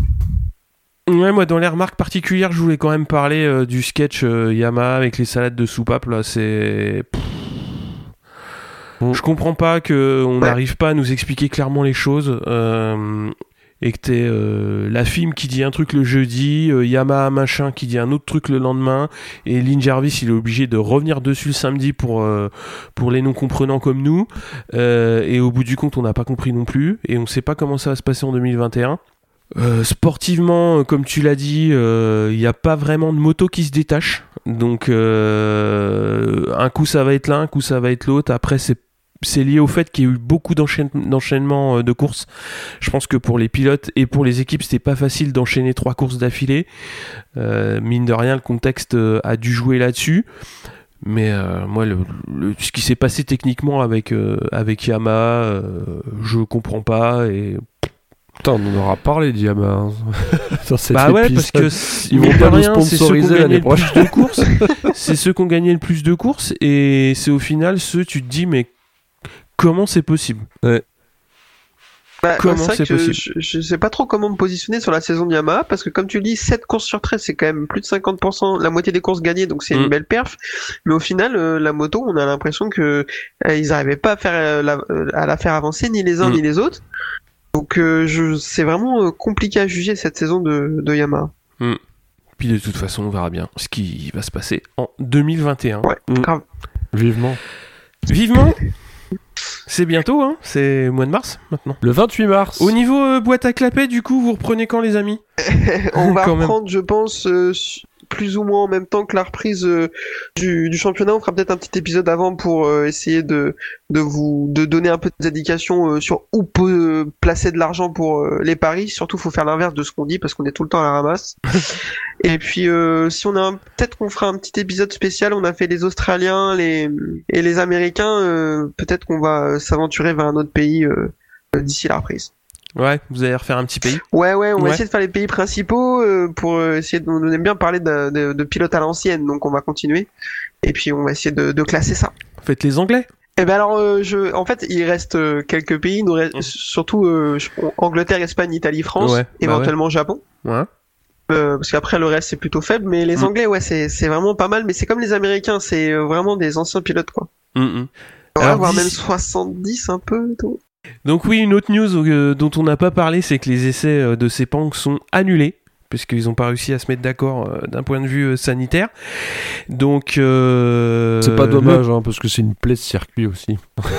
Ouais, moi dans les remarques particulières, je voulais quand même parler euh, du sketch euh, Yamaha avec les salades de soupape là. C'est. Pff. Mm. Je comprends pas que on Ouais. n'arrive pas à nous expliquer clairement les choses. Euh... Et que t'es euh, la film qui dit un truc le jeudi, euh, Yamaha machin qui dit un autre truc le lendemain, et Lynn Jarvis il est obligé de revenir dessus le samedi pour, euh, pour les non-comprenants comme nous, euh, et au bout du compte on n'a pas compris non plus, et on sait pas comment ça va se passer en deux mille vingt et un. Euh, sportivement, euh, comme tu l'as dit, il euh, n'y a pas vraiment de moto qui se détache, donc euh, un coup ça va être l'un, un coup ça va être l'autre, après c'est c'est lié au fait qu'il y a eu beaucoup d'enchaîn- d'enchaînements euh, de courses. Je pense que pour les pilotes et pour les équipes, c'était pas facile d'enchaîner trois courses d'affilée. Euh, mine de rien, le contexte euh, a dû jouer là-dessus. Mais euh, moi, le, le- ce qui s'est passé techniquement avec, euh, avec Yamaha, euh, je comprends pas. Et... Putain, on en aura parlé de Yamaha hein, dans cet Bah ouais, épisode. parce que c- Ils mine vont de pas nous rien, c'est ceux qui ont sponsoriser gagné l'année le plus prochaine. de courses. C'est ceux qui ont gagné le plus de courses. Et c'est au final ceux, tu te dis, mais comment c'est possible? Bah, Comment c'est vrai c'est que possible je, je sais pas trop comment me positionner sur la saison de Yamaha parce que comme tu le dis, sept courses sur treize, c'est quand même plus de cinquante pour cent, la moitié des courses gagnées, donc c'est Mm. une belle perf. Mais au final, euh, la moto, on a l'impression que euh, ils arrivaient pas à faire euh, la, euh, à la faire avancer ni les uns Mm. ni les autres. Donc euh, je, c'est vraiment euh, compliqué à juger cette saison de, de Yamaha. Puis de toute façon, on verra bien ce qui va se passer en deux mille vingt et un. Ouais, Mm. grave. Vivement. Vivement. C'est bientôt, hein. C'est mois de mars maintenant. Le vingt-huit mars. Au niveau euh, boîte à clapet, du coup, vous reprenez quand, les amis? On va Quand même. reprendre, je pense, euh, su- plus ou moins en même temps que la reprise euh, du, du championnat. On fera peut-être un petit épisode avant pour euh, essayer de, de vous de donner un peu des indications euh, sur où peut euh, placer de l'argent pour euh, les paris. Surtout, faut faire l'inverse de ce qu'on dit parce qu'on est tout le temps à la ramasse. Et puis, euh, si on a un- peut-être qu'on fera un petit épisode spécial. On a fait les Australiens, les et les Américains. euh, peut-être qu'on va euh, s'aventurer vers un autre pays euh, euh, d'ici la reprise. Ouais, vous allez refaire un petit pays. Ouais, ouais, on va Ouais. essayer de faire les pays principaux euh, pour euh, essayer de. On aime bien parler de, de, de pilotes à l'ancienne, donc on va continuer. Et puis on va essayer de, de classer ça. Faites les Anglais. Et ben alors, euh, je, en fait, il reste euh, quelques pays, il nous reste, Mm. surtout euh, je- Angleterre, Espagne, Italie, France, Ouais, bah éventuellement Japon. Ouais. Euh, parce qu'après le reste c'est plutôt faible, mais les Mm. Anglais, ouais, c'est c'est vraiment pas mal. Mais c'est comme les Américains, c'est euh, vraiment des anciens pilotes, quoi. Mm, mm. Ouais, Alors, voire d'ici- même soixante-dix un peu. et tout. Donc oui, une autre news euh, dont on n'a pas parlé, c'est que les essais euh, de Sepang sont annulés, puisqu'ils n'ont pas réussi à se mettre d'accord euh, d'un point de vue euh, sanitaire. Donc... euh, C'est pas le- dommage, hein, parce que c'est une plaie de circuit aussi.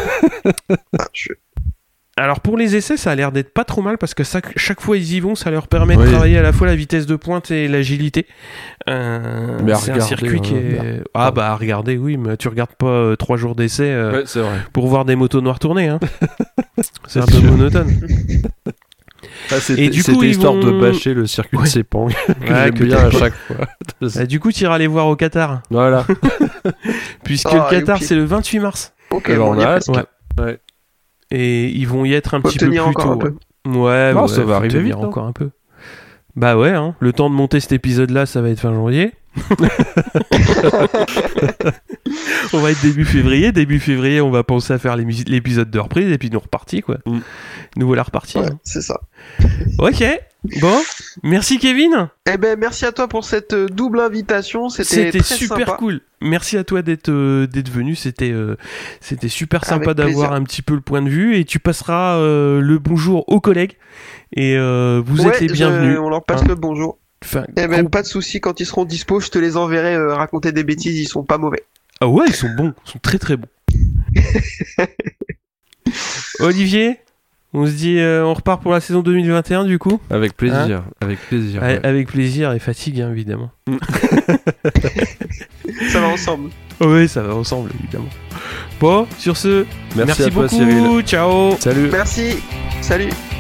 Ah, je- Alors pour les essais, ça a l'air d'être pas trop mal, parce que ça, chaque fois ils y vont, ça leur permet de Oui. travailler à la fois la vitesse de pointe et l'agilité. Euh, Mais à c'est un regarder, circuit qui euh, est... Ah bah à regarder, oui, mais tu regardes pas euh, trois jours d'essai euh, Ouais, c'est vrai. pour voir des motos noires tourner. Hein. C'est un C'est peu sûr. monotone. Ah, c'était Et du coup, c'était ils histoire vont- de bâcher le circuit Ouais. de Sepang, que Ouais, j'aime que bien t'as à pas. chaque fois. Bah, du coup, tu iras les voir au Qatar, Voilà. puisque Oh, le Qatar youpi. c'est le vingt-huit mars. Ok, Alors, bon, on on y est a hâte. presque. Ouais. Ouais. Et ils vont y être un Faut petit peu plus tenir encore un tôt. peu. Ouais, ouais, Non, ouais, ça va faut arriver tenir vite, hein. encore un peu. Bah ouais, hein. Le temps de monter cet épisode-là, ça va être fin janvier. On va être début février. Début février, on va penser à faire l'émi- l'épisode de reprise et puis nous repartis, quoi. Mm. Nous voilà repartis. Ouais, hein. c'est ça. Ok. Bon. Merci, Kevin. Eh ben, merci à toi pour cette euh, double invitation. C'était C'était très super sympa. cool. Merci à toi d'être euh, d'être venu. C'était euh, c'était super sympa Avec d'avoir plaisir. un petit peu le point de vue. Et tu passeras euh, le bonjour aux collègues. Et euh, vous Ouais, êtes les je- bienvenus. On leur passe Hein. le bonjour. Enfin, Eh ben, gros- pas de souci, quand ils seront dispo, je te les enverrai euh, raconter des bêtises, ils sont pas mauvais. Ah ouais, ils sont bons, ils sont très très bons. Olivier, on se dit, euh, on repart pour la saison deux mille vingt et un du coup. Avec plaisir. avec plaisir. A- ouais. Avec plaisir et fatigue, hein, évidemment. Ça va ensemble. Oui, ça va ensemble, évidemment. Bon, sur ce, Merci, merci à toi, beaucoup. Cyril. Ciao. Salut. Merci, salut.